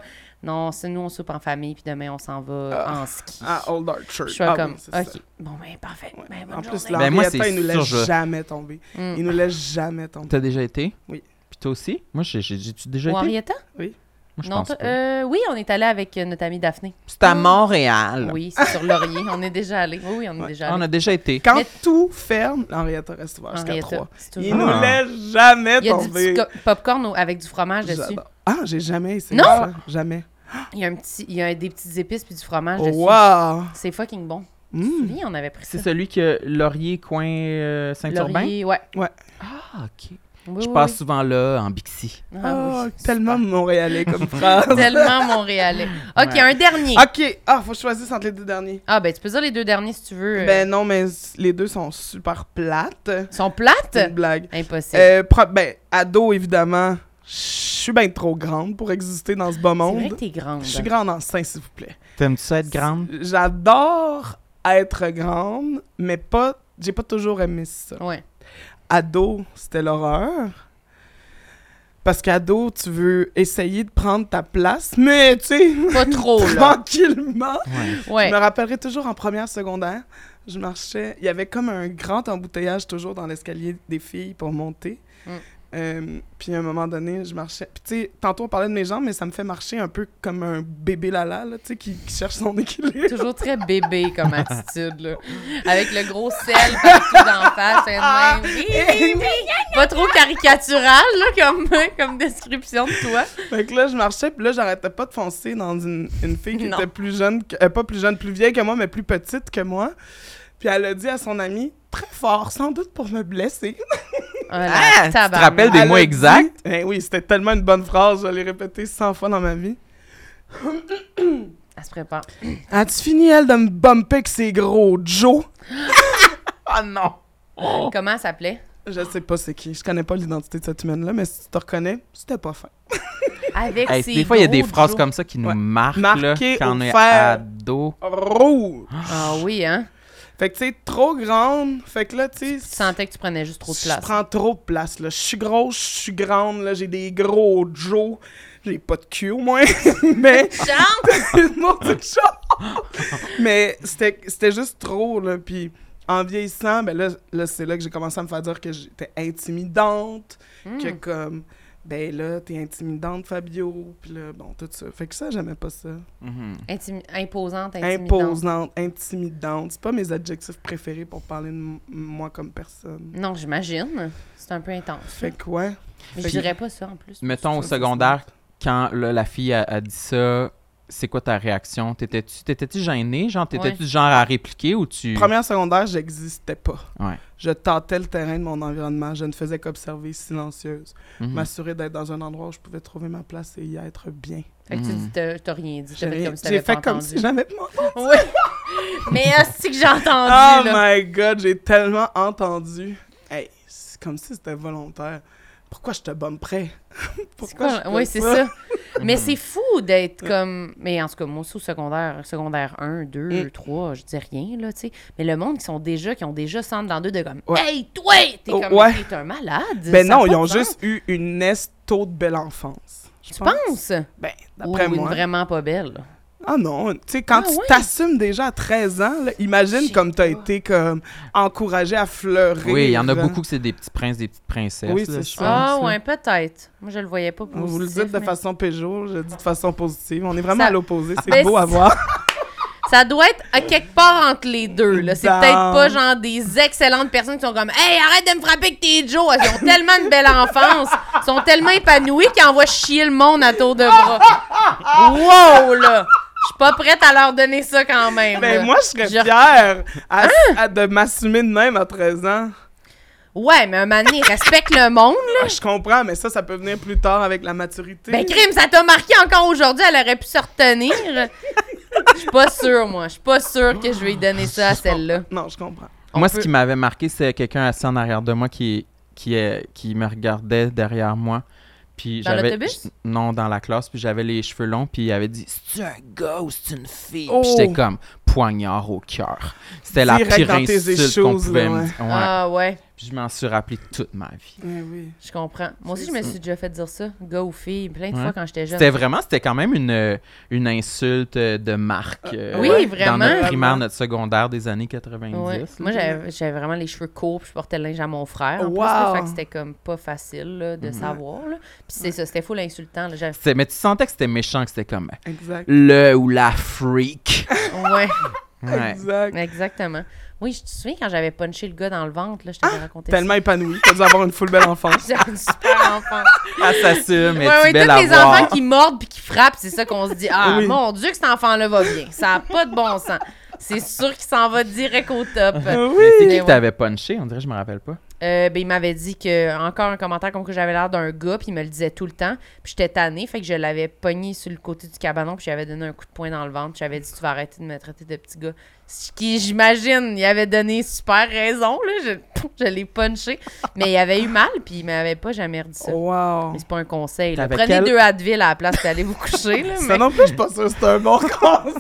Non, c'est nous, on soupe en famille, puis demain, on s'en va en ski. À Old Dark Church. Je suis comme, oui, c'est OK. ça. Bon, ben, parfait. Ouais. Ben, bonne En plus, journée. Ben, moi, l'Henrietta, c'est il nous sûr, laisse jamais tomber. Il nous laisse jamais tomber. T'as déjà été? Oui. Puis toi aussi? Moi, j'ai-tu déjà Ou été? Henrietta? Moi, je Non, pense pas. oui, on est allé avec notre amie Daphné. C'est à Montréal. Oui, c'est sur Laurier. On est déjà allé. Oui, on est déjà Ah, on allé. a déjà été. Quand Mais- tout ferme, l'Henrietta reste ouvert jusqu'à Henrietta, 3. c'est Il toujours- nous laisse jamais Il y a du tomber. petit popcorn avec du fromage dessus. J'adore. Ah, j'ai jamais essayé Non! ça. Jamais. Il y a des petites épices puis du fromage dessus. Wow! C'est fucking bon. Mm. Oui, on avait pris ça. C'est celui que Laurier, coin Saint-Urbain? Laurier, ouais. Ah, OK. Oui, Je oui, passe oui. souvent là, en Bixi. Ah, Oh, oui, tellement montréalais comme phrase. tellement montréalais. OK, Ouais. un dernier. OK. Ah, faut choisir entre les deux derniers. Ah, ben, tu peux dire les deux derniers si tu veux. Ben non, mais les deux sont super plates. Ils sont plates? C'est une blague. Impossible. Ben, ado, évidemment. Je suis bien trop grande pour exister dans ce bas C'est monde. vrai que t'es grande. Je suis grande en sein, s'il vous plaît. T'aimes-tu ça être grande? J'adore être grande, mais pas. J'ai pas toujours aimé ça. Ouais. Ado, c'était l'horreur. Parce qu'ado, tu veux essayer de prendre ta place, mais tu sais, Pas trop, là. tranquillement. Ouais. Ouais. Je me rappellerai toujours en première secondaire, je marchais, il y avait comme un grand embouteillage toujours dans l'escalier des filles pour monter. Puis à un moment donné, je marchais. Puis tu sais, tantôt on parlait de mes jambes, mais ça me fait marcher un peu comme un bébé lala, là, tu sais, qui cherche son équilibre. Toujours très bébé comme attitude, là. Avec le gros sel partout d'en face. C'est de même. Oui, oui, oui. Pas trop caricatural, là, comme description de toi. Fait que là, je marchais, puis là, j'arrêtais pas de foncer dans une fille qui Non. était plus jeune, pas plus jeune, plus vieille que moi, mais plus petite que moi. Puis elle a dit à son amie, très fort, sans doute pour me blesser. Ah, Tu te rappelles des Elle mots a dit- exacts? Ben oui, c'était tellement une bonne phrase, je l'ai répétée 100 fois dans ma vie. Elle se prépare. As-tu fini, elle, de me bumper avec ses gros Joe? Oh non! Comment elle s'appelait? Je sais pas c'est qui, je connais pas l'identité de cette humaine-là, mais si tu te reconnais, c'était pas fin. Avec Hey, ses des fois, il y a des gros phrases Joe. comme ça qui nous Ouais. marquent, Marquées là, quand au on est fer. ado. Rouge! Ah oui, hein? Fait que tu sais, trop grande, fait que là, tu Tu sais... sentais que tu prenais juste trop de Je place. prends trop de place, là. Je suis grosse, je suis grande, là. J'ai des gros Joe. J'ai pas de cul, au moins. Mais... Chante! Non, c'est ça! Mais c'était juste trop, là. Puis en vieillissant, ben là c'est là que j'ai commencé à me faire dire que j'étais intimidante. Que comme... Ben là, t'es intimidante, Fabio. Puis là, bon, tout ça. Fait que ça, j'aimais pas ça. Mhm. Imposante, intimidante. Imposante, intimidante. C'est pas mes adjectifs préférés pour parler de moi comme personne. Non, j'imagine. C'est un peu intense. Fait que ouais. Mais Fait je dirais pas ça en plus. Mettons au Ça, c'est secondaire, quand là, la fille a dit ça, c'est quoi ta réaction? T'étais-tu gênée? Genre, t'étais-tu du genre à répliquer ou tu... Première secondaire, j'existais pas. Ouais. Je tâtais le terrain de mon environnement. Je ne faisais qu'observer silencieuse. Mhm. M'assurer d'être dans un endroit où je pouvais trouver ma place et y être bien. Fait que tu dis, t'as rien dit. T'as fait comme si J'ai t'avais pas fait comme entendu. si j'avais pas entendu. Oui. Mais c'est que j'ai entendu, Oh là. my God, j'ai tellement entendu. Hey, c'est comme si c'était volontaire. Pourquoi je te bumperais? Pourquoi je fais Oui, c'est ça. Mais c'est fou d'être comme... Mais en tout cas, moi aussi, au secondaire 1, 2, 3, je dis rien, là, tu sais. Mais le monde qui ont déjà centre dans deux de comme... Ouais. Hey, toi! T'es Oh, comme... ouais. T'es un malade. Ben ça a non, pas ils ont de sens. juste eu une esto de belle enfance. Je Tu penses? Ben, Ou d'après une moi. vraiment pas belle. Ah non, tu sais, quand Ah tu ouais? t'assumes déjà à 13 ans, là, imagine Je sais comme t'as pas. été comme encouragé à fleurir. Oui, il y en a beaucoup que c'est des petits princes, des petites princesses. Oui, là, c'est je ça. pense, Ah là. ouais, peut-être. Moi, je le voyais pas positif. Vous le dites de mais- façon péjo, je dis de façon positive. On est vraiment Ça- à l'opposé, c'est Ben, beau à voir. Ça doit être à quelque part entre les deux, là. C'est Dans- peut-être pas genre des excellentes personnes qui sont comme « Hey, arrête de me frapper avec tes Joe! » Ils ont tellement une belle enfance, ils sont tellement épanouis qu'ils envoient chier le monde à tour de bras. Wow, là! Je suis pas prête à leur donner ça quand même. Ben là. moi, je serais Je- fière de m'assumer de même à 13 ans. Ouais, mais un moment donné, respecte le monde, là. Ah, je comprends, mais ça peut venir plus tard avec la maturité. Ben, crime, ça t'a marqué encore aujourd'hui, elle aurait pu se retenir. Je suis pas sûre, moi. Je suis pas sûre que je vais lui donner ça à celle-là. Non, je comprends. Moi, peut- ce qui m'avait marqué, c'est quelqu'un assis en arrière de moi qui me regardait derrière moi. Puis Dans l'autobus? Non, dans la classe. Puis j'avais les cheveux longs. Puis il avait dit « C'est-tu un gars ou c'est une fille? Oh! Puis j'étais comme « poignard au cœur. C'était la Direct pire dans tes insulte qu'on choses, pouvait là, me ouais. dire. Ouais. Ah ouais, Puis je m'en suis rappelé toute ma vie. Oui. je comprends. Moi aussi, C'est je me ça. suis déjà fait dire ça, gars ou fille, plein de Ouais. fois quand j'étais jeune. C'était quand même une insulte de marque. Oui, Ouais. vraiment. Dans notre Vraiment. primaire, notre secondaire des années 90. Ouais. là. Moi, j'avais vraiment les cheveux courts, puis je portais le linge à mon frère. En plus, Wow. là, fait que c'était comme pas facile là, de Mhm. savoir. Là. Puis c'est ça, c'était full insultant. Là. Mais tu sentais que c'était méchant, que c'était comme Exact. le ou la freak. Ouais, Ouais. Exact. exactement. Oui, je te souviens quand j'avais punché le gars dans le ventre, là, je t'avais raconté Tellement épanoui. T'as dû avoir une full belle enfance. ça. J'avais une super enfant. Elle s'assume, elle Ouais, est belle tous à les voir. enfants qui mordent puis qui frappent, c'est ça qu'on se dit. Ah, Oui. mon Dieu, que cet enfant-là va bien. Ça n'a pas de bon sens. C'est sûr qu'il s'en va direct au top. Mais c'est Mais qui ouais. que t'avais punché? On dirait que je me rappelle pas. Il m'avait dit que encore un commentaire comme que j'avais l'air d'un gars, puis il me le disait tout le temps. Puis j'étais tannée, fait que je l'avais pogné sur le côté du cabanon, puis j'avais donné un coup de poing dans le ventre. Puis j'avais dit tu vas arrêter de me traiter de petit gars. Ce qui, j'imagine, il avait donné super raison là. Je l'ai punché, mais il avait eu mal, puis il m'avait pas jamais redit ça. Wow. Mais c'est pas un conseil. Là. T'avais Prenez quel- 2 Advil à la place d'aller vous coucher. Là, Ça mais non plus, je suis pas sûre que c'est un bon conseil.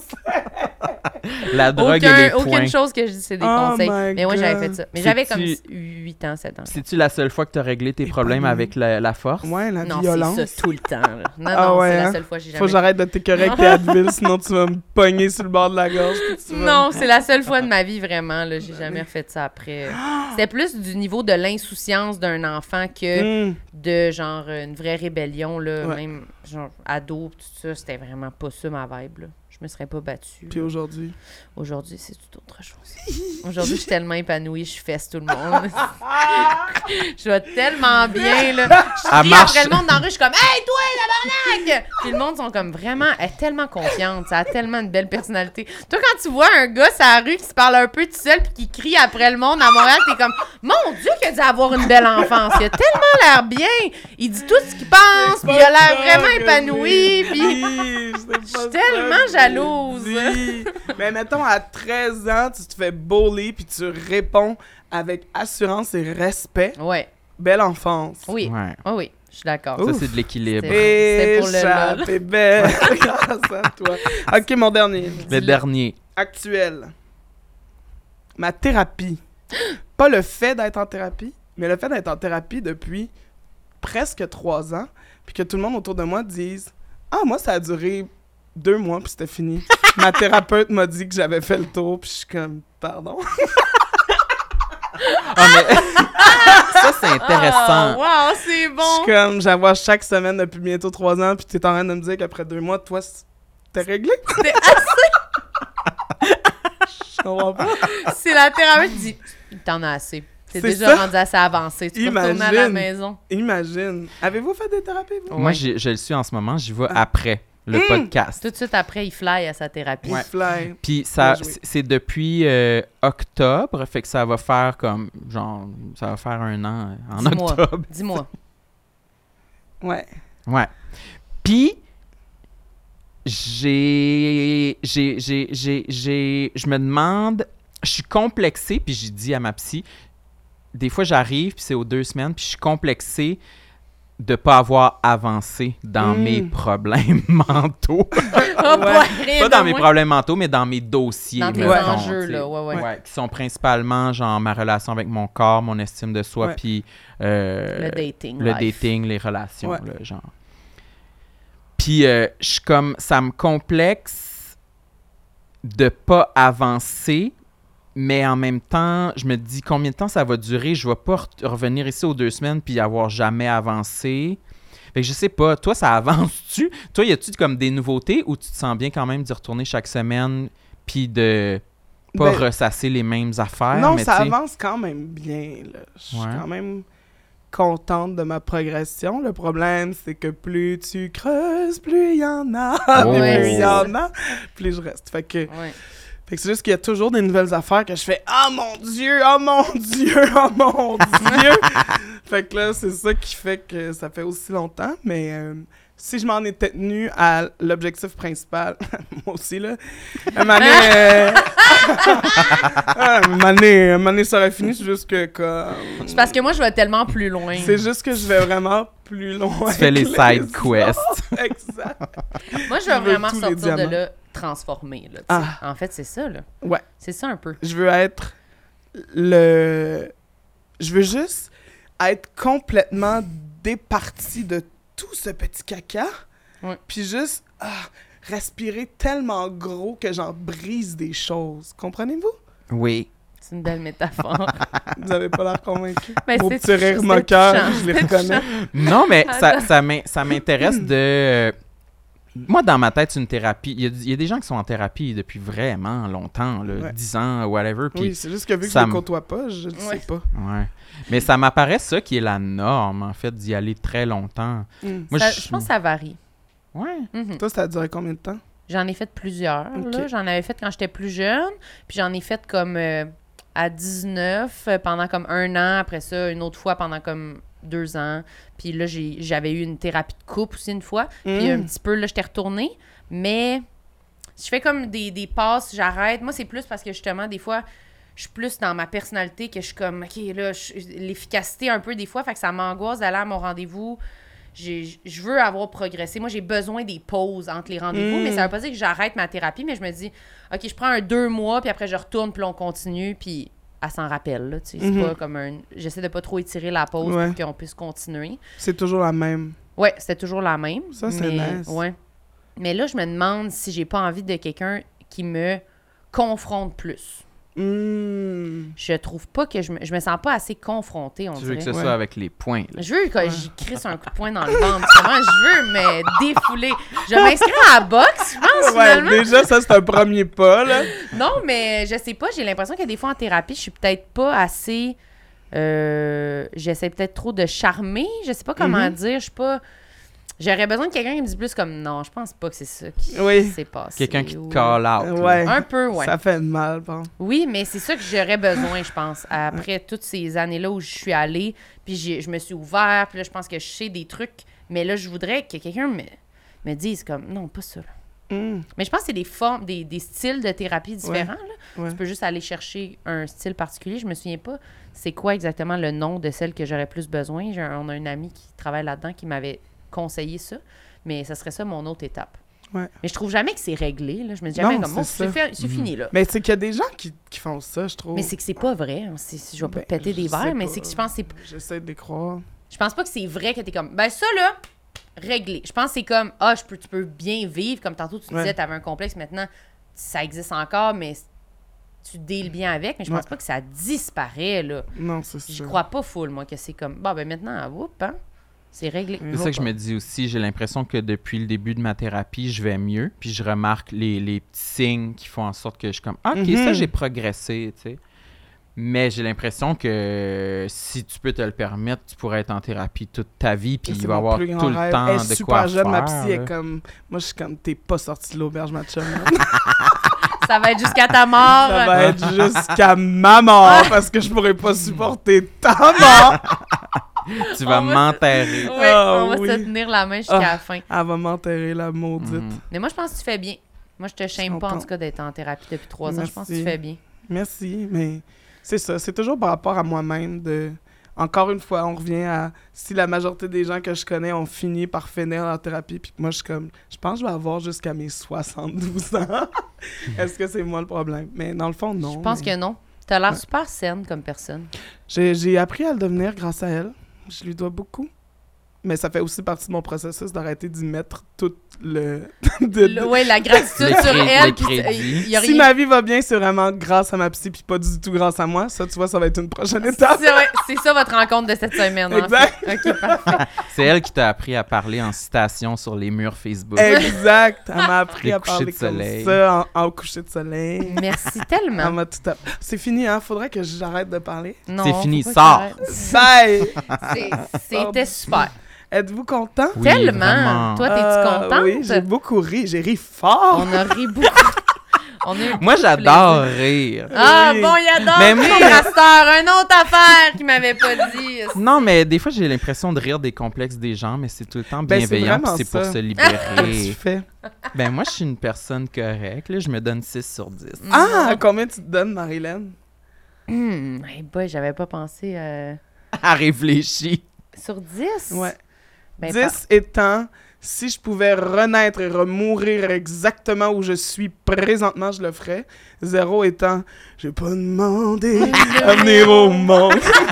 La drogue et les points. aucune chose que je dis, c'est des Oh conseils. my Mais moi, j'avais God. fait ça. Mais j'avais comme C'est-tu- 8 ans, 7 ans. C'est-tu la seule fois que t'as réglé tes problèmes Épanoui. avec la force? Ouais, la Non, violence. c'est ça tout le temps. Là. Non, Ah non, ouais, c'est la hein? seule fois que j'ai Faut jamais que j'arrête de t'écœurer avec tes Advil, sinon tu vas me pogner sur le bord de la gorge. puis tu vas Non, c'est la seule fois de ma vie, vraiment. Là. J'ai jamais refait ça après. C'était plus du niveau de l'insouciance d'un enfant que de genre une vraie rébellion. Là, Ouais. même genre ado, tout ça. C'était vraiment pas ça ma vibe. Là. Je me serais pas battue. Puis aujourd'hui. Aujourd'hui, c'est tout autre chose. Aujourd'hui, je suis tellement épanouie, je fesse tout le monde. Je vais tellement bien, là. Je Elle crie marche. après le monde dans la rue, je suis comme « Hey, toi, tabarnak! » Puis le monde sont comme vraiment... Elle est tellement confiante, ça a tellement une belle personnalité. Toi, quand tu vois un gars sur la rue qui se parle un peu tout seul puis qui crie après le monde à Montréal, t'es comme « Mon Dieu, qu'il a dû avoir une belle enfance! Il a tellement l'air bien! Il dit tout ce qu'il pense, puis il a l'air vraiment épanoui, puis... » Je suis tellement jalouse. Mais mettons, à 13 ans, tu te fais bully puis tu réponds avec assurance et respect. Ouais, Belle enfance. oui, Ouais. oh, oui, je suis d'accord. Ça, c'est de l'équilibre. C'était pour le Échappe, lol. t'es belle. Grâce à toi. OK, mon dernier. Le dernier. Actuel. Ma thérapie. Pas le fait d'être en thérapie, mais le fait d'être en thérapie depuis presque 3 ans, puis que tout le monde autour de moi dise « Ah, moi, ça a duré 2 mois, puis c'était fini. » Ma thérapeute m'a dit que j'avais fait le tour, puis je suis comme « Pardon? Ah, mais... ça, c'est intéressant. Oh, wow, c'est Je suis bon! comme, j'envoie chaque semaine depuis bientôt 3 ans, puis t'es en train de me dire qu'après 2 mois, toi, t'es réglé? C'est assez. Je comprends pas. C'est la thérapeute qui dit t'en as assez. T'es C'est déjà ça. rendu assez avancé. Tu peux retourner à la Imagine. maison. Imagine. Avez-vous fait des thérapies, vous? Moi, Ouais. je le suis en ce moment. J'y vais après le podcast. Tout de suite après, il fly à sa thérapie. Ouais. Fly. Puis ça, Bien joué. c'est depuis octobre, fait que ça va faire comme, genre, ça va faire 1 an en Dis-moi. octobre. Dis-moi. Ouais. Ouais. Puis, je me demande, je suis complexée, puis j'ai dit à ma psy, des fois j'arrive, puis c'est aux 2 semaines, puis je suis complexée de pas avoir avancé dans mes problèmes mentaux. Oh, Ouais. Pas dans mes problèmes mentaux, mais dans mes dossiers. Dans tes mettons, enjeux, tu sais. là. Ouais. Ouais, qui sont principalement genre ma relation avec mon corps, mon estime de soi, Ouais. puis Le dating. le life. dating, les relations, Ouais. là, genre. Puis je suis comme, ça me complexe de pas avancer, mais en même temps, je me dis combien de temps ça va durer. Je vais pas revenir ici aux 2 semaines puis avoir jamais avancé. Fait que je sais pas, toi, ça avance-tu? Toi, y a-tu comme des nouveautés ou tu te sens bien quand même d'y retourner chaque semaine puis de pas Ben, ressasser les mêmes affaires? non, mais ça tu sais- avance quand même bien. Là. Je suis Ouais. quand même contente de ma progression. Le problème, c'est que plus tu creuses, plus il y en a. Oh. Puis Ouais, plus il y c'est en a, plus je reste. Fait que Ouais. c'est juste qu'il y a toujours des nouvelles affaires que je fais « Oh mon Dieu! Oh mon Dieu! Oh mon Dieu! » Fait que là, c'est ça qui fait que ça fait aussi longtemps. Mais si je m'en étais tenu à l'objectif principal, moi aussi, là, un moment donné, ça aurait fini, c'est juste que comme... C'est parce que moi, je vais tellement plus loin. C'est juste que je vais vraiment plus loin. Tu fais les side quests. Exact. Moi, je veux vraiment tous les sortir de diamants. là transformé, là, tu sais. Ah. En fait, c'est ça, là. Ouais. C'est ça un peu. Je veux être je veux juste être complètement départi de tout ce petit caca. Ouais. Puis juste respirer tellement gros que j'en brise des choses. Comprenez-vous? Oui. C'est une belle métaphore. Vous avez pas l'air convaincu? Ben, Vos c'est petits rires touchant, moqueurs, c'est je les reconnais. Non, mais Attends. ça m'intéresse de... Moi, dans ma tête, c'est une thérapie. Il y a des gens qui sont en thérapie depuis vraiment longtemps, là, Ouais. 10 ans, whatever. Puis Oui, c'est juste que vu que ça je ne me- côtoie pas, je ne sais pas. ouais. Mais ça m'apparaît ça qui est la norme, en fait, d'y aller très longtemps. Moi, Je pense que ça varie. Ouais. Mhm. Toi, ça a duré combien de temps? J'en ai fait plusieurs. Ok. Là. J'en avais fait quand j'étais plus jeune. Puis j'en ai fait comme à 19 pendant comme 1 an. Après ça, une autre fois pendant comme 2 ans. Puis là, j'avais eu une thérapie de couple aussi une fois. Puis un petit peu, là, j'étais retournée. Mais je fais comme des passes, j'arrête. Moi, c'est plus parce que justement, des fois, je suis plus dans ma personnalité que je suis comme, OK, là, l'efficacité un peu des fois. Fait que ça m'angoisse d'aller à mon rendez-vous. Je veux avoir progressé. Moi, j'ai besoin des pauses entre les rendez-vous, mais ça veut pas dire que j'arrête ma thérapie, mais je me dis, OK, je prends 2 mois, puis après, je retourne, puis là, on continue, puis elle s'en rappelle, là, tu sais. C'est pas comme un... J'essaie de pas trop étirer la pause Ouais. pour qu'on puisse continuer. C'est toujours la même. Ouais, c'était toujours la même. Ça, c'est mais, nice. Ouais. Mais là, je me demande si j'ai pas envie de quelqu'un qui me confronte plus. Je trouve pas que je me sens pas assez confrontée, on Tu veux que dirait. ce soit avec les points. là. Je veux que j'y crisse un coup de poing dans le ventre. Vraiment, je veux me défouler. Je vais m'inscrire à la boxe, je pense, Ouais, finalement. déjà, ça, c'est un premier pas, là. Non, mais je sais pas. J'ai l'impression que des fois, en thérapie, je suis peut-être pas assez... j'essaie peut-être trop de charmer. Je sais pas comment dire. Je suis pas... J'aurais besoin de quelqu'un qui me dise plus comme non, je pense pas que c'est ça qui Oui. s'est passé. Quelqu'un qui te ou- call out. là. Ouais. Un peu, ouais. Ça fait mal, bon. Oui, mais c'est ça que j'aurais besoin, je pense. Après toutes ces années-là où je suis allée, puis je me suis ouverte, puis là, je pense que je sais des trucs. Mais là, je voudrais que quelqu'un me dise comme non, pas ça. Là. Mais je pense que c'est des formes, des styles de thérapie différents. Là. Ouais. Tu peux juste aller chercher un style particulier. Je me souviens pas c'est quoi exactement le nom de celle que j'aurais plus besoin. On a une amie qui travaille là-dedans qui m'avait conseillé ça. Mais ça serait ça mon autre étape. Ouais. Mais je trouve jamais que c'est réglé. Là. Je me dis jamais Non, comme bon, c'est c'est fini là. Mais c'est qu'il y a des gens qui font ça, je trouve. Mais c'est que c'est pas vrai. Je vais pas Ben, péter des je sais verres, mais pas. c'est que je pense que c'est... J'essaie de les croire. Je pense pas que c'est vrai que t'es comme... Ben ça, là, réglé. Je pense que c'est comme... Ah, tu peux bien vivre. Comme tantôt, tu disais, t'avais un complexe. Maintenant, ça existe encore, mais tu deals bien avec. Mais je pense pas que ça disparaît, là. Non, c'est ça. Je crois pas full, moi, que c'est comme... Bon, ben maintenant, whoop, hein? C'est réglé. C'est ça que je me dis aussi. J'ai l'impression que depuis le début de ma thérapie, je vais mieux. Puis je remarque les petits signes qui font en sorte que je suis comme ah, OK, ça, j'ai progressé, tu sais. Mais j'ai l'impression que si tu peux te le permettre, tu pourrais être en thérapie toute ta vie. Puis C'est il va y mon avoir plus grand tout le rêve. temps Elle est de super quoi jeune, faire. ma psy est là. comme... Moi, je suis comme, t'es pas sorti de l'auberge, ma chum. Ça va être jusqu'à ta mort. Ça va être jusqu'à ma mort, parce que je pourrais pas supporter ta mort. Tu vas On va m'enterrer. Oui, Ah, on va oui. se tenir la main jusqu'à la fin. Elle va m'enterrer, la maudite. Mhm. Mais moi, je pense que tu fais bien. Moi, je te shame pas, en content. tout cas, d'être en thérapie depuis 3 ans. Je pense que tu Merci. fais bien. Merci, mais c'est ça. C'est toujours par rapport à moi-même de... Encore une fois, on revient à si la majorité des gens que je connais ont fini par finir leur thérapie, puis que moi, je suis comme... Je pense que je vais avoir jusqu'à mes 72 ans. Est-ce que c'est moi le problème? Mais dans le fond, non. Je pense mais- que non. T'as l'air Ouais. super saine comme personne. J'ai appris à le devenir grâce à elle. Je lui dois beaucoup. Mais ça fait aussi partie de mon processus d'arrêter d'y mettre tout le... Oui, la gratitude Le sur cré- elle. le puis crédit. il y a Si rien... ma vie va bien, c'est vraiment grâce à ma psy, puis pas du tout grâce à moi. Ça, tu vois, ça va être une prochaine étape. C'est ça votre rencontre de cette semaine. en Exact. fait. OK, parfait. C'est elle qui t'a appris à parler en citation sur les murs Facebook. Exact. Elle m'a appris Les à couchers parler de comme soleil. ça, en coucher de soleil. Merci Elle tellement. m'a tout app- C'est fini, hein? Faudrait que j'arrête de parler. Non, C'est fini, faut sors. pas que Bye! C'était super. Êtes-vous content? Oui, Tellement. vraiment. Toi, t'es-tu contente? Oui, j'ai beaucoup ri. J'ai ri fort. On a ri beaucoup. Moi, j'adore rire. Ah, Oui. bon, il adore Mais rire, moi- Astor. Une autre affaire qu'il m'avait pas dit. Non, mais des fois, j'ai l'impression de rire des complexes des gens, mais c'est tout le temps Ben, c'est bienveillant, puis vraiment c'est pour ça. se Tu libérer. fais. Ben, moi, je suis une personne correcte. Là, je me donne 6 sur 10. Ah, combien tu te donnes, Marilyn? Hey boy, j'avais pas pensé À réfléchir. sur 10. Ouais. Ben, 10 étant, si je pouvais renaître et remourir exactement où je suis présentement, je le ferais. 0 étant, j'ai pas demandé à venir au monde.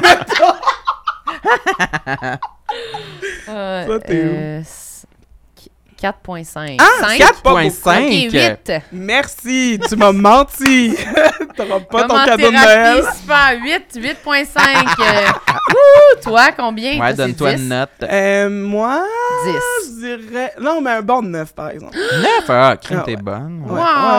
Toi, t'es 4.5. Ah, 5? 4.5. Ok, 8. Merci, tu m'as menti. T'auras pas Comme ton en cadeau de thérapie, Noël. super. 8.5. Wouh, toi, combien? Ouais, Toi, c'est donne-toi 10? une note. Moi, 10. je dirais... Non, mais un bon 9, par exemple. 9? Ah, crème, Ah, t'es ouais. bonne. Ouais, Wow.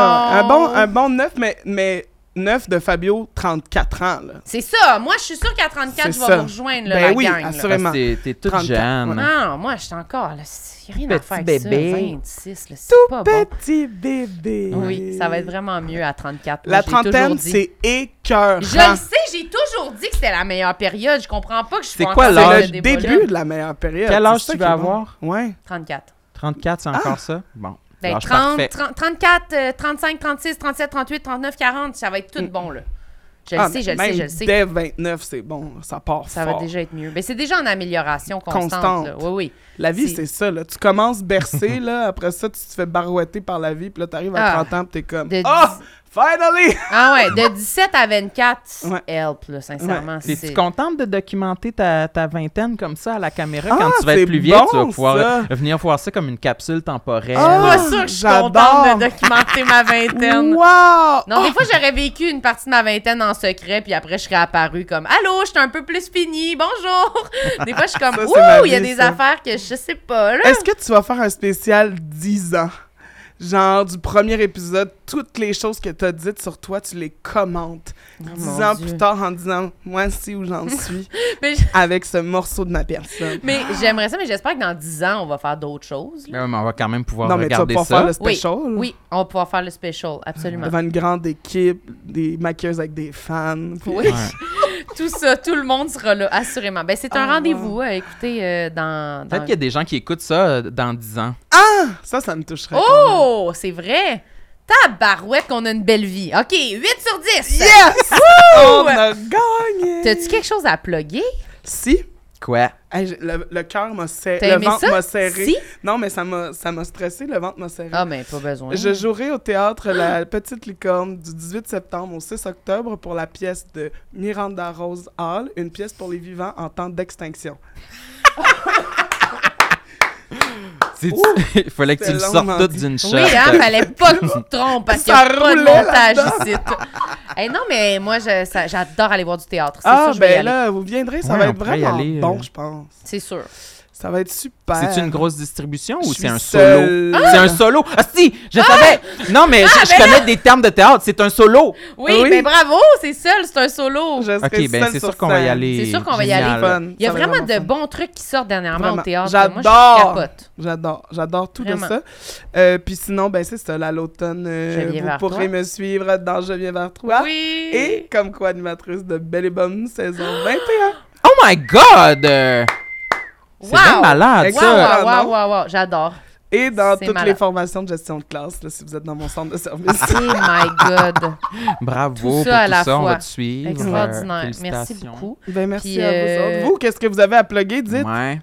Un bon 9, mais 9 de Fabio, 34 ans, là. C'est ça. Moi, je suis sûre qu'à 34, C'est je vais ça. vous rejoindre, là, Ben la oui, gang. là. assurément. Parce que t'es toute 34, jeune. ouais. Non, moi, je suis encore... Il n'y a rien à Petit faire avec bébé. ça. 26, là, c'est pas bon. Petit bébé. Oui, ça va être vraiment mieux à 34. La Moi, je l'ai toujours trentaine, dit. c'est écœurant. Je le sais, j'ai toujours dit que c'était la meilleure période. Je comprends pas que je suis C'est pas quoi encore dans l'âge? ce C'est le débat-là. début de la meilleure période. Quel C'est âge ça tu qui veux est avoir? bon. Ouais. 34. 34, c'est encore ça? Bon. Ben, L'âge 30, parfait. 34, 35, 36, 37, 38, 39, 40, ça va être tout bon, là. Je le sais, je le sais, je le sais. Dès 29, c'est bon. Ça part Ça fort. va déjà être mieux. Mais c'est déjà en amélioration constante. Constante. Là. Oui, oui. La vie, C'est- c'est ça. Là. Tu commences bercé, là. Après ça, tu te fais barouetter par la vie. Puis là, t'arrives à Ah. 30 ans, puis t'es comme... De Oh! Finally! Ah ouais, de 17 à 24, Ouais. help, là, sincèrement. Es-tu contente de documenter ta vingtaine comme ça à la caméra? Ah, Quand tu vas c'est être plus vieille, tu vas bon, pouvoir ça. venir voir ça comme une capsule temporelle. Ah, Pas sûr que je suis j'adore. contente de documenter ma vingtaine. Wow! Non, des fois, j'aurais vécu une partie de ma vingtaine en secret, puis après, je serais apparue comme « Allô, je suis un peu plus finie, bonjour! » Des fois, je suis comme Ça, c'est ma « Ouh, il y a vie, des ça. affaires que je sais pas, là! Est-ce que tu vas faire un spécial 10 ans? Genre, du premier épisode, toutes les choses que t'as dites sur toi, tu les commentes. 10 mon ans Dieu. plus tard en disant « Moi, c'est où j'en suis Mais, avec ce morceau de ma personne. » mais j'aimerais ça, mais j'espère que dans 10 ans, on va faire d'autres choses. là. Mais on va quand même pouvoir Non, mais tu vas regarder pas ça. faire le Oui, special. là. oui, on va pouvoir faire le special, absolument. Devant une grande équipe, des maquilleuses avec des fans. puis- Oui. Ouais. Tout ça, tout le monde sera là, assurément. Ben, c'est un Ah, rendez-vous à écouter dans... Peut-être qu'il y a des gens qui écoutent ça dans 10 ans. Ça me toucherait. Oh, c'est vrai! Tabarouette qu'on a une belle vie. OK, 8 sur 10! Yes! On a gagné! T'as-tu quelque chose à plugger? Si. Quoi? Hey, le cœur m'a serré. T'as Le aimé ventre ça? m'a serré. Si? Non, mais ça m'a stressé, le ventre m'a serré. Ah, ben, pas besoin. Je jouerai au théâtre La Petite Licorne du 18 septembre au 6 octobre pour la pièce de Miranda Rose Hall, une pièce pour les vivants en temps d'extinction. Il fallait que tu le c'était sortes longuement tout dit. d'une shot. Oui, hein, fallait pas que tu te trompes parce qu'il Ça n'y a pas de roulait montage là-dedans. ici. Hey, non, mais moi, j'adore aller voir du théâtre. C'est Ah, sûr, je vais y ben aller. là, vous viendrez, ça Ouais, va on être pourrait y vraiment aller, bon, je pense. C'est sûr. Ça va être super. C'est une grosse distribution ou Je c'est un suis solo? seule. C'est un solo. Ah si, je savais. Non, mais je connais des termes de théâtre. C'est un solo. Oui, Oui. mais bravo, c'est seul, c'est un solo. Je serai Ok, ben seule c'est sur sûr qu'on va y scène. aller. C'est sûr qu'on va y Génial. aller. Fun. Il y a Ça va vraiment être de fun. bons trucs qui sortent dernièrement Vraiment. au théâtre. Moi, J'adore. je capote. J'adore tout Vraiment. de ça. Puis sinon, ben c'est ça, là, l'automne, Je viens vous vers pourrez toi. me suivre dans Je viens vers toi. Oui. Et comme co-animatrice de Belle et Bonne saison 21. Oh my God! C'est bien malade, Wow, ça. wow, non? wow, wow, j'adore. Et dans C'est toutes malade. les formations de gestion de classe, là, si vous êtes dans mon centre de service. Oh my God. Bravo Tout pour ça à tout la ça. On fois. va te suivre. Extraordinaire. Merci Félicitations. beaucoup. Ben, merci Puis, à vous autres. Vous, qu'est-ce que vous avez à plugger, dites? Ouais.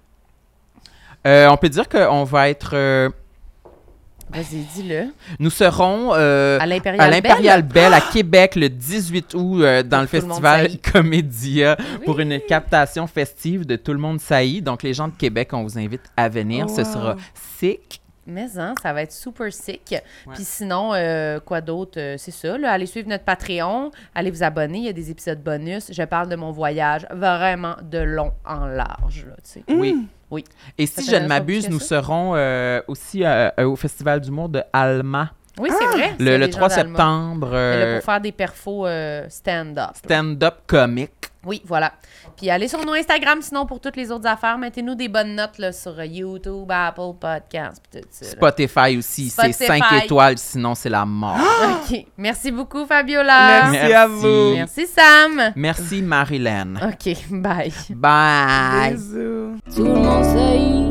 On peut dire qu'on va être... Vas-y, dis-le. nous serons À l'Impérial à l'Impérial Belle. Belle à Québec le 18 août dans le Tout le monde festival saillit. Comédia Oui. pour une captation festive de Tout le monde saillit. Donc, les gens de Québec, on vous invite à venir. Oh, Ce wow. sera sick. Mais hein, ça va être super sick. Puis sinon, quoi d'autre? C'est ça, là. Allez suivre notre Patreon. Allez vous abonner. Il y a des épisodes bonus. Je parle de mon voyage vraiment de long en large, là, tu sais. Oui. Oui. Et Ça si je ne t'intéresse pas m'abuse, plus que nous ça? serons aussi au Festival d'humour de Alma Oui, c'est vrai. le des 3 gens d'Allemagne. septembre. Mais là, pour faire des perfos stand-up. Stand-up comique. Oui, voilà. Puis allez sur nos Instagram, sinon pour toutes les autres affaires, mettez-nous des bonnes notes là, sur YouTube, Apple Podcasts, puis tout ça. Là. Spotify aussi, c'est 5 étoiles, sinon c'est la mort. OK. Merci beaucoup, Fabiola. Merci à vous. Merci, Sam. Merci, Marilyn. OK, bye. Bye. Bisous. Tout le monde sait